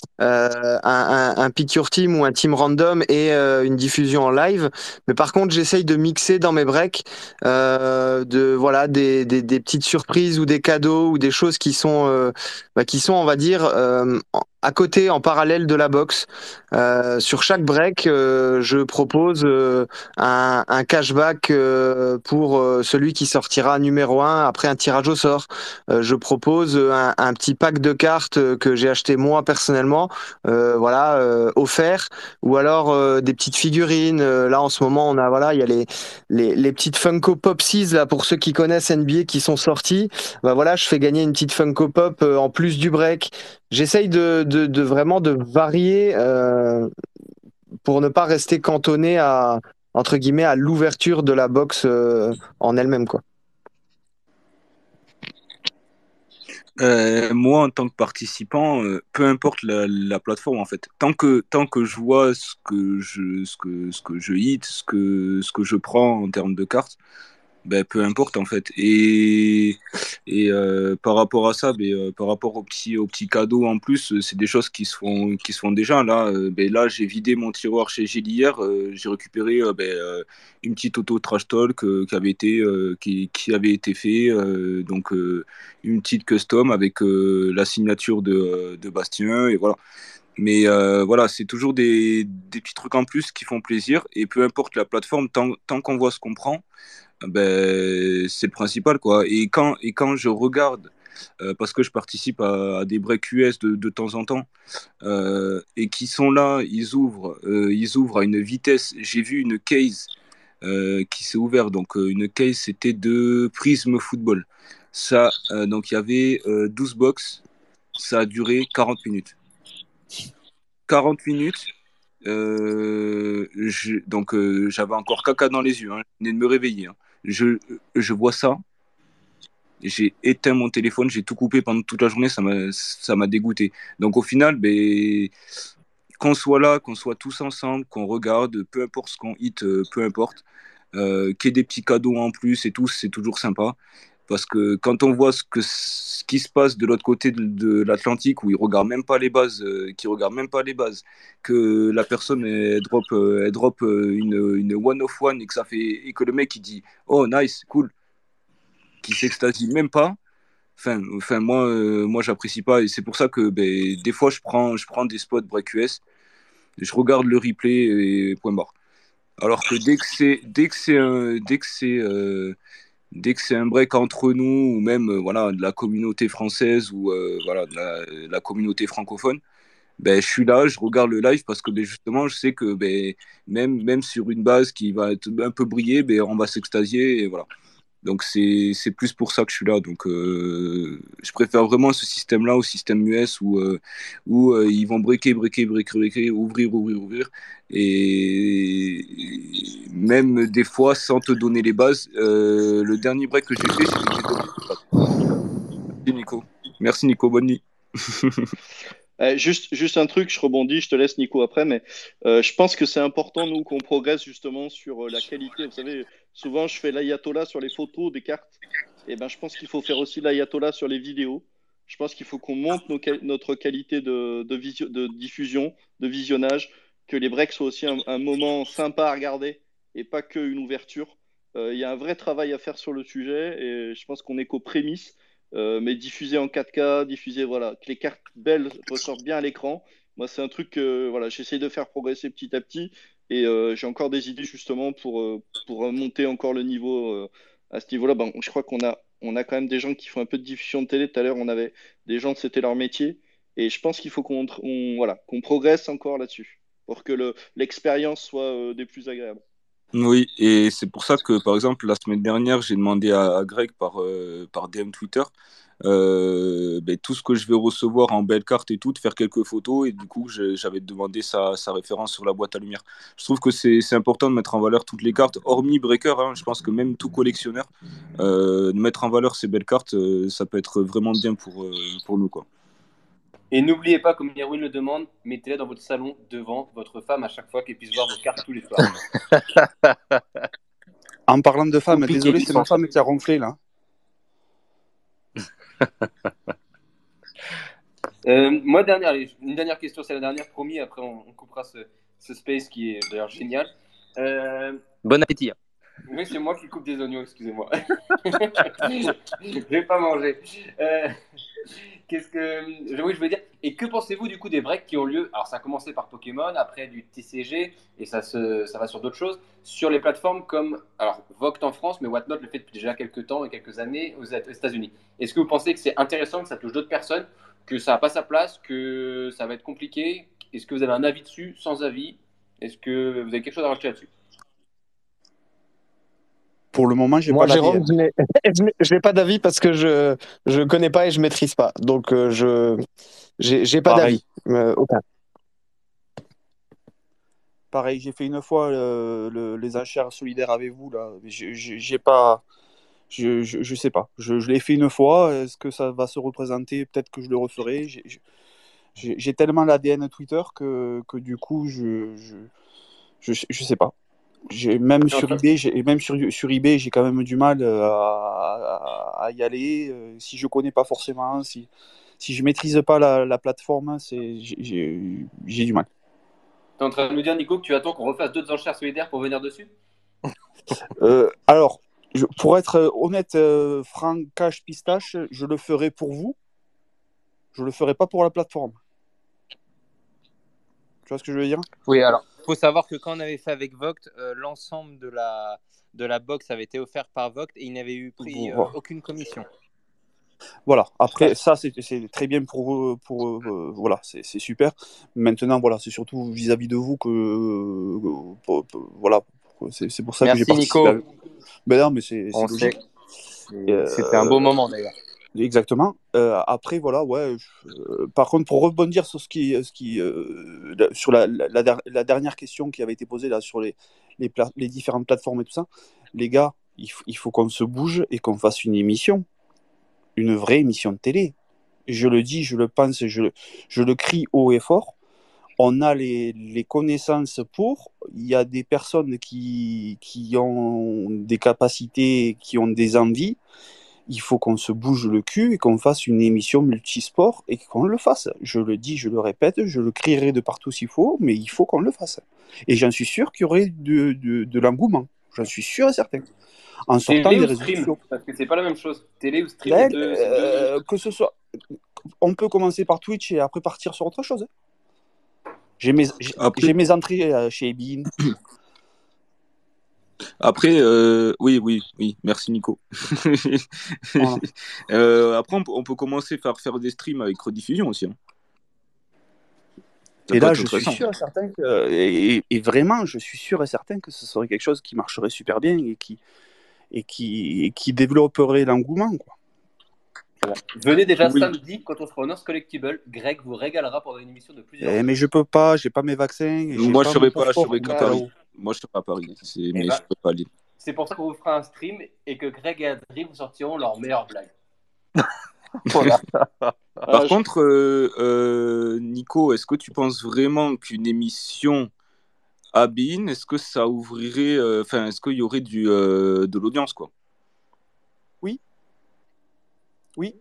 un pick your team ou un team random et une diffusion en live. Mais par contre, j'essaye de mixer dans mes breaks voilà, des petites surprises ou des cadeaux ou des choses qui sont, on va dire, à côté, en parallèle de la boxe. Sur chaque break, je propose un cashback pour celui qui sortira numéro 1 après un tirage au sort. Je propose un petit pack de cartes que j'ai acheté moi personnellement, voilà, offert, ou alors des petites figurines. Là, en ce moment, on a, voilà, il y a les petites Funko Popsies là pour ceux qui connaissent NBA qui sont sorties. Bah voilà, je fais gagner une petite Funko Pop en plus du break. J'essaye de vraiment de varier pour ne pas rester cantonné à, entre guillemets, à l'ouverture de la boxe en elle-même, quoi. Moi, en tant que participant, peu importe la plateforme, en fait. Tant que je vois ce que je hit, ce que je prends en termes de cartes, ben, peu importe en fait. Par rapport à ça, par rapport aux petits cadeaux en plus, c'est des choses qui se font déjà. Là, j'ai vidé mon tiroir chez Gilles hier. J'ai récupéré une petite auto trash talk qui avait été fait. Donc, une petite custom avec la signature de Bastien. Et voilà. Mais voilà, c'est toujours des petits trucs en plus qui font plaisir. Et peu importe la plateforme, tant qu'on voit ce qu'on prend, c'est le principal, quoi. Et quand je regarde, parce que je participe à des breaks US de temps en temps, et qui sont là, ils ouvrent à une vitesse. J'ai vu une case qui s'est ouverte, donc une case, c'était de Prism Football. Ça, donc il y avait 12 box, ça a duré 40 minutes. 40 minutes, donc j'avais encore caca dans les yeux, hein. Je venais de me réveiller, hein. Je vois ça, j'ai éteint mon téléphone, j'ai tout coupé pendant toute la journée, ça m'a dégoûté. Donc au final, qu'on soit là, qu'on soit tous ensemble, qu'on regarde, peu importe ce qu'on hit, peu importe, qu'il y ait des petits cadeaux en plus et tout, c'est toujours sympa. Parce que quand on voit ce qui se passe de l'autre côté de l'Atlantique, où ils regardent même pas les bases, qui regardent même pas les bases, que la personne elle drop une one of one et que le mec il dit oh nice cool, qui s'extasie même pas. Enfin moi j'apprécie pas et c'est pour ça que des fois je prends des spots break US, je regarde le replay et point barre. Alors que dès que c'est un break entre nous ou même voilà de la communauté française ou voilà de la communauté francophone, je suis là, je regarde le live parce que justement je sais que même sur une base qui va être un peu brillée, on va s'extasier et voilà. Donc c'est plus pour ça que je suis là. Donc je préfère vraiment ce système-là au système US où ils vont breaker, breaker, breaker, breaker, ouvrir, ouvrir, ouvrir. Et même des fois sans te donner les bases. Le dernier break que j'ai fait, c'est que j'ai donné les bases. Merci Nico. Merci Nico, bonne nuit. Juste un truc, je rebondis, je te laisse Nico après, mais je pense que c'est important, nous, qu'on progresse justement sur la qualité. Vous savez, souvent je fais l'ayatollah sur les photos des cartes, et ben je pense qu'il faut faire aussi l'ayatollah sur les vidéos. Je pense qu'il faut qu'on monte notre qualité de diffusion, de visionnage, que les breaks soient aussi un moment sympa à regarder et pas qu'une ouverture. Il y a un vrai travail à faire sur le sujet et je pense qu'on est qu'aux prémices. Mais diffuser en 4K, diffuser, voilà, que les cartes belles ressortent bien à l'écran. Moi, c'est un truc que voilà, j'essaie de faire progresser petit à petit et j'ai encore des idées justement pour monter encore le niveau à ce niveau-là. Ben, je crois qu'on a quand même des gens qui font un peu de diffusion de télé. Tout à l'heure, on avait des gens, c'était leur métier. Et je pense qu'il faut voilà, qu'on progresse encore là-dessus pour que l'expérience soit des plus agréables. Oui, et c'est pour ça que, par exemple, la semaine dernière, j'ai demandé à Greg par DM Twitter tout ce que je vais recevoir en belle carte et tout, de faire quelques photos. Et du coup, j'avais demandé sa référence sur la boîte à lumière. Je trouve que c'est important de mettre en valeur toutes les cartes, hormis Breaker, hein. Je pense que même tout collectionneur, de mettre en valeur ces belles cartes, ça peut être vraiment bien pour nous, quoi. Et n'oubliez pas, comme Yerwin le demande, mettez-la dans votre salon devant votre femme à chaque fois qu'elle puisse voir vos cartes tous les soirs. En parlant de femme, Compliqué, désolé, tu c'est ma sens. femme qui a ronflé là. Moi, une dernière question, c'est la dernière, promis. Après, on coupera ce space qui est d'ailleurs génial. Bon appétit. Oui, c'est moi qui coupe des oignons, excusez-moi. Je vais pas manger. Oui, je veux dire. Et que pensez-vous du coup des breaks qui ont lieu? Alors, ça a commencé par Pokémon, après du TCG, et ça va sur d'autres choses, sur les plateformes comme alors Vogt en France, mais Whatnot le fait depuis déjà quelques temps et quelques années aux États-Unis. Est-ce que vous pensez que c'est intéressant, que ça touche d'autres personnes, que ça n'a pas sa place, que ça va être compliqué? Est-ce que vous avez un avis dessus, sans avis? Est-ce que vous avez quelque chose à rajouter là-dessus? Pour le moment, j'ai Moi, pas d'avis. Jérôme, je n'ai pas d'avis parce que je connais pas et je maîtrise pas. Donc, j'ai pas Pareil. d'avis. Aucun. Pareil, j'ai fait une fois les enchères solidaires avec vous là. J'ai pas, je sais pas. Je l'ai fait une fois. Est-ce que ça va se représenter? Peut-être que je le referai. J'ai tellement l'ADN Twitter que du coup, je sais pas. Même T'es en sur train- eBay, sur eBay, j'ai quand même du mal à y aller. Si je connais pas forcément, si je maîtrise pas la plateforme, j'ai du mal. T'es en train de me dire, Nico, que tu attends qu'on refasse d'autres enchères solidaires pour venir dessus? Alors, pour être honnête, franc, cash, pistache, je le ferai pour vous. Je le ferai pas pour la plateforme. Tu vois ce que je veux dire? Oui, alors, il faut savoir que quand on avait fait avec Vogt, l'ensemble de la box avait été offert par Vogt et il n'avait eu pris Voilà. aucune commission. Voilà. Après, ça, c'est très bien voilà, c'est super. Maintenant, voilà, c'est surtout vis-à-vis de vous que, voilà, c'est pour ça que j'ai Merci participé. Nico, Ben non, mais c'est on sait. logique. Et, C'était un beau moment d'ailleurs. exactement. Après, voilà, ouais. Par contre, pour rebondir sur sur la dernière question qui avait été posée là sur les différentes plateformes et tout ça, les gars, il faut qu'on se bouge et qu'on fasse une émission, une vraie émission de télé. Je le dis, je le pense, je le crie haut et fort. On a les connaissances pour. Il y a des personnes qui ont des capacités, qui ont des envies. Il faut qu'on se bouge le cul et qu'on fasse une émission multisport et qu'on le fasse. Je le dis, je le répète, je le crierai de partout s'il faut, mais il faut qu'on le fasse. Et j'en suis sûr qu'il y aurait de l'engouement. J'en suis sûr et certain. En sortant Télé des ou réseaux stream? sociaux. Parce que c'est pas la même chose. Télé ou stream, c'est deux. Que ce soit, on peut commencer par Twitch et après partir sur autre chose. J'ai mes entrées chez Bein. Après, oui, merci Nico. Voilà. Après, on peut commencer par faire des streams avec rediffusion aussi. Hein. Ça Et peut là, être je suis intéressant. sûr et certain que, et vraiment, je suis sûr et certain que ce serait quelque chose qui marcherait super bien et qui développerait l'engouement, quoi. Venez déjà Oui. samedi quand on sera au North Collectible. Greg vous régalera pendant une émission de plusieurs heures. Mais je peux pas, j'ai pas mes vaccins. Et Moi, je j'ai serai mon pas, je passeport serai pour qu'à monter Paris. là-haut. Moi, je serai à Paris, mais ben, je peux pas aller. C'est pour ça qu'on vous fera un stream et que Greg et Adri vous sortiront leurs meilleures blagues. Voilà. Par contre, Nico, est-ce que tu penses vraiment qu'une émission à Bein, est-ce que ça ouvrirait, est-ce qu'il y aurait de l'audience, quoi? Oui.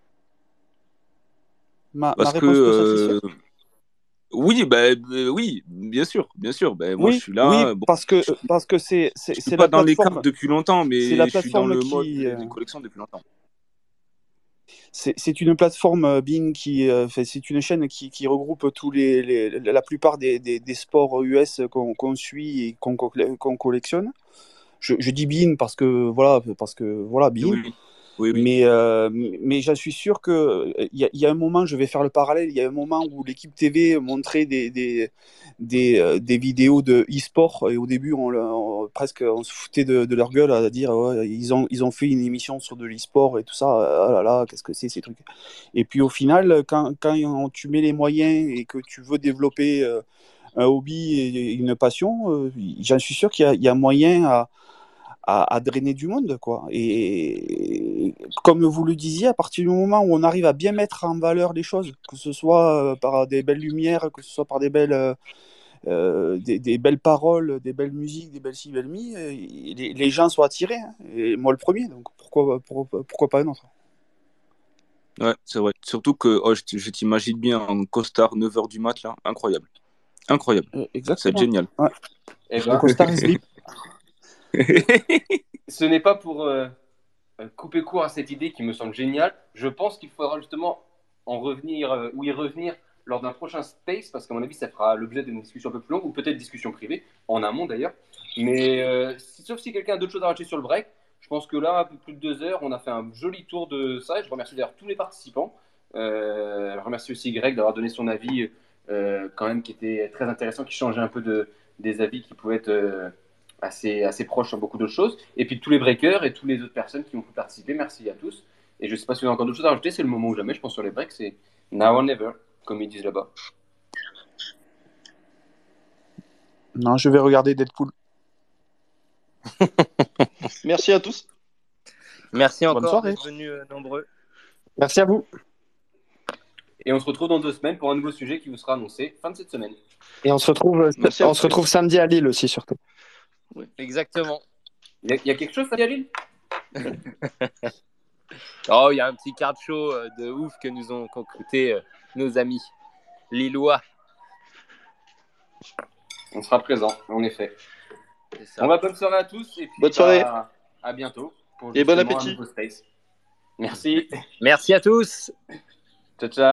Ma Parce réponse peut que satisfaire. oui, oui, bien sûr. Ben, moi, je Oui, suis là. Bon, parce que c'est je suis la pas dans les plateforme. cartes depuis longtemps, C'est mais la je suis dans plateforme le mode qui. des collections depuis longtemps. C'est une plateforme Bein c'est une chaîne qui regroupe la plupart des sports US qu'on suit et qu'on collectionne. Je dis Bein parce que voilà Bein. Oui. Mais j'en suis sûr que il y a un moment, je vais faire le parallèle. Il y a un moment où l'équipe TV montrait des vidéos de e-sport et au début presque on se foutait de leur gueule à dire ouais, ils ont fait une émission sur de l'e-sport et tout ça. Ah là là, qu'est-ce que c'est ces trucs? Et puis au final, quand tu mets les moyens et que tu veux développer un hobby et une passion, j'en suis sûr qu'il y a moyen à drainer du monde, quoi. Et comme vous le disiez, à partir du moment où on arrive à bien mettre en valeur les choses, que ce soit par des belles lumières, que ce soit par des belles paroles, des belles musiques, des belles ci, belles mi, les gens sont attirés, hein. Et moi le premier, donc pourquoi pas un autre? Ouais, c'est vrai. Surtout que je t'imagine bien en costard 9h du mat, là. Incroyable. Exactement. C'est génial. Ouais. Eh Le ben, costard et slip. ce n'est pas pour couper court à cette idée qui me semble géniale. Je pense qu'il faudra justement y revenir lors d'un prochain space, parce qu'à mon avis, ça fera l'objet d'une discussion un peu plus longue, ou peut-être discussion privée, en amont d'ailleurs. Mais sauf si quelqu'un a d'autres choses à rajouter sur le break, je pense que là, un peu plus de 2 heures, on a fait un joli tour de ça. Et je remercie d'ailleurs tous les participants. Je remercie aussi Greg d'avoir donné son avis, quand même, qui était très intéressant, qui changeait un peu des avis qui pouvaient être assez proches sur beaucoup d'autres choses. Et puis tous les breakers et toutes les autres personnes qui ont pu participer, merci à tous. Et je ne sais pas si vous avez encore d'autres choses à rajouter, c'est le moment ou jamais, je pense, sur les breaks, c'est now or never, comme ils disent là-bas. Non, je vais regarder Deadpool. Merci à tous. Merci Bonne encore soirée. d'être venus nombreux. Merci à vous. Et on se retrouve dans 2 semaines pour un nouveau sujet qui vous sera annoncé fin de cette semaine. Et on se retrouve Merci à vous. samedi à Lille aussi, surtout. Exactement. Il y a quelque chose, ça, Yaline? Oh, il y a un petit card show de ouf que nous ont concocté nos amis lillois. On sera présent, en effet. C'est ça. On va bonne soirée à tous et puis Bonne soirée. à bientôt pour Et bon justement un appétit. nouveau space. Merci. Merci à tous. Ciao, ciao.